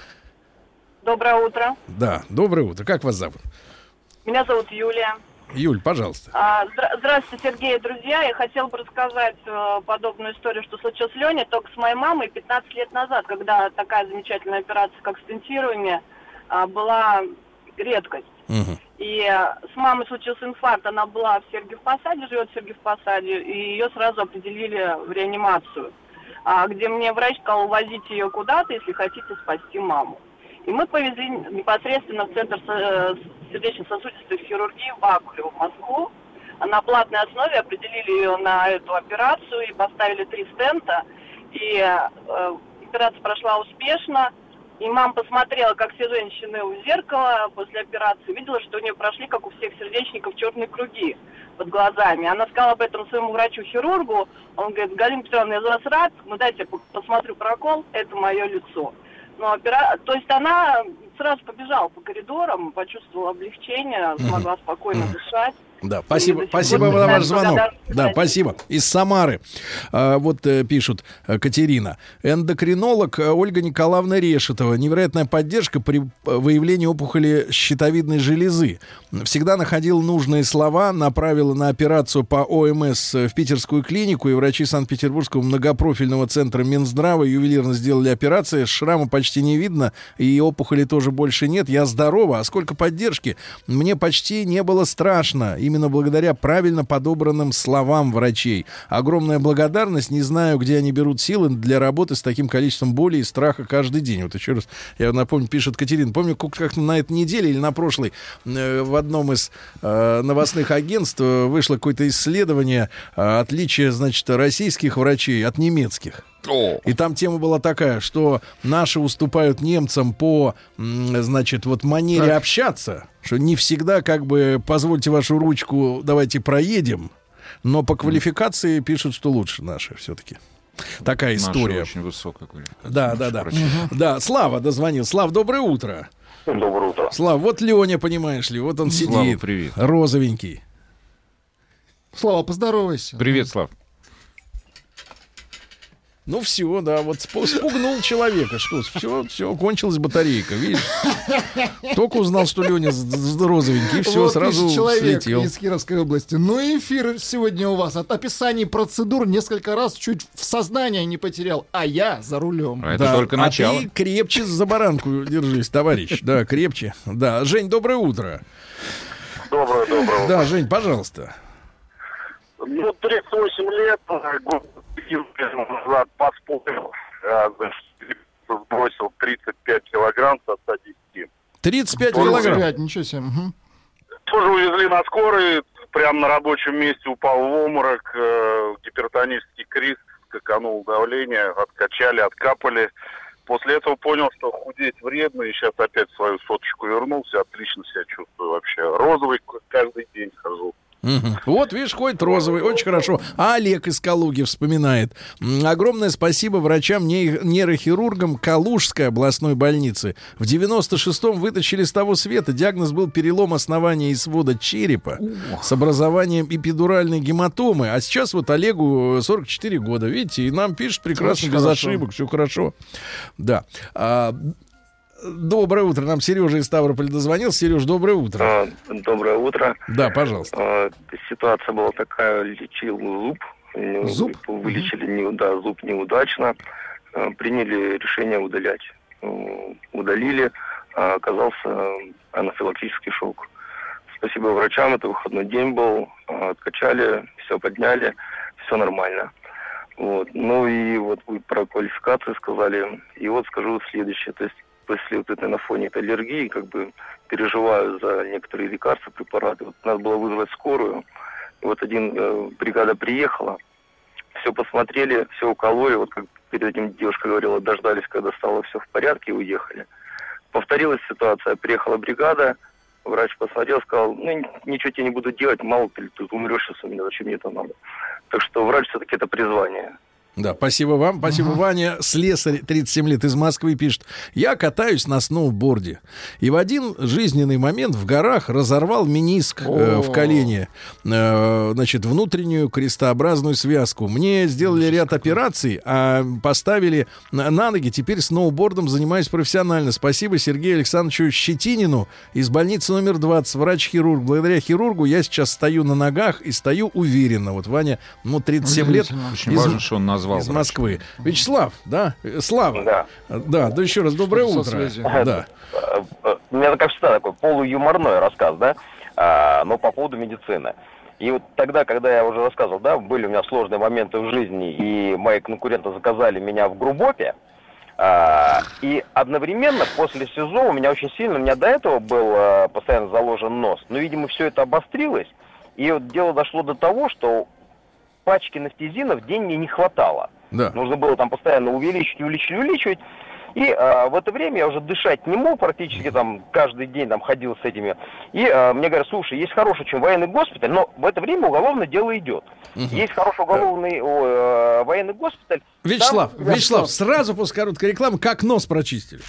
[SPEAKER 8] Доброе утро.
[SPEAKER 2] Да, доброе утро. Как вас зовут?
[SPEAKER 8] Меня зовут Юлия.
[SPEAKER 2] Юль, пожалуйста.
[SPEAKER 8] А, здра- здравствуйте, Сергей и друзья. Я хотела бы рассказать э, подобную историю, что случилось с Леней, только с моей мамой пятнадцать лет назад, когда такая замечательная операция, как стентирование, э, была редкость.
[SPEAKER 2] Угу.
[SPEAKER 8] И э, с мамой случился инфаркт. Она была в Сергиев Посаде, живет в Сергиев Посаде, и ее сразу определили в реанимацию, а, где мне врач сказал, увозите ее куда-то, если хотите спасти маму. И мы повезли непосредственно в Центр сердечно-сосудистой хирургии в Бакулево, в Москву. На платной основе определили ее на эту операцию и поставили три стента. И э, операция прошла успешно. И мама посмотрела, как все женщины у зеркала после операции, видела, что у нее прошли, как у всех сердечников, черные круги под глазами. Она сказала об этом своему врачу-хирургу. Он говорит, Галина Петровна, я за вас рад, ну дайте я посмотрю прокол, это мое лицо. Но опера... То есть она сразу побежала по коридорам, почувствовала облегчение, смогла спокойно дышать.
[SPEAKER 2] Да, спасибо, спасибо за ваш звонок. Да, спасибо. Из Самары а, вот э, пишут, э, Катерина. Эндокринолог э, Ольга Николаевна Решетова. Невероятная поддержка при выявлении опухоли щитовидной железы. Всегда находила нужные слова, направила на операцию по ОМС в питерскую клинику, и врачи Санкт-Петербургского многопрофильного центра Минздрава ювелирно сделали операции. Шрама почти не видно, и опухоли тоже больше нет. Я здорова. А сколько поддержки? Мне почти не было страшно. Именно благодаря правильно подобранным словам врачей. Огромная благодарность. Не знаю, где они берут силы для работы с таким количеством боли и страха каждый день. Вот еще раз, я напомню, пишет Катерина. Помню, как на этой неделе или на прошлой э, в одном из э, новостных агентств вышло какое-то исследование э, отличия, значит, российских врачей от немецких. И там тема была такая, что наши уступают немцам по, значит, вот манере так. общаться, что не всегда как бы позвольте вашу ручку, давайте проедем, но по квалификации пишут, что лучше наши все-таки. Такая
[SPEAKER 4] Наша
[SPEAKER 2] история.
[SPEAKER 4] Очень высокая квалификация.
[SPEAKER 2] Да, да, да. Угу. Да, Слава дозвонил. Слав, доброе утро.
[SPEAKER 7] Доброе утро.
[SPEAKER 2] Слав, вот Леня, понимаешь ли, вот он
[SPEAKER 4] Слава,
[SPEAKER 2] сидит,
[SPEAKER 4] привет.
[SPEAKER 2] розовенький.
[SPEAKER 3] Слава, поздоровайся.
[SPEAKER 4] Привет, Слав.
[SPEAKER 2] Ну все, да, вот спугнул человека. Что, все, все, кончилась батарейка, видишь? Только узнал, что Леня розовенький, и все, вот сразу
[SPEAKER 3] человек
[SPEAKER 2] слетел.
[SPEAKER 3] Из Кировской области. Ну, эфир сегодня у вас от описаний процедур несколько раз чуть в сознание не потерял, а я за рулем.
[SPEAKER 4] А это
[SPEAKER 2] да,
[SPEAKER 4] только начало.
[SPEAKER 2] А ты крепче за баранку держись, товарищ. Да, крепче. Да, Жень, доброе утро.
[SPEAKER 7] Доброе, доброе утро.
[SPEAKER 2] Да, Жень, пожалуйста.
[SPEAKER 7] Ну, тридцать восемь лет, год назад поспорил, сбросил тридцать пять килограмм со ста десяти.
[SPEAKER 2] тридцать пять килограмм?
[SPEAKER 3] пять, ничего себе. Угу.
[SPEAKER 7] Тоже увезли на скорой, прямо на рабочем месте упал в обморок, э, гипертонический криз, скаканул давление, откачали, откапали. После этого понял, что худеть вредно, и сейчас опять в свою соточку вернулся, отлично себя чувствую вообще. Розовый каждый день хожу.
[SPEAKER 2] Угу. Вот, видишь, ходит розовый, очень хорошо. А Олег из Калуги вспоминает. Огромное спасибо врачам-нейрохирургам Калужской областной больницы. В девяносто шестом вытащили с того света. Диагноз был перелом основания и свода черепа с образованием эпидуральной гематомы. А сейчас вот Олегу сорок четыре года. Видите, и нам пишет прекрасно, очень без хорошо. Ошибок, все хорошо. Да. А, доброе утро. Нам Сережа из Ставрополя дозвонил. Сереж, доброе утро.
[SPEAKER 9] А, доброе утро.
[SPEAKER 2] Да, пожалуйста.
[SPEAKER 9] А, ситуация была такая, лечил зуб
[SPEAKER 3] Зуб?
[SPEAKER 9] Вылечили не, да, зуб неудачно. Э, приняли решение удалять. Э, удалили, а оказался анафилактический шок. Спасибо врачам, это выходной день был. Э, откачали, все подняли, все нормально. Вот. Ну и вот вы про квалификацию сказали. И вот скажу следующее. То есть после вот этой на фоне этой аллергии, как бы переживаю за некоторые лекарства, препараты. Вот надо было вызвать скорую. И вот один э, бригада приехала, все посмотрели, все укололи. Вот как перед этим девушка говорила, дождались, когда стало все в порядке, и уехали. Повторилась ситуация. Приехала бригада, врач посмотрел, сказал, ну ничего тебе не буду делать, мало ты тут умрешь сейчас у меня, зачем мне это надо. Так что врач все-таки это призвание.
[SPEAKER 2] Да, спасибо вам. Спасибо, uh-huh. Ваня. Слесарь, тридцать семь лет, из Москвы пишет. Я катаюсь на сноуборде. И в один жизненный момент в горах разорвал мениск э, в колене. Э, значит, внутреннюю крестообразную связку. Мне сделали ряд операций, а поставили на, на ноги. Теперь сноубордом занимаюсь профессионально. Спасибо Сергею Александровичу Щетинину из больницы номер двадцать. Врач-хирург. Благодаря хирургу я сейчас стою на ногах и стою уверенно. Вот Ваня, ну, тридцать семь лет.
[SPEAKER 4] Очень
[SPEAKER 2] из...
[SPEAKER 4] важно, что он назвал.
[SPEAKER 2] Из Москвы. Вячеслав, да? Слава.
[SPEAKER 9] Да.
[SPEAKER 2] Да, да еще раз доброе утро. Да.
[SPEAKER 10] У меня, как всегда, такой полуюморной рассказ, да, а, но по поводу медицины. И вот тогда, когда я уже рассказывал, да, были у меня сложные моменты в жизни, и мои конкуренты заказали меня в Грубопе, а, и одновременно после СИЗО у меня очень сильно, у меня до этого был а, постоянно заложен нос, но, видимо, все это обострилось, и вот дело дошло до того, что пачки нафтизина в день мне не хватало.
[SPEAKER 2] Да.
[SPEAKER 10] Нужно было там постоянно увеличивать, увеличивать, увеличивать. И а, в это время я уже дышать не мог, практически там каждый день там ходил с этими. И а, мне говорят, слушай, есть хороший очень военный госпиталь, но в это время уголовное дело идет. Угу. Есть хороший уголовный о, военный госпиталь.
[SPEAKER 2] Вячеслав,
[SPEAKER 10] там...
[SPEAKER 2] Вячеслав, сразу после короткой рекламы, как нос прочистили.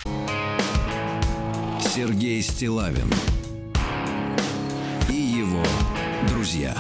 [SPEAKER 1] Сергей Стиллавин и его друзья.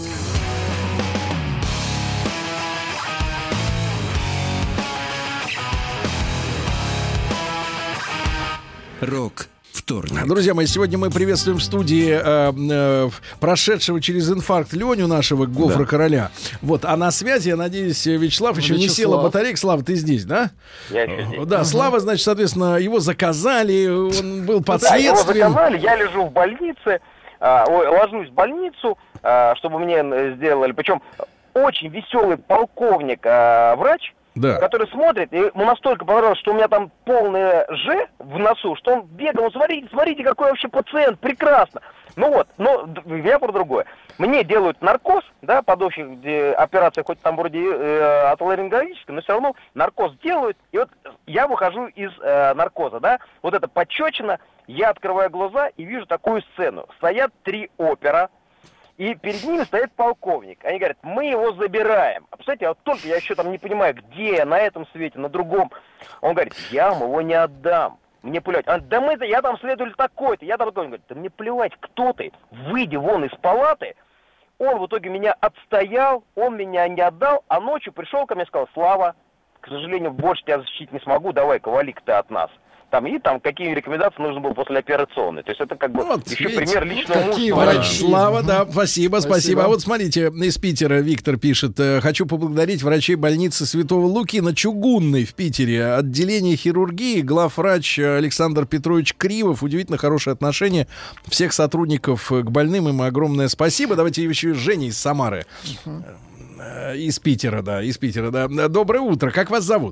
[SPEAKER 1] Рок вторник.
[SPEAKER 2] Друзья мои, сегодня мы приветствуем в студии э, э, прошедшего через инфаркт Леню, нашего Гофра да. Короля. Вот, а на связи, я надеюсь, Вячеслав еще Вячеслав. не села батарейка. Слава, ты здесь, да?
[SPEAKER 10] Я еще здесь.
[SPEAKER 2] Да, угу. Слава, значит, соответственно, его заказали, он был под
[SPEAKER 10] да,
[SPEAKER 2] следствием.
[SPEAKER 10] Его заказали, я лежу в больнице, э, ложусь в больницу, э, чтобы мне сделали, причем очень веселый полковник, э, врач, да. который смотрит, и ему настолько понравилось, что у меня там полное Ж в носу, что он бегал, ну смотрите, смотрите, какой вообще пациент, прекрасно. Ну вот, но я про другое. Мне делают наркоз, да, под общей операцией, хоть там вроде э, отоларингологическая, но все равно наркоз делают, и вот я выхожу из э, наркоза, да, вот это подчечина, я открываю глаза и вижу такую сцену. Стоят три опера, и перед ними стоит полковник. Они говорят, мы его забираем. А представляете, вот только я еще там не понимаю, где, на этом свете, на другом. Он говорит, я вам его не отдам. Мне плевать. Он, да мы, я там следователь такой-то, я там такой. Он говорит, да мне плевать, кто ты. Выйди вон из палаты. Он в итоге меня отстоял, он меня не отдал, а ночью пришел ко мне и сказал, Слава, к сожалению, больше тебя защитить не смогу, давай-ка вали-ка ты от нас. Там, и там какие рекомендации нужно было послеоперационные. То есть это как бы вот, еще видите, пример личного мужества.
[SPEAKER 2] Слава, да, спасибо, спасибо, спасибо. А вот смотрите, из Питера Виктор пишет. Хочу поблагодарить врачей больницы Святого Луки на Чугунной в Питере. Отделение хирургии, главврач Александр Петрович Кривов. Удивительно хорошее отношение всех сотрудников к больным. Им огромное спасибо. Давайте еще Женя из Самары. Uh-huh. Из Питера, да, из Питера, да. Доброе утро, как вас зовут?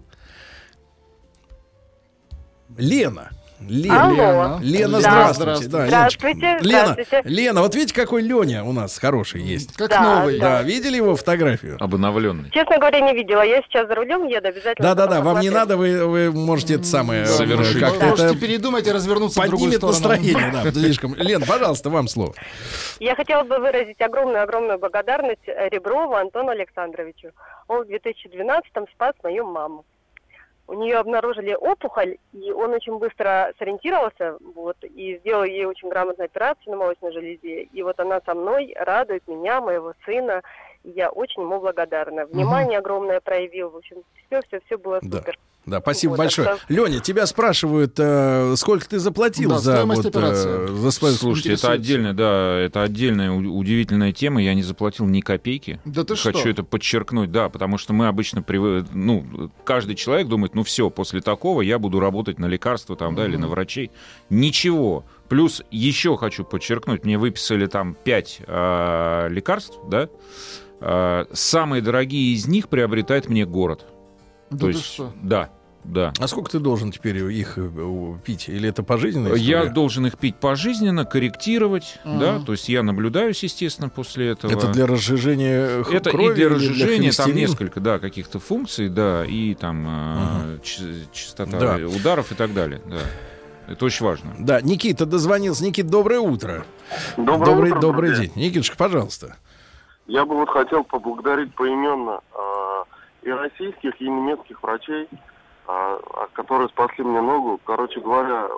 [SPEAKER 2] Лена. Лена, Лена,
[SPEAKER 6] да.
[SPEAKER 2] здравствуйте.
[SPEAKER 6] Да, здравствуйте.
[SPEAKER 2] Лена,
[SPEAKER 6] здравствуйте.
[SPEAKER 2] Лена, вот видите, какой Леня у нас хороший есть.
[SPEAKER 3] Как
[SPEAKER 6] да,
[SPEAKER 3] новый.
[SPEAKER 2] Да. да, видели его фотографию?
[SPEAKER 4] Обновленный.
[SPEAKER 6] Честно говоря, не видела. Я сейчас за рулем еду, обязательно.
[SPEAKER 2] Да-да-да, вам не надо, вы, вы можете это самое...
[SPEAKER 4] Совершить.
[SPEAKER 2] Как-то
[SPEAKER 3] Можете
[SPEAKER 2] это
[SPEAKER 3] передумать и развернуться в другую
[SPEAKER 2] поднимет
[SPEAKER 3] сторону.
[SPEAKER 2] настроение, да, слишком. Лен, пожалуйста, вам слово.
[SPEAKER 6] Я хотела бы выразить огромную-огромную благодарность Реброву Антону Александровичу. Он в две тысячи двенадцатом спас мою маму. У нее обнаружили опухоль, и он очень быстро сориентировался, вот, и сделал ей очень грамотную операцию на молочной железе. И вот она со мной радует меня, моего сына. И я очень ему благодарна. Внимание угу. огромное проявил. В общем, все-все-все было супер.
[SPEAKER 2] Да. Да, спасибо
[SPEAKER 6] Вот,
[SPEAKER 2] большое.
[SPEAKER 6] так что-
[SPEAKER 2] Леня, тебя спрашивают, э, сколько ты заплатил
[SPEAKER 3] Да,
[SPEAKER 2] за,
[SPEAKER 3] стоимость
[SPEAKER 2] вот,
[SPEAKER 3] операции.
[SPEAKER 2] э, за свою...
[SPEAKER 4] Слушайте, это
[SPEAKER 3] интересуется.
[SPEAKER 4] отдельная, да, это отдельная у- удивительная тема. Я не заплатил ни копейки.
[SPEAKER 3] Да ты
[SPEAKER 4] Хочу
[SPEAKER 3] что?
[SPEAKER 4] это подчеркнуть, да, потому что мы обычно привы... ну, каждый человек думает, ну все, после такого я буду работать на лекарства там, да, или на врачей. Ничего. Плюс еще хочу подчеркнуть, мне выписали там пять э, лекарств, да. Э, самые дорогие из них приобретает мне город.
[SPEAKER 3] Да
[SPEAKER 4] То
[SPEAKER 3] ты
[SPEAKER 4] есть,
[SPEAKER 3] что?
[SPEAKER 4] да, да.
[SPEAKER 2] А сколько ты должен теперь их э, пить? Или это пожизненная история?
[SPEAKER 4] Я должен их пить пожизненно, корректировать,
[SPEAKER 3] Мгм.
[SPEAKER 4] да, то есть я наблюдаюсь, естественно, после этого.
[SPEAKER 2] Это для разжижения х-
[SPEAKER 4] Это
[SPEAKER 2] крови
[SPEAKER 4] и для
[SPEAKER 2] или
[SPEAKER 4] разжижения, там
[SPEAKER 2] холестерина?
[SPEAKER 4] несколько, да, каких-то функций, да, и там э, ч- частота
[SPEAKER 2] Да.
[SPEAKER 4] ударов и так далее, да. Это очень важно.
[SPEAKER 2] Да, Никита дозвонился. Никита, доброе утро.
[SPEAKER 7] Доброе
[SPEAKER 2] добрый
[SPEAKER 7] утро,
[SPEAKER 2] добрый
[SPEAKER 7] друзья.
[SPEAKER 2] день. Никитушка, пожалуйста.
[SPEAKER 7] Я бы вот хотел поблагодарить поименно а, и российских, и немецких врачей, а, а, которые спасли мне ногу. Короче говоря,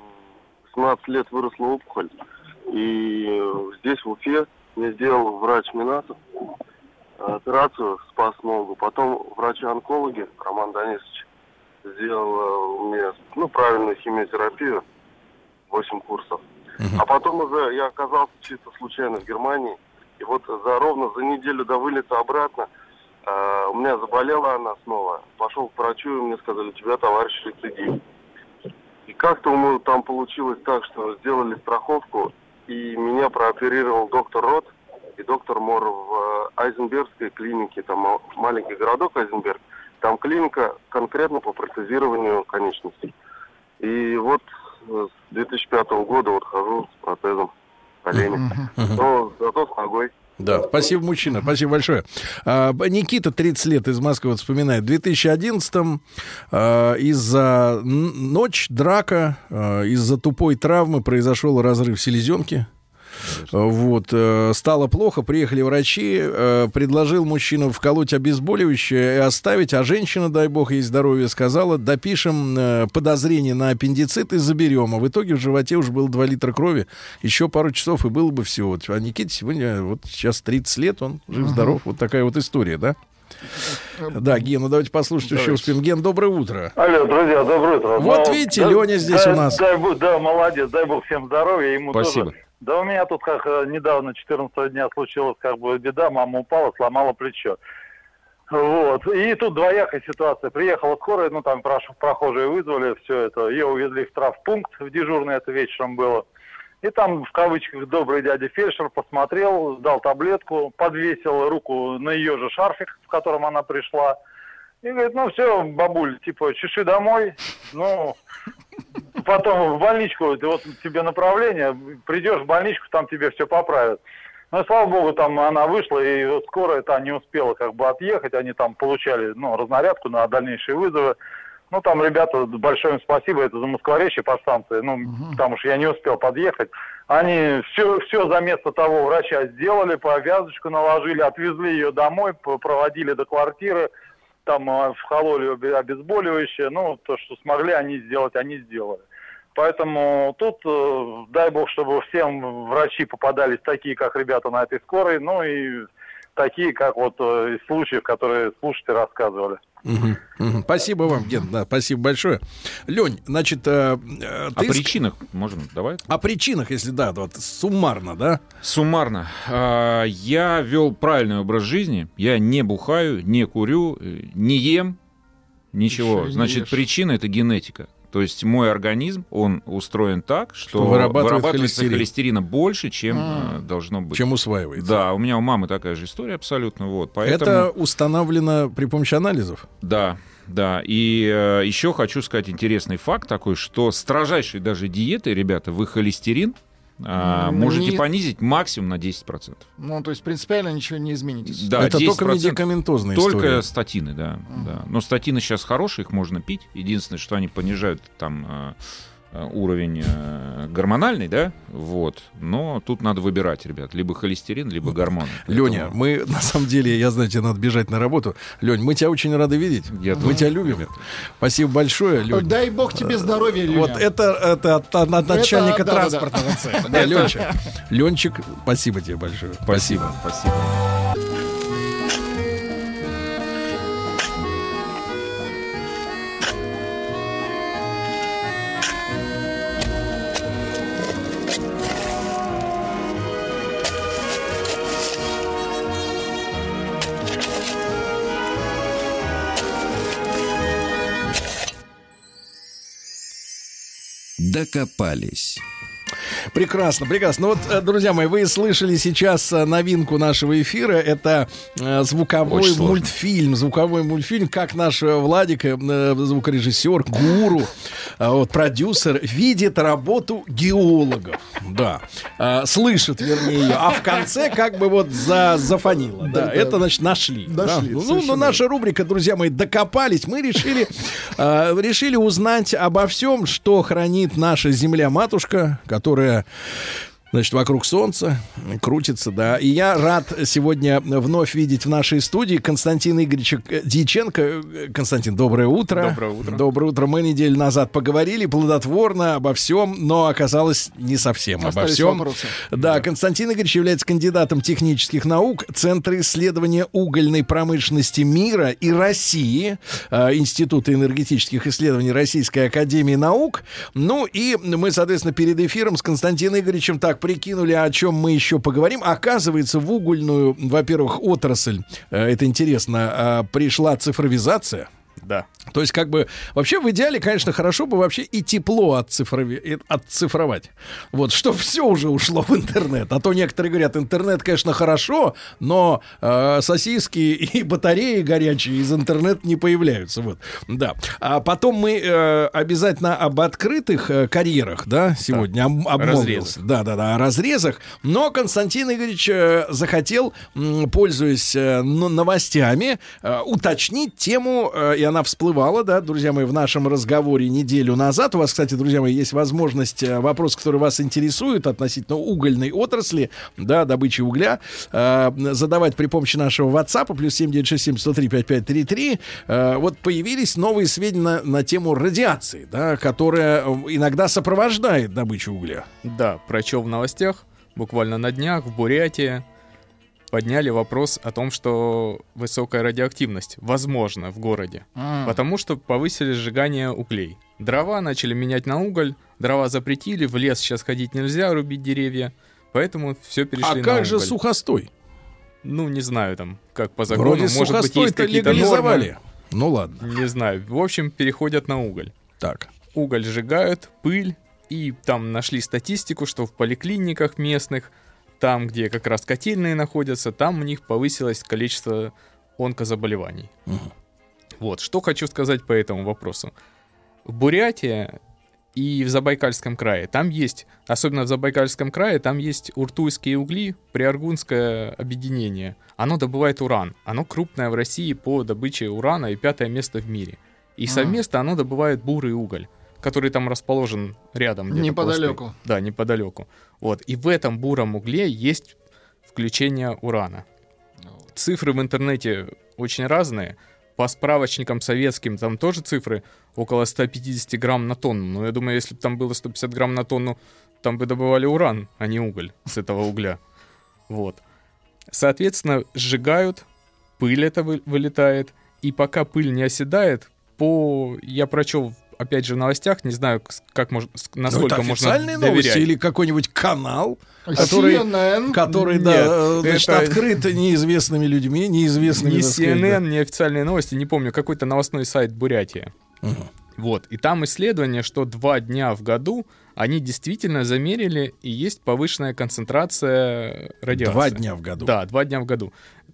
[SPEAKER 7] в семнадцать лет выросла опухоль. И э, здесь, в Уфе, мне сделал врач Минасов а, операцию, спас ногу. Потом врачи-онкологи, Роман Данисович, сделал э, мне ну, правильную химиотерапию, восемь курсов. А потом уже я оказался чисто случайно в Германии. И вот за ровно за неделю до вылета обратно э, у меня заболела она снова. Пошел к врачу, и мне сказали, у тебя, товарищ, рецидив. И как-то у там получилось так, что сделали страховку, и меня прооперировал доктор Рот и доктор Мор в Айзенбергской клинике. Там ма- маленький городок Айзенберг. Там клиника конкретно по протезированию конечностей. И вот э, с две тысячи пятого года вот хожу с протезом колени. Но зато с ногой.
[SPEAKER 2] Да, спасибо, мужчина, спасибо большое. А, Никита, тридцать лет, из Москвы, вот вспоминает. В две тысячи одиннадцатом а, из-за н- ночь, драка, а, из-за тупой травмы произошел разрыв селезенки. Вот, э, стало плохо, приехали врачи, э, предложил мужчина вколоть обезболивающее и оставить, а женщина, дай бог ей здоровье, сказала, допишем э, подозрение на аппендицит и заберем. А в итоге в животе уже было два литра крови, еще пару часов и было бы все. Вот. А Никите сегодня, вот сейчас тридцать лет, он жив-здоров. Вот такая вот история, да? Да, Ген, ну давайте послушать, еще успеем. Ген, доброе утро.
[SPEAKER 11] Алло, друзья, доброе утро.
[SPEAKER 2] Вот
[SPEAKER 11] Ну,
[SPEAKER 2] видите,
[SPEAKER 11] да,
[SPEAKER 2] Леня здесь
[SPEAKER 11] да,
[SPEAKER 2] у нас.
[SPEAKER 11] Дай, бог- да, молодец, дай бог всем здоровья, ему
[SPEAKER 4] Спасибо.
[SPEAKER 11] тоже. Да у меня тут как э, недавно, четырнадцатого дня, случилась как бы беда, мама упала, сломала плечо. Вот. И тут двоякая ситуация. Приехала скорая, ну там прош- прохожие вызвали, все это. Ее увезли в травмпункт, в дежурный, это вечером было. И там, в кавычках, добрый дядя фельдшер посмотрел, дал таблетку, подвесил руку на ее же шарфик, в котором она пришла. И говорит, ну все, бабуль, типа, чеши домой. Ну, потом в больничку, вот тебе направление, придешь в больничку, там тебе все поправят. Ну, и, слава богу, там она вышла, и вот скорая та не успела как бы отъехать, они там получали, ну, разнарядку на дальнейшие вызовы. Ну, там, ребята, большое им спасибо, это за Москворечье по станции, ну, uh-huh. потому что я не успел подъехать. Они все, все за место того врача сделали, повязочку наложили, отвезли ее домой, проводили до квартиры, там вкололи обезболивающее, ну, то, что смогли они сделать, они сделали. Поэтому тут, э, дай бог, чтобы всем врачи попадались такие, как ребята на этой скорой, ну и такие, как вот э, из случаев, которые слушатели рассказывали.
[SPEAKER 2] Угу, угу. Спасибо вам, Ген, да, спасибо большое. Лень, значит, э, э,
[SPEAKER 4] О
[SPEAKER 2] ты...
[SPEAKER 4] причинах можем, давай?
[SPEAKER 2] О причинах, если да, вот суммарно, да?
[SPEAKER 4] Суммарно. А, я вел правильный образ жизни, я не бухаю, не курю, не ем, ничего.
[SPEAKER 3] Еще
[SPEAKER 4] Значит,
[SPEAKER 3] ешь.
[SPEAKER 4] причина — это генетика. То есть мой организм, он устроен так, что,
[SPEAKER 2] Что вырабатывает
[SPEAKER 4] вырабатывается
[SPEAKER 2] холестерин.
[SPEAKER 4] холестерина больше, чем
[SPEAKER 3] А.
[SPEAKER 4] э, должно быть.
[SPEAKER 2] Чем усваивается.
[SPEAKER 4] Да, у меня у мамы такая же история абсолютно. Вот, поэтому...
[SPEAKER 2] Это установлено при помощи анализов?
[SPEAKER 4] Да, да. И э, еще хочу сказать интересный факт такой, что строжайшей даже диетой, ребята, вы холестерин э,
[SPEAKER 3] Не-
[SPEAKER 4] можете понизить максимум на десять процентов.
[SPEAKER 3] Ну, то есть принципиально ничего не изменитесь.
[SPEAKER 4] Да,
[SPEAKER 2] это
[SPEAKER 4] десять
[SPEAKER 2] только
[SPEAKER 4] процентов.
[SPEAKER 2] медикаментозная
[SPEAKER 4] Только
[SPEAKER 2] история.
[SPEAKER 4] статины, да, да. Но статины сейчас хорошие, их можно пить. Единственное, что они понижают там э, э, уровень э, гормональный, да, вот. Но тут надо выбирать, ребят, либо холестерин, либо гормоны.
[SPEAKER 2] Леня,
[SPEAKER 4] Поэтому-
[SPEAKER 2] мы, на самом деле, я знаю, тебе надо бежать на работу. Лень, мы тебя очень рады видеть.
[SPEAKER 4] Я
[SPEAKER 2] мы
[SPEAKER 4] тоже.
[SPEAKER 2] тебя любим. Спасибо большое, Лень.
[SPEAKER 3] Дай бог тебе здоровья, Леня.
[SPEAKER 2] Вот это, это от, от- от начальника
[SPEAKER 3] да, да, да.
[SPEAKER 2] транспортного цеха. Да, Ленчик. Ленчик, спасибо тебе большое. Спасибо.
[SPEAKER 4] Спасибо.
[SPEAKER 1] Докопались.
[SPEAKER 2] Прекрасно, прекрасно. Ну вот, друзья мои, вы слышали сейчас новинку нашего эфира. Это звуковой мультфильм. Звуковой мультфильм, как наш Владик, звукорежиссер, гуру, вот, продюсер, видит работу геологов. Да. Слышит, вернее, ее. А в конце как бы вот за, зафонило. Да, да, это, значит, нашли. нашли да. Ну, ну, наша рубрика, друзья мои, докопались. Мы решили, решили узнать обо всем, что хранит наша земля-матушка, которая, значит, вокруг Солнца крутится, да. И я рад сегодня вновь видеть в нашей студии Константина Игоревича Дьяченко. Константин, доброе утро.
[SPEAKER 12] Доброе утро.
[SPEAKER 2] Доброе утро. Мы неделю назад поговорили плодотворно обо всем, но оказалось не совсем обо
[SPEAKER 3] Остались
[SPEAKER 2] всем.
[SPEAKER 3] Вопросы.
[SPEAKER 2] Да, да, Константин Игоревич является кандидатом технических наук Центра исследования угольной промышленности мира и России, э, Института энергетических исследований Российской академии наук. Ну и мы, соответственно, перед эфиром с Константином Игоревичем так прикинули, о чем мы еще поговорим. Оказывается, в угольную, во-первых, отрасль, э, это интересно, э, пришла цифровизация.
[SPEAKER 12] Да.
[SPEAKER 2] То есть, как бы, вообще, в идеале, конечно, хорошо бы вообще и тепло отцифрови... отцифровать. Вот, что все уже ушло в интернет. А то некоторые говорят, интернет, конечно, хорошо, но э, сосиски и батареи горячие из интернета не появляются. Вот, да. А потом мы э, обязательно об открытых э, карьерах, да, сегодня да. об, обмолвился. Да, да, да, о разрезах. Но Константин Игоревич э, захотел, э, пользуясь э, новостями, э, уточнить тему, э, и она всплывала, да, друзья мои, в нашем разговоре неделю назад. У вас, кстати, друзья мои, есть возможность вопрос, который вас интересует относительно угольной отрасли, да, добычи угля, э, задавать при помощи нашего WhatsApp плюс семь девять шесть семь сто три пять пять три три. Э, вот появились новые сведения на, на тему радиации, да, которая иногда сопровождает добычу угля.
[SPEAKER 12] Да, прочел в новостях, буквально на днях в Бурятии подняли вопрос о том, что высокая радиоактивность возможна в городе, а. потому что повысили сжигание углей. Дрова начали менять на уголь, дрова запретили, в лес сейчас ходить нельзя, рубить деревья, поэтому все перешли
[SPEAKER 2] а
[SPEAKER 12] на уголь.
[SPEAKER 2] А как же сухостой?
[SPEAKER 12] Ну, не знаю там, как по закону,
[SPEAKER 2] вроде
[SPEAKER 12] может быть, есть какие-то нормы.
[SPEAKER 2] Ну ладно.
[SPEAKER 12] Не знаю. В общем, переходят на уголь.
[SPEAKER 2] Так.
[SPEAKER 12] Уголь сжигают, пыль, и там нашли статистику, что в поликлиниках местных, там, где как раз котельные находятся, там у них повысилось количество онкозаболеваний. Угу. Вот, что хочу сказать по этому вопросу. В Бурятии и в Забайкальском крае, там есть, особенно в Забайкальском крае, там есть уртуйские угли, приаргунское объединение. Оно добывает уран. Оно крупное в России по добыче урана и пятое место в мире. И совместно оно добывает бурый уголь, который там расположен рядом.
[SPEAKER 3] Неподалеку.
[SPEAKER 12] После. Да, неподалеку. Вот. И в этом буром угле есть включение урана. Цифры в интернете очень разные. По справочникам советским там тоже цифры около сто пятьдесят грамм на тонну. Но я думаю, если бы там было сто пятьдесят грамм на тонну, там бы добывали уран, а не уголь с этого угля. Вот. Соответственно, сжигают, пыль это вы, вылетает. И пока пыль не оседает, по... я прочел опять же в новостях, не знаю, как можно, насколько
[SPEAKER 2] ну, это
[SPEAKER 12] можно доверять.
[SPEAKER 2] Новости или какой-нибудь канал, который, который да, значит, это... открыт неизвестными людьми, неизвестными...
[SPEAKER 12] Не
[SPEAKER 2] сказать,
[SPEAKER 12] си эн эн,
[SPEAKER 2] да.
[SPEAKER 12] не официальные новости, не помню, какой-то новостной сайт Бурятии. Угу. Вот, и там исследование, что два дня в году они действительно замерили, и есть повышенная концентрация радиации.
[SPEAKER 2] Два дня в году?
[SPEAKER 12] Да, два дня в году.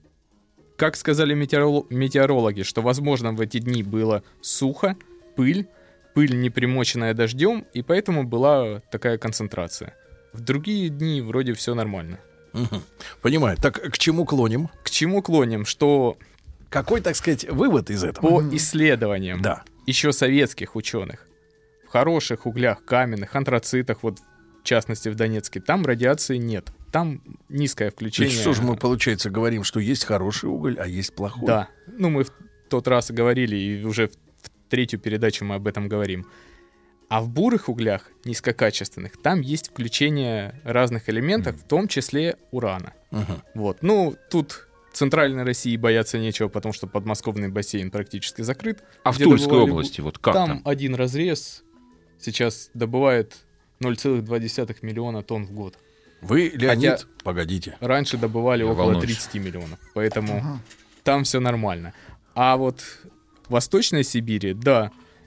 [SPEAKER 12] Как сказали метеоролог, метеорологи, что, возможно, в эти дни было сухо, пыль, пыль не примоченная дождем, и поэтому была такая концентрация. В другие дни вроде все нормально.
[SPEAKER 2] Угу. Понимаю. Так к чему клоним?
[SPEAKER 12] К чему клоним? Что...
[SPEAKER 2] Какой, так сказать, вывод из этого?
[SPEAKER 12] По исследованиям
[SPEAKER 2] да.
[SPEAKER 12] еще советских ученых, в хороших углях, каменных, антрацитах, вот в частности в Донецке, там радиации нет. Там низкое включение.
[SPEAKER 2] То есть что же мы, получается, говорим, что есть хороший уголь, а есть плохой?
[SPEAKER 12] Да. Ну, мы в тот раз говорили, и уже в третью передачу мы об этом говорим. А в бурых углях, низкокачественных, там есть включение разных элементов, mm. в том числе урана. Uh-huh. Вот. Ну, тут в Центральной России бояться нечего, потому что подмосковный бассейн практически закрыт.
[SPEAKER 4] А в Тульской области вот как там?
[SPEAKER 12] Там один разрез сейчас добывает ноль целых два десятых миллиона тонн в год.
[SPEAKER 2] Вы, Леонид, Хотя погодите.
[SPEAKER 12] Раньше добывали Я около волнуюсь. тридцать миллионов, поэтому uh-huh. там все нормально. А вот в Восточной Сибири, да,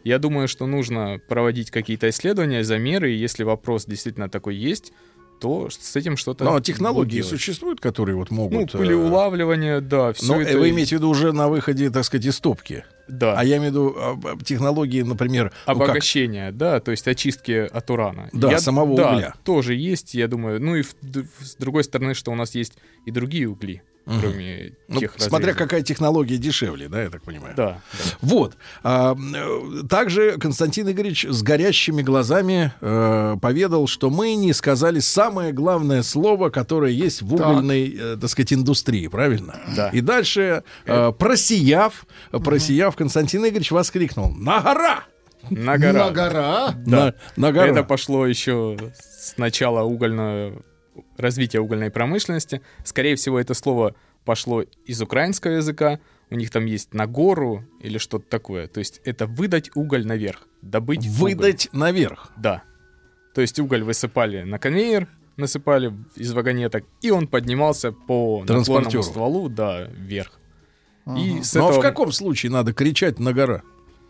[SPEAKER 12] Я думаю, что нужно проводить какие-то исследования, замеры, и если вопрос действительно такой есть, то с этим что-то...
[SPEAKER 2] Но технологии существуют, которые вот могут...
[SPEAKER 12] Ну, пылеулавливание, да, все
[SPEAKER 2] Но
[SPEAKER 12] это...
[SPEAKER 2] вы имеете в виду уже на выходе, так сказать, из топки?
[SPEAKER 12] Да.
[SPEAKER 2] А я имею в виду технологии, например...
[SPEAKER 12] Обогащения, ну, да, то есть очистки от урана.
[SPEAKER 2] Да,
[SPEAKER 12] я,
[SPEAKER 2] самого
[SPEAKER 12] да,
[SPEAKER 2] угля.
[SPEAKER 12] Тоже есть, я думаю. Ну и в, с другой стороны, что у нас есть и другие угли.
[SPEAKER 2] Угу.
[SPEAKER 12] Кроме
[SPEAKER 2] ну,
[SPEAKER 12] тех
[SPEAKER 2] смотря
[SPEAKER 12] разрезов.
[SPEAKER 2] какая технология дешевле, да, я так понимаю.
[SPEAKER 12] Да. да.
[SPEAKER 2] Вот. А, также Константин Игоревич с горящими глазами э, поведал, что мы не сказали самое главное слово, которое есть в угольной, так, э, так сказать, индустрии, правильно?
[SPEAKER 12] Да.
[SPEAKER 2] И дальше, э, просияв, угу. просияв, Константин Игоревич воскликнул: «На гора!»
[SPEAKER 12] На гора.
[SPEAKER 3] На гора?
[SPEAKER 12] Да.
[SPEAKER 2] На, на гора.
[SPEAKER 12] Это пошло еще с начала угольного... развития угольной промышленности. Скорее всего, это слово пошло из украинского языка. У них там есть «на гору» или что-то такое. То есть это выдать уголь наверх. Добыть
[SPEAKER 2] Выдать
[SPEAKER 12] уголь.
[SPEAKER 2] наверх?
[SPEAKER 12] Да. То есть уголь высыпали на конвейер, насыпали из вагонеток, и он поднимался по наклонному стволу, да, вверх.
[SPEAKER 3] Ага.
[SPEAKER 12] И с
[SPEAKER 2] Ну
[SPEAKER 12] этого...
[SPEAKER 2] а в каком случае надо кричать «на гора»?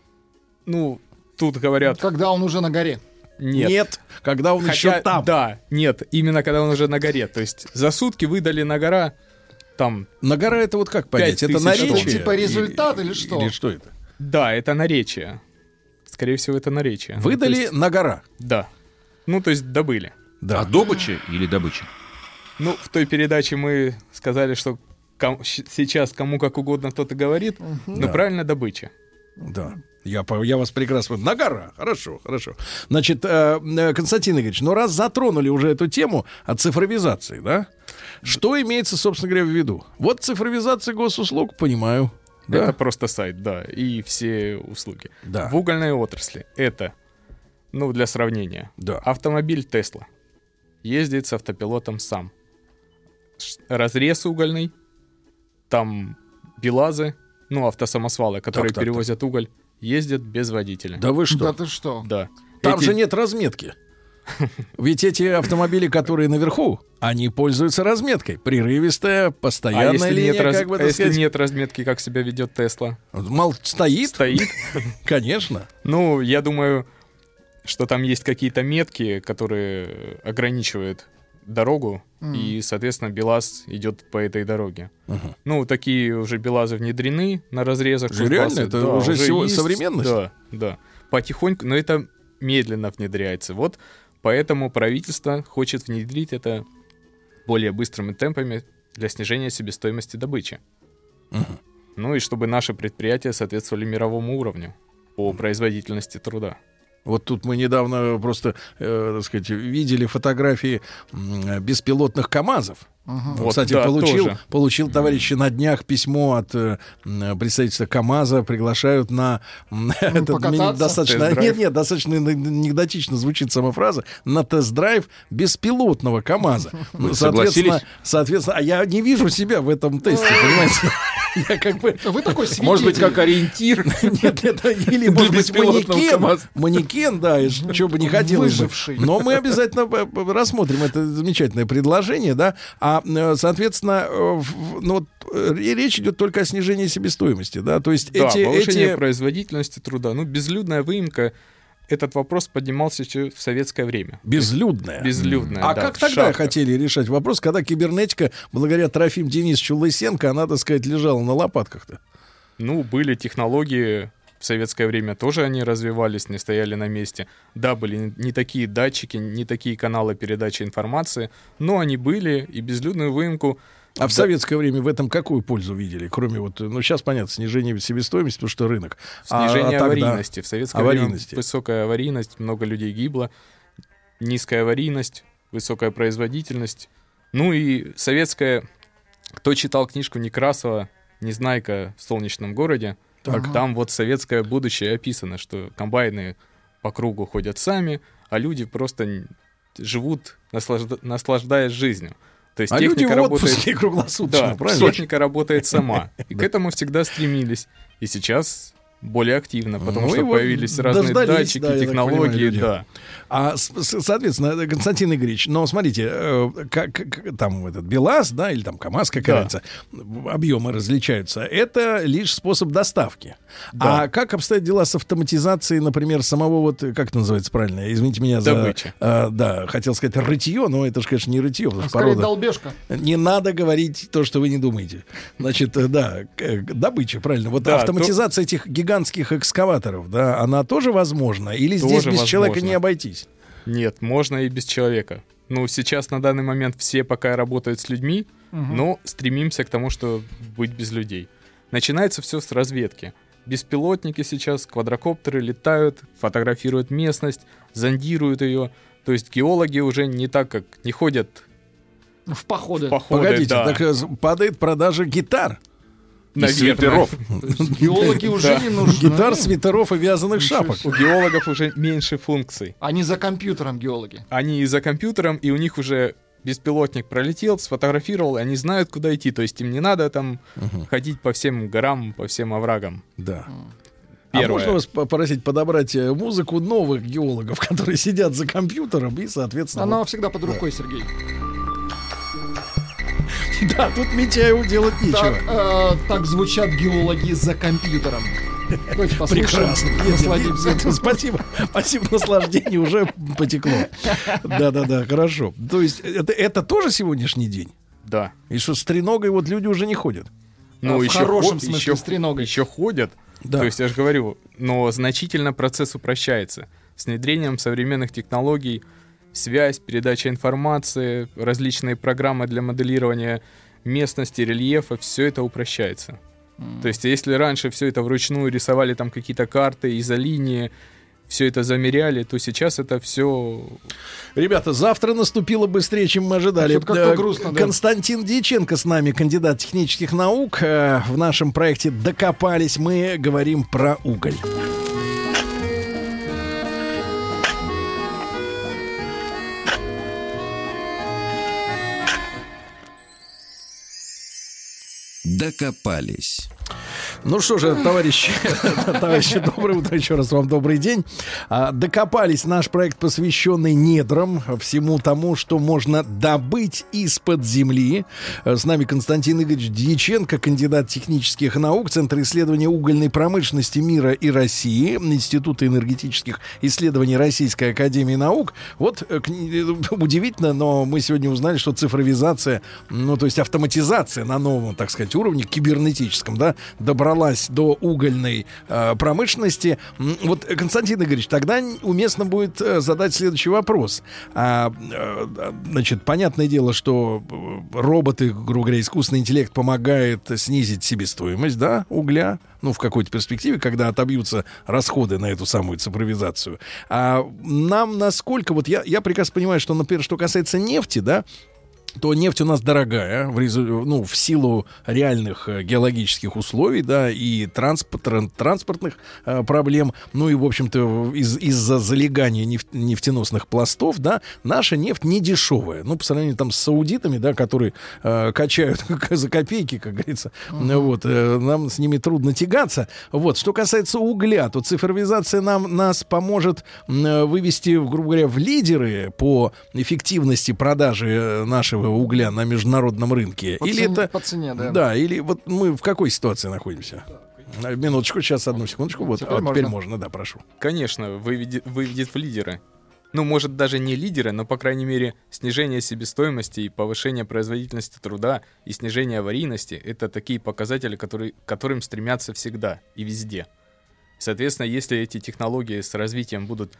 [SPEAKER 12] Ну, тут говорят...
[SPEAKER 3] Когда он уже на горе.
[SPEAKER 12] Нет.
[SPEAKER 2] Нет, когда он
[SPEAKER 12] Хотя,
[SPEAKER 2] еще там.
[SPEAKER 12] Да, нет, именно когда он уже на горе. То есть за сутки выдали на гора там...
[SPEAKER 2] На гора это вот как понять? Это наречие?
[SPEAKER 3] Это типа результат или, или что?
[SPEAKER 2] Или что это?
[SPEAKER 12] Да, это наречие. Скорее всего, это наречие.
[SPEAKER 2] Выдали
[SPEAKER 12] ну, есть...
[SPEAKER 2] на гора?
[SPEAKER 12] Да. Ну, то есть добыли.
[SPEAKER 2] Да.
[SPEAKER 4] А добыча или добыча?
[SPEAKER 12] Ну, в той передаче мы сказали, что ком... сейчас кому как угодно кто-то говорит, угу. но
[SPEAKER 2] да.
[SPEAKER 12] правильно добыча.
[SPEAKER 2] Да. Я, я вас прекрасно... На гора. Хорошо, хорошо. Значит, Константин Игоревич, ну раз затронули уже эту тему о цифровизации, да? Что имеется, собственно говоря, в виду? Вот цифровизация госуслуг, понимаю.
[SPEAKER 12] Это
[SPEAKER 2] Да?
[SPEAKER 12] просто сайт, да, и все услуги.
[SPEAKER 2] Да.
[SPEAKER 12] В угольной отрасли это, ну, для сравнения,
[SPEAKER 2] да.
[SPEAKER 12] автомобиль Tesla ездит с автопилотом сам. Разрез угольный, там БелАЗы, ну, автосамосвалы, которые так, так, перевозят так. уголь, ездят без водителя.
[SPEAKER 2] Да вы что?
[SPEAKER 3] Да ты что?
[SPEAKER 12] Да.
[SPEAKER 2] Там
[SPEAKER 12] Эти...
[SPEAKER 2] же нет разметки. Ведь эти автомобили, которые наверху, они пользуются разметкой. Прерывистая, постоянная
[SPEAKER 12] а если
[SPEAKER 2] линия,
[SPEAKER 12] нет раз...
[SPEAKER 2] как бы,
[SPEAKER 12] а если
[SPEAKER 2] сказать...
[SPEAKER 12] нет разметки, как себя ведет Тесла?
[SPEAKER 2] Мол, стоит?
[SPEAKER 12] Стоит.
[SPEAKER 2] Конечно.
[SPEAKER 12] Ну, я думаю, что там есть какие-то метки, которые ограничивают дорогу, mm. и, соответственно, БелАЗ идет по этой дороге. Uh-huh. Ну, такие уже БелАЗы внедрены на разрезах.
[SPEAKER 2] Реально? Это
[SPEAKER 12] да,
[SPEAKER 2] уже,
[SPEAKER 12] уже есть,
[SPEAKER 2] современность?
[SPEAKER 12] Да, да. Потихоньку, но это медленно внедряется. Вот поэтому правительство хочет внедрить это более быстрыми темпами для снижения себестоимости добычи. Uh-huh. Ну и чтобы наши предприятия соответствовали мировому уровню по производительности труда.
[SPEAKER 2] Вот тут мы недавно просто, э, так сказать, видели фотографии э, беспилотных КАМАЗов. Uh-huh. Вот, кстати, да, получил, получил, товарищи, на днях письмо от э, представительства КАМАЗа, приглашают на ну, этот, достаточно, нет, нет, достаточно анекдотично звучит сама фраза, на тест-драйв беспилотного КАМАЗа.
[SPEAKER 4] Вы
[SPEAKER 2] соответственно, соответственно, а я не вижу себя в этом тесте, понимаете? Я как бы...
[SPEAKER 3] Вы такой свидетель.
[SPEAKER 4] Может быть, как ориентир.
[SPEAKER 2] Нет, это или, может быть, манекен. Манекен, да, и что бы не хотелось бы. Но мы обязательно рассмотрим это замечательное предложение, да. А, соответственно, ну, речь идет только о снижении себестоимости, да. То есть
[SPEAKER 12] да,
[SPEAKER 2] эти...
[SPEAKER 12] повышение
[SPEAKER 2] эти...
[SPEAKER 12] производительности труда. Ну, безлюдная выемка. Этот вопрос поднимался еще в советское время.
[SPEAKER 2] Безлюдная.
[SPEAKER 12] Безлюдная,
[SPEAKER 2] А
[SPEAKER 12] да,
[SPEAKER 2] как тогда
[SPEAKER 12] шахтах.
[SPEAKER 2] хотели решать вопрос, когда кибернетика, благодаря Трофиму Денисовичу Лысенко, она, так сказать, лежала на лопатках-то?
[SPEAKER 12] Ну, были технологии, в советское время тоже они развивались, не стояли на месте. Да, были не такие датчики, не такие каналы передачи информации, но они были, и безлюдную выемку...
[SPEAKER 2] А в советское время в этом какую пользу видели? Кроме вот, ну сейчас понятно, снижение себестоимости, потому что рынок.
[SPEAKER 12] Снижение
[SPEAKER 2] а,
[SPEAKER 12] аварийности. В советское
[SPEAKER 2] аварийности.
[SPEAKER 12] время высокая аварийность, много людей гибло. Низкая аварийность, высокая производительность. Ну и советская... Кто читал книжку Некрасова «Незнайка в солнечном городе», так. Там вот советское будущее описано, что комбайны по кругу ходят сами, а люди просто живут, наслажда... наслаждаясь жизнью. То есть
[SPEAKER 2] а
[SPEAKER 12] техника
[SPEAKER 2] люди в
[SPEAKER 12] работает
[SPEAKER 2] круглосуточно,
[SPEAKER 12] да,
[SPEAKER 2] правильно?
[SPEAKER 12] Техника работает сама. И к этому всегда стремились. И сейчас более активно, потому
[SPEAKER 2] ну
[SPEAKER 12] что появились разные датчики, да, технологии, понимаю, да.
[SPEAKER 2] А, соответственно, Константин Игоревич, но смотрите, как, как там этот БелАЗ, да, или там КамАЗ, как говорится, да. объемы различаются. Это лишь способ доставки. Да. А как обстоят дела с автоматизацией, например, самого вот, как это называется правильно? Извините меня за...
[SPEAKER 12] Добыча.
[SPEAKER 2] А, да, хотел сказать рытье, но это же, конечно, не рытье.
[SPEAKER 3] А скорее порода... долбежка.
[SPEAKER 2] Не надо говорить то, что вы не думаете. Значит, да, добыча, правильно. Вот да, автоматизация то... этих гигантских экскаваторов, да, она тоже возможна? Или тоже здесь без возможно. Человека не обойтись?
[SPEAKER 12] Нет, можно и без человека. Ну, сейчас на данный момент все пока работают с людьми, угу. но стремимся к тому, что быть без людей. Начинается все с разведки. Беспилотники сейчас, квадрокоптеры летают, фотографируют местность, зондируют ее. То есть геологи уже не так, как не ходят
[SPEAKER 3] в походы.
[SPEAKER 2] В походы Погодите, да. так падает продажа гитар.
[SPEAKER 12] И свитеров.
[SPEAKER 3] Геологи уже не нужны.
[SPEAKER 2] Гитар, свитеров и вязаных шапок.
[SPEAKER 12] У геологов уже меньше функций.
[SPEAKER 3] Они за компьютером, геологи.
[SPEAKER 12] Они за компьютером, и у них уже беспилотник пролетел, сфотографировал, и они знают, куда идти. То есть им не надо там угу. ходить по всем горам, по всем оврагам.
[SPEAKER 2] Да. Первое. А можно вас попросить подобрать музыку новых геологов, которые сидят за компьютером и, соответственно...
[SPEAKER 3] Она
[SPEAKER 2] вот...
[SPEAKER 3] всегда под рукой, да. Сергей.
[SPEAKER 2] Да, тут Митяеву делать нечего.
[SPEAKER 3] Так, э, так звучат геологи за компьютером. Давайте послушаем.
[SPEAKER 2] Прекрасно. Насладимся. Это, спасибо. Спасибо, наслаждение уже потекло. Да-да-да, хорошо. То есть это, это тоже сегодняшний день?
[SPEAKER 12] Да.
[SPEAKER 2] И что с треногой вот люди уже не ходят?
[SPEAKER 12] Ну,
[SPEAKER 3] а, в
[SPEAKER 12] еще
[SPEAKER 3] хорошем
[SPEAKER 12] ход,
[SPEAKER 3] смысле
[SPEAKER 12] еще,
[SPEAKER 3] с треногой.
[SPEAKER 12] Еще ходят. Да. То есть я же говорю, но значительно процесс упрощается. С внедрением современных технологий, связь, передача информации, различные программы для моделирования местности, рельефа, все это упрощается. Mm. То есть если раньше все это вручную рисовали там какие-то карты, изолинии, все это замеряли, то сейчас это все...
[SPEAKER 2] Ребята, завтра наступило быстрее, чем мы ожидали.
[SPEAKER 3] Как-то грустно, да.
[SPEAKER 2] Константин Дьяченко с нами, кандидат технических наук. В нашем проекте «Докопались» мы говорим про уголь.
[SPEAKER 1] Докопались.
[SPEAKER 2] Ну что же, товарищи, товарищи, доброе утро, еще раз вам добрый день. Докопались, наш проект, посвященный недрам, всему тому, что можно добыть из-под земли. С нами Константин Игоревич Дьяченко, кандидат технических наук, Центр исследования угольной промышленности мира и России, Института энергетических исследований Российской академии наук. Вот удивительно, но мы сегодня узнали, что цифровизация, ну то есть автоматизация на новом, так сказать, уровне кибернетическом, да, добралась до угольной э, промышленности. Вот, Константин Игоревич, тогда уместно будет э, задать следующий вопрос. А, э, значит, понятное дело, что роботы, грубо говоря, искусственный интеллект помогает снизить себестоимость, да, угля, ну, в какой-то перспективе, когда отобьются расходы на эту самую цифровизацию. А нам насколько, вот я, я прекрасно понимаю, что, например, что касается нефти, да, то нефть у нас дорогая, в, резу... ну, в силу реальных э, геологических условий, да, и транспорт, транспортных э, проблем, ну и, в общем-то, из- из-за залегания неф- нефтеносных пластов, да, наша нефть не дешевая. Ну, по сравнению там с саудитами, да, которые э, качают за копейки, как говорится, uh-huh. вот, э, нам с ними трудно тягаться. Вот, что касается угля, то цифровизация нам, нас поможет э, вывести, грубо говоря, в лидеры по эффективности продажи нашего угля на международном рынке.
[SPEAKER 3] По
[SPEAKER 2] или
[SPEAKER 3] цене,
[SPEAKER 2] это
[SPEAKER 3] по цене, да.
[SPEAKER 2] Да, или вот мы в какой ситуации находимся? Минуточку, сейчас, одну секундочку. Вот, теперь, вот, можно. теперь можно, да, прошу.
[SPEAKER 12] Конечно, выведет, выведет в лидеры. Ну, может, даже не лидеры, но, по крайней мере, снижение себестоимости и повышение производительности труда и снижение аварийности — это такие показатели, которые, к которым стремятся всегда и везде. Соответственно, если эти технологии с развитием будут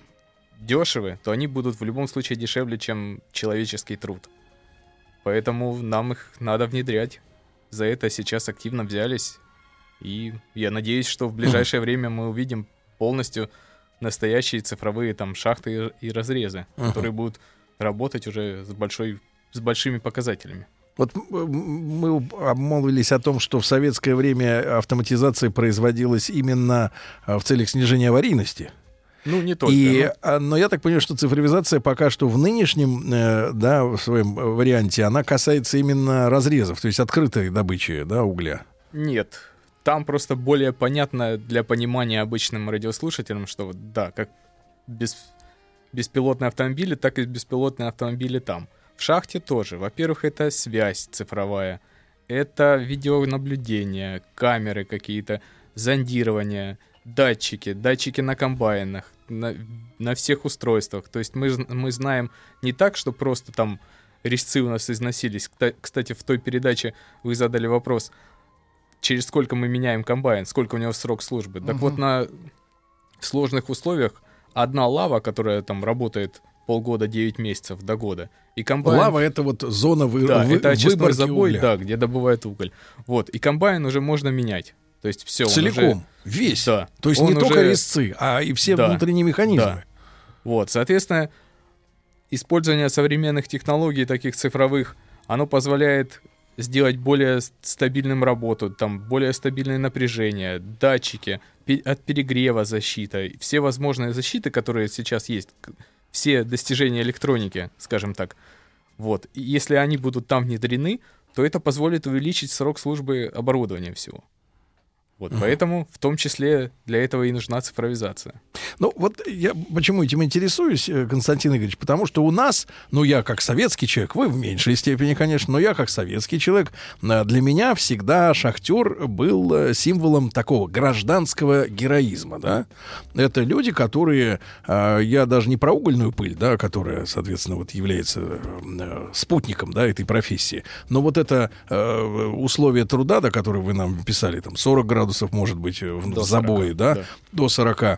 [SPEAKER 12] дешевы, то они будут в любом случае дешевле, чем человеческий труд. Поэтому нам их надо внедрять. За это сейчас активно взялись. И я надеюсь, что в ближайшее uh-huh. время мы увидим полностью настоящие цифровые там шахты и разрезы, uh-huh. которые будут работать уже с, большой, с большими показателями.
[SPEAKER 2] Вот мы обмолвились о том, что в советское время автоматизация производилась именно в целях снижения аварийности.
[SPEAKER 12] Ну, не только.
[SPEAKER 2] И, но... но я так понимаю, что цифровизация пока что в нынешнем, э, да, в своем варианте, она касается именно разрезов, то есть открытой добычи, да, угля.
[SPEAKER 12] Нет. там просто более понятно для понимания обычным радиослушателям, что да, как без, беспилотные автомобили, так и беспилотные автомобили там. В шахте тоже. Во-первых, это связь цифровая, это видеонаблюдение, камеры какие-то, зондирование, датчики, датчики на комбайнах, на, на всех устройствах. То есть мы, мы знаем не так, что просто там резцы у нас износились. Кстати, в той передаче вы задали вопрос, через сколько мы меняем комбайн, сколько у него срок службы. Так угу. вот, на сложных условиях одна лава, которая там работает полгода, девять месяцев до года, и комбайн...
[SPEAKER 2] Лава — это вот зона вы...
[SPEAKER 12] да,
[SPEAKER 2] вы...
[SPEAKER 12] это очистной забой,
[SPEAKER 2] угля.
[SPEAKER 12] Да, где добывают уголь. Вот, и комбайн уже можно менять. То есть все.
[SPEAKER 2] Целиком,
[SPEAKER 12] уже...
[SPEAKER 2] весь.
[SPEAKER 12] Да.
[SPEAKER 2] То есть
[SPEAKER 12] он
[SPEAKER 2] не
[SPEAKER 12] уже...
[SPEAKER 2] только резцы, а и все
[SPEAKER 12] да.
[SPEAKER 2] внутренние механизмы.
[SPEAKER 12] Да. Вот, соответственно, использование современных технологий, таких цифровых, оно позволяет сделать более стабильным работу, там более стабильное напряжение, датчики, от перегрева защита, все возможные защиты, которые сейчас есть, все достижения электроники, скажем так. Вот. И если они будут там внедрены, то это позволит увеличить срок службы оборудования всего. Вот, угу. Поэтому в том числе для этого и нужна цифровизация.
[SPEAKER 2] Ну, вот я почему этим интересуюсь, Константин Игоревич, потому что у нас, ну, я как советский человек, вы в меньшей степени, конечно, но я как советский человек, для меня всегда шахтер был символом такого гражданского героизма, да. Это люди, которые, я даже не про угольную пыль, да, которая, соответственно, вот является спутником, да, этой профессии, но вот это условие труда, да, которое вы нам писали, там, сорок градусов, может быть, в, в забое, да, да, до сорока.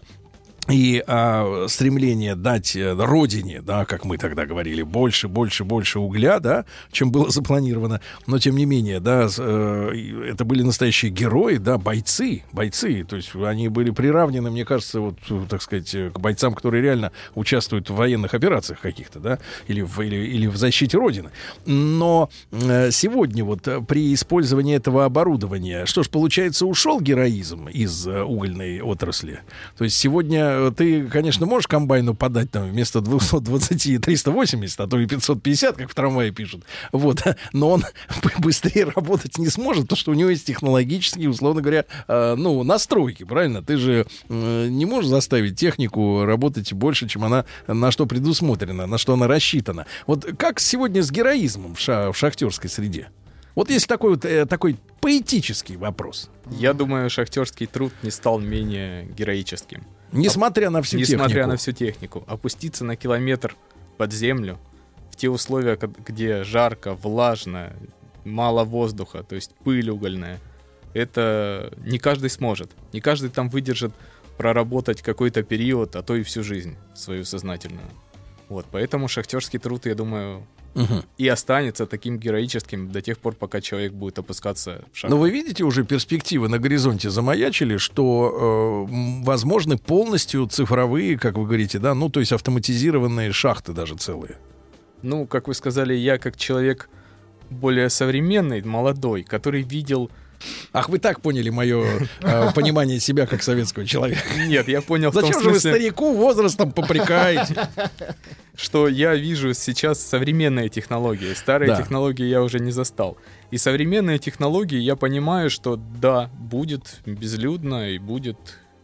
[SPEAKER 2] И а, стремление дать родине, да, как мы тогда говорили, больше, больше, больше угля, да, чем было запланировано. Но, тем не менее, да, э, это были настоящие герои, да, бойцы, бойцы. То есть они были приравнены, мне кажется, вот, так сказать, к бойцам, которые реально участвуют в военных операциях каких-то, да, или в, или, или в защите Родины. Но э, сегодня вот при использовании этого оборудования, что ж, получается, ушел героизм из э, угольной отрасли. То есть сегодня ты, конечно, можешь комбайну подать там вместо двести двадцать триста восемьдесят, а то и пятьсот пятьдесят, как в трамвае пишут. Вот. Но он быстрее работать не сможет, потому что у него есть технологические, условно говоря, э, ну, настройки, правильно? Ты же э, не можешь заставить технику работать больше, чем она на что предусмотрена, на что она рассчитана. Вот как сегодня с героизмом в, ша- в шахтерской среде? Вот есть такой вот э, такой поэтический вопрос.
[SPEAKER 12] Я думаю, шахтерский труд не стал менее героическим.
[SPEAKER 2] Несмотря на всю
[SPEAKER 12] Несмотря
[SPEAKER 2] технику.
[SPEAKER 12] на всю технику. Опуститься на километр под землю в те условия, где жарко, влажно, мало воздуха, то есть пыль угольная, это не каждый сможет. Не каждый там выдержит проработать какой-то период, а то и всю жизнь свою сознательную. Вот, поэтому шахтерский труд, я думаю, угу. и останется таким героическим до тех пор, пока человек будет опускаться в шахту.
[SPEAKER 2] Но вы видите, уже перспективы на горизонте замаячили, что э, возможны полностью цифровые, как вы говорите, да, ну, то есть автоматизированные шахты даже целые.
[SPEAKER 12] Ну, как вы сказали, я как человек более современный, молодой, который видел...
[SPEAKER 2] Ах, вы так поняли мое э, понимание себя как советского человека.
[SPEAKER 12] Нет, я понял.
[SPEAKER 2] Зачем
[SPEAKER 12] в том
[SPEAKER 2] же
[SPEAKER 12] смысле,
[SPEAKER 2] вы старику возрастом попрекаете?
[SPEAKER 12] Что я вижу сейчас современные технологии. Старые да. технологии я уже не застал. И современные технологии, я понимаю, что да, будет безлюдно и будет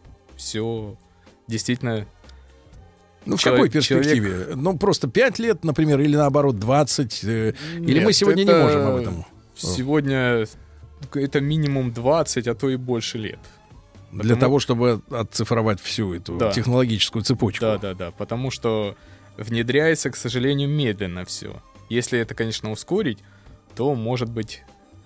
[SPEAKER 12] все действительно...
[SPEAKER 2] Ну, в
[SPEAKER 12] человек,
[SPEAKER 2] какой перспективе?
[SPEAKER 12] Человек...
[SPEAKER 2] Ну, просто пять лет, например, или наоборот двадцать? Э,
[SPEAKER 12] Нет,
[SPEAKER 2] или мы сегодня
[SPEAKER 12] это...
[SPEAKER 2] не можем об этом?
[SPEAKER 12] Сегодня... Это минимум двадцать, а то и больше лет.
[SPEAKER 2] Для
[SPEAKER 12] потому...
[SPEAKER 2] того, чтобы отцифровать всю эту да. технологическую цепочку.
[SPEAKER 12] Да, да, да. Потому что внедряется, к сожалению, медленно все. Если это, конечно, ускорить, то, может быть,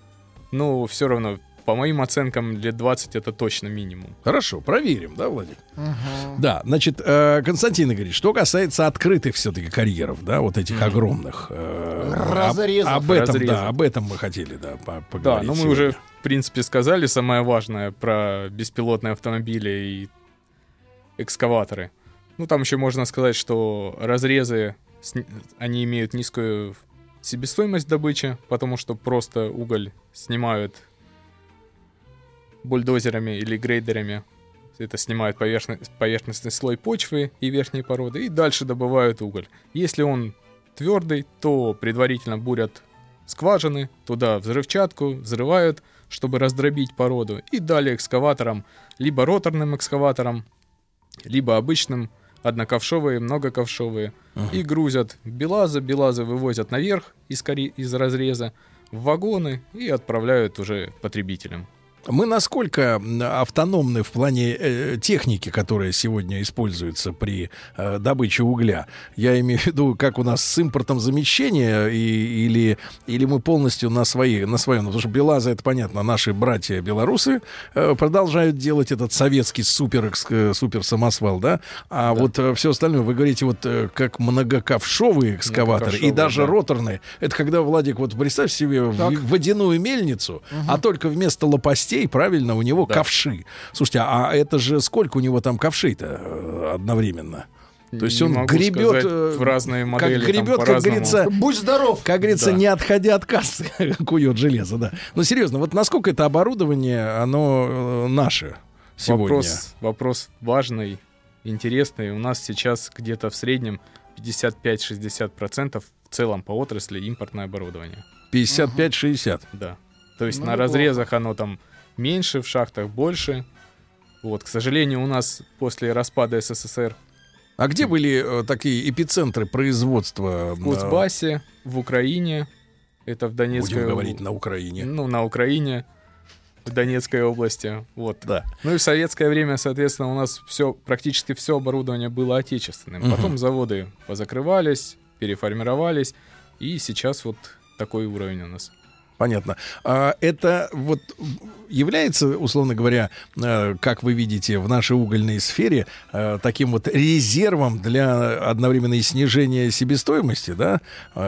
[SPEAKER 12] ну, все равно, по моим оценкам, лет двадцать это точно минимум.
[SPEAKER 2] Хорошо, проверим, да, Владимир?
[SPEAKER 3] Uh-huh.
[SPEAKER 2] Да, значит, э, Константин Игоревич, что касается открытых все-таки карьеров, да, вот этих uh-huh. огромных... Э,
[SPEAKER 3] Разрезов.
[SPEAKER 2] Об, об этом,
[SPEAKER 12] Разрезов.
[SPEAKER 2] да, об этом мы хотели, да, поговорить.
[SPEAKER 12] Да, ну мы
[SPEAKER 2] сегодня.
[SPEAKER 12] уже, в принципе, сказали самое важное про беспилотные автомобили и экскаваторы. Ну, там еще можно сказать, что разрезы, они имеют низкую себестоимость добычи, потому что просто уголь снимают бульдозерами или грейдерами. Это снимают поверхно- поверхностный слой почвы и верхней породы, и дальше добывают уголь. Если он твердый, то предварительно бурят скважины, туда взрывчатку, взрывают, чтобы раздробить породу, и далее экскаватором, либо роторным экскаватором, либо обычным, одноковшовые, многоковшовые, uh-huh. и грузят белазы, белазы вывозят наверх из, кори- из разреза, в вагоны и отправляют уже потребителям.
[SPEAKER 2] Мы насколько автономны в плане э, техники, которая сегодня используется при э, добыче угля? Я имею в виду, как у нас с импортом замещения, и, или, или мы полностью на, свои, на своем... Потому что БелАЗы, это понятно, наши братья-белорусы э, продолжают делать этот советский супер, э, супер самосвал, да? А да. вот э, все остальное, вы говорите, вот э, как многоковшовые экскаваторы, многоковшовые, и даже да. роторные. Это когда, Владик, вот представь себе в, водяную мельницу, угу. а только вместо лопастей, правильно, у него да. ковши. Слушайте, а это же сколько у него там ковшей-то одновременно? То есть он гребет
[SPEAKER 12] в разные модели,
[SPEAKER 2] как гребет, как говорится,
[SPEAKER 3] будь здоров,
[SPEAKER 2] как говорится,
[SPEAKER 12] да.
[SPEAKER 2] не отходя от кассы, кует железо, да. Но серьезно, вот насколько это оборудование, оно наше сегодня?
[SPEAKER 12] Вопрос, вопрос важный, интересный. У нас сейчас где-то в среднем пятьдесят пять - шестьдесят процентов в целом по отрасли импортное оборудование.
[SPEAKER 2] пятьдесят пять - шестьдесят
[SPEAKER 12] Да. То есть
[SPEAKER 3] ну,
[SPEAKER 12] на разрезах оно там меньше, в шахтах больше. Вот, к сожалению, у нас после распада СССР...
[SPEAKER 2] А где были э, такие эпицентры производства?
[SPEAKER 12] В Кузбассе, в Украине. Это в Донецкой...
[SPEAKER 2] Будем говорить на Украине.
[SPEAKER 12] Ну, на Украине, в Донецкой области. Вот.
[SPEAKER 2] Да.
[SPEAKER 12] Ну и в советское время, соответственно, у нас все, практически все оборудование было отечественным. Uh-huh. Потом заводы позакрывались, переформировались. И сейчас вот такой уровень у нас.
[SPEAKER 2] Понятно. А это вот является, условно говоря, как вы видите, в нашей угольной сфере таким вот резервом для одновременно и снижения себестоимости, да?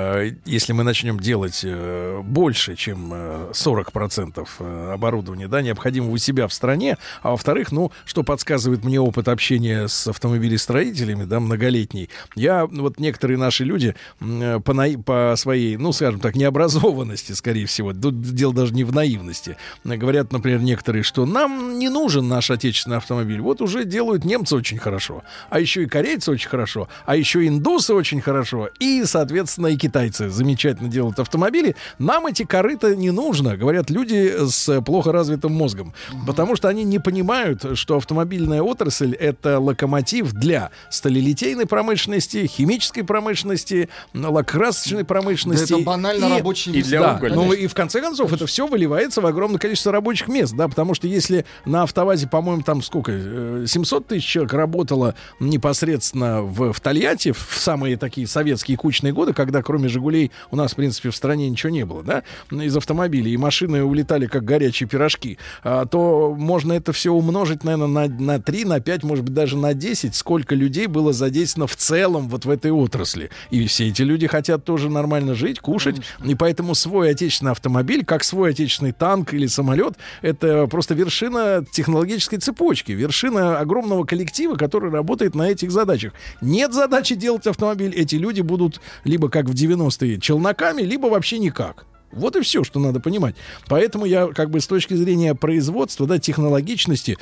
[SPEAKER 2] Если мы начнем делать больше, чем сорок процентов оборудования, да, необходимого у себя в стране, а во-вторых, ну, что подсказывает мне опыт общения с автомобилестроителями, да, многолетний, я, вот некоторые наши люди по, на... по своей, ну, скажем так, необразованности, скорее всего, тут дело даже не в наивности, говорят, например, некоторые, что нам не нужен наш отечественный автомобиль. Вот уже делают немцы очень хорошо, а еще и корейцы очень хорошо, а еще и индусы очень хорошо, и, соответственно, и китайцы замечательно делают автомобили. Нам эти корыта не нужно, говорят люди с плохо развитым мозгом, угу. потому что они не понимают, что автомобильная отрасль — это локомотив для сталелитейной промышленности, химической промышленности, лакокрасочной промышленности.
[SPEAKER 3] Да это банально
[SPEAKER 2] и,
[SPEAKER 3] рабочие
[SPEAKER 2] места. Да, ну и в конце концов, конечно. Это все выливается в огромное количество рабочих мест, да, потому что если на АвтоВАЗе, по-моему, там сколько, семьсот тысяч человек работало непосредственно в, в Тольятти в самые такие советские кучные годы, когда кроме «Жигулей» у нас, в принципе, в стране ничего не было, да, из автомобилей, и машины улетали как горячие пирожки, а, то можно это все умножить, наверное, на, на три, на пять, может быть, даже на десять, сколько людей было задействовано в целом вот в этой отрасли. И все эти люди хотят тоже нормально жить, кушать, конечно. И поэтому свой отечественный автомобиль, как свой отечественный танк или самолет, это просто вершина технологической цепочки, вершина огромного коллектива, который работает на этих задачах. Нет задачи делать автомобиль, эти люди будут либо как в девяностые челноками, либо вообще никак. Вот и все, что надо понимать. Поэтому я как бы с точки зрения производства, да, технологичности,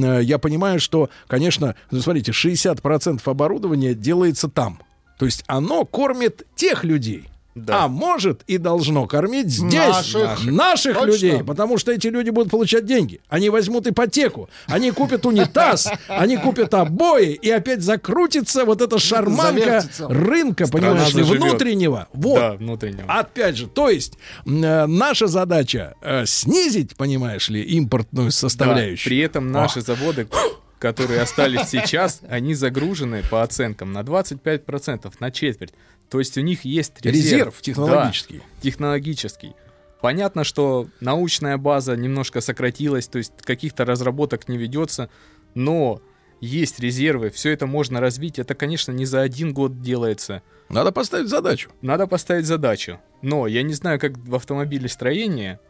[SPEAKER 2] я понимаю, что, конечно, смотрите, шестьдесят процентов оборудования делается там. То есть оно кормит тех людей. Да. А может и должно кормить здесь наших, наших людей, потому что эти люди будут получать деньги. Они возьмут ипотеку, они купят унитаз, они купят обои, и опять закрутится вот эта шарманка завертится. Рынка, страна понимаешь ли, внутреннего. Вот.
[SPEAKER 12] Да, внутреннего.
[SPEAKER 2] Опять же, то есть э, наша задача э, снизить, понимаешь ли, импортную составляющую.
[SPEAKER 12] Да, при этом наши О. заводы, которые остались сейчас, они загружены по оценкам на двадцать пять процентов, на четверть. То есть у них есть резерв.
[SPEAKER 2] Резерв технологический.
[SPEAKER 12] Да, технологический. Понятно, что научная база немножко сократилась, то есть каких-то разработок не ведется, но есть резервы, все это можно развить. Это, конечно, не за один год делается.
[SPEAKER 2] Надо поставить задачу.
[SPEAKER 12] Надо поставить задачу. Но я не знаю, как в автомобилестроении.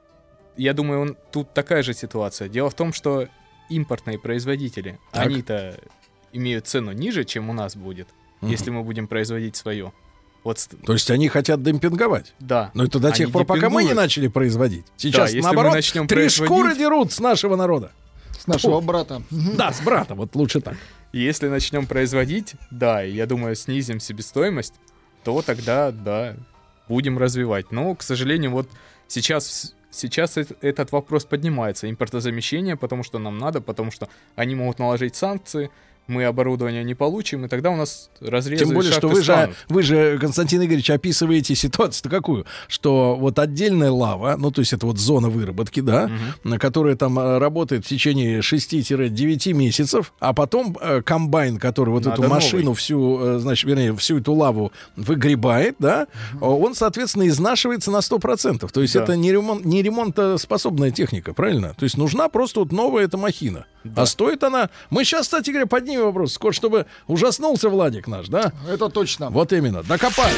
[SPEAKER 12] Я думаю, он, тут такая же ситуация. Дело в том, что импортные производители, так. они-то имеют цену ниже, чем у нас будет. Угу. Если мы будем производить свое. Вот.
[SPEAKER 2] То есть они хотят демпинговать?
[SPEAKER 12] Да.
[SPEAKER 2] Но это до тех пор, пока мы не начали производить. Сейчас, да, наоборот, три производить... шкуры дерут с нашего народа.
[SPEAKER 3] С нашего О. брата.
[SPEAKER 2] Да, с брата, вот лучше так.
[SPEAKER 12] Если начнем производить, да, я думаю, снизим себестоимость, то тогда, да, будем развивать. Но, к сожалению, вот сейчас, сейчас этот вопрос поднимается, импортозамещение, потому что нам надо, потому что они могут наложить санкции, мы оборудование не получим, и тогда у нас разрезы.
[SPEAKER 2] Тем более, что вы же, вы же, Константин Игоревич, описываете ситуацию-то какую? Что вот отдельная лава, ну, то есть это вот зона выработки, да, угу. которая там работает в течение шести-девяти месяцев, а потом э, комбайн, который вот Надо эту машину новый. всю, э, значит, вернее, всю эту лаву выгребает, да, угу. он, соответственно, изнашивается на сто процентов. То есть да. это не, ремонт, не ремонтоспособная техника, правильно? То есть нужна просто вот новая эта махина. Да. А стоит она... Мы сейчас, кстати говоря, поднимем вопрос, скоро, чтобы ужаснулся Владик наш, да?
[SPEAKER 3] Это точно.
[SPEAKER 2] Вот именно. Докопались.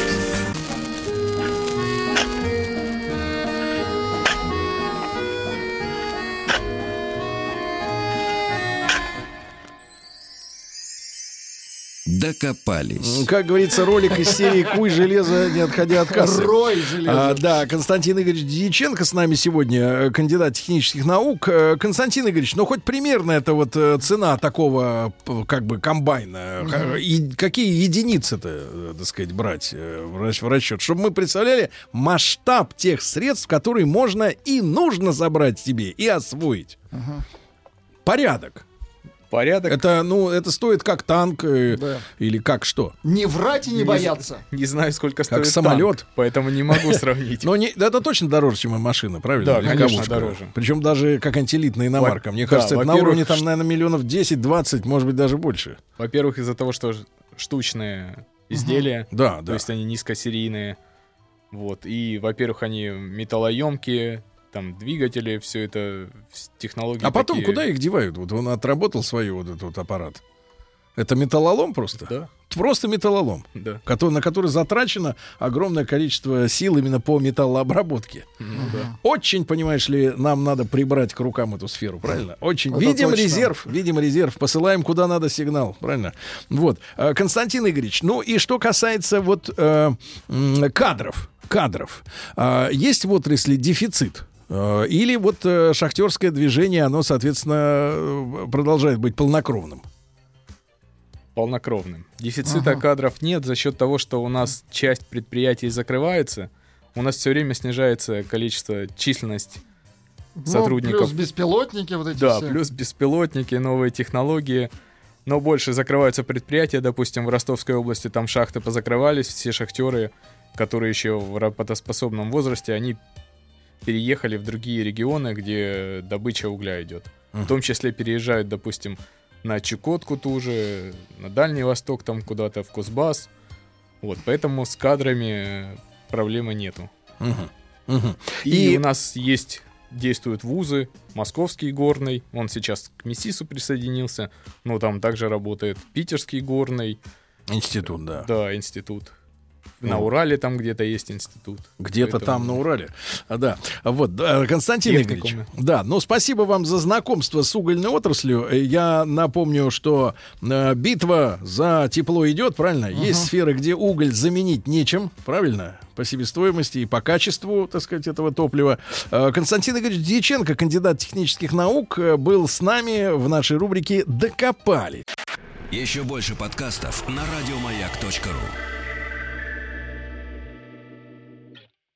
[SPEAKER 1] Докопались.
[SPEAKER 2] Как говорится, ролик из серии «Куй железо, не отходя от кассы».
[SPEAKER 3] Рой железо.
[SPEAKER 2] А, да, Константин Игоревич Дьяченко с нами сегодня, кандидат технических наук. Константин Игоревич, ну хоть примерно это вот цена такого как бы комбайна, mm-hmm. и какие единицы-то, так сказать, брать в расчет, чтобы мы представляли масштаб тех средств, которые можно и нужно забрать себе и освоить. Mm-hmm. Порядок.
[SPEAKER 12] Порядок.
[SPEAKER 2] Это, ну, это стоит как танк э, да. или как что?
[SPEAKER 3] Не врать и не, не бояться.
[SPEAKER 12] Не знаю, сколько стоит
[SPEAKER 2] как самолет.
[SPEAKER 12] Танк, поэтому не могу сравнить.
[SPEAKER 2] Но это точно дороже, чем машина, правильно?
[SPEAKER 12] Да, конечно, дороже.
[SPEAKER 2] Причем даже как элитная иномарка. Мне кажется, это на уровне там, наверное, миллионов десять-двадцать, может быть, даже больше.
[SPEAKER 12] Во-первых, из-за того, что штучные изделия,
[SPEAKER 2] да,
[SPEAKER 12] то есть они низкосерийные. Вот. И, во-первых, они металлоемкие, там двигатели, все это технологии.
[SPEAKER 2] А потом
[SPEAKER 12] такие...
[SPEAKER 2] куда их девают? Вот он отработал свой вот этот вот аппарат. Это металлолом просто?
[SPEAKER 12] Да.
[SPEAKER 2] Просто металлолом,
[SPEAKER 12] да.
[SPEAKER 2] который, на который затрачено огромное количество сил именно по металлообработке.
[SPEAKER 12] Ну, да.
[SPEAKER 2] Очень, понимаешь ли, нам надо прибрать к рукам эту сферу, правильно? Очень. Это видим точно. резерв, видим резерв, посылаем куда надо сигнал, правильно? Вот. Константин Игоревич, ну и что касается вот э, кадров, кадров. Э, есть в отрасли дефицит? Или вот э, шахтерское движение, оно, соответственно, продолжает быть полнокровным?
[SPEAKER 12] Полнокровным. Дефицита ага. кадров нет за счет того, что у нас часть предприятий закрывается. У нас все время снижается количество, численность ну, сотрудников.
[SPEAKER 3] Плюс беспилотники вот эти
[SPEAKER 12] Да,
[SPEAKER 3] все.
[SPEAKER 12] плюс беспилотники, новые технологии. Но больше закрываются предприятия. Допустим, в Ростовской области там шахты позакрывались. Все шахтеры, которые еще в работоспособном возрасте, они переехали в другие регионы, где добыча угля идет. Uh-huh. В том числе переезжают, допустим, на Чукотку ту же, на Дальний Восток, там куда-то, в Кузбасс. Вот, поэтому с кадрами проблемы нету.
[SPEAKER 2] Uh-huh. Uh-huh.
[SPEAKER 12] И, И у нас есть, действуют вузы, Московский горный, он сейчас к МИСИСу присоединился, но там также работает Питерский горный.
[SPEAKER 2] Институт, да.
[SPEAKER 12] Да, институт. На ну. Урале там где-то есть институт.
[SPEAKER 2] Где-то Поэтому... там на Урале. А, да. Вот, да, Константин Игоревич. Да, ну спасибо вам за знакомство с угольной отраслью. Я напомню, что э, битва за тепло идет, правильно? Uh-huh. Есть сферы, где уголь заменить нечем, правильно? По себестоимости и по качеству, так сказать, этого топлива. Э, Константин Игоревич Дьяченко, кандидат технических наук, был с нами в нашей рубрике «Докопали».
[SPEAKER 1] Еще больше подкастов на радиомаяк точка ру.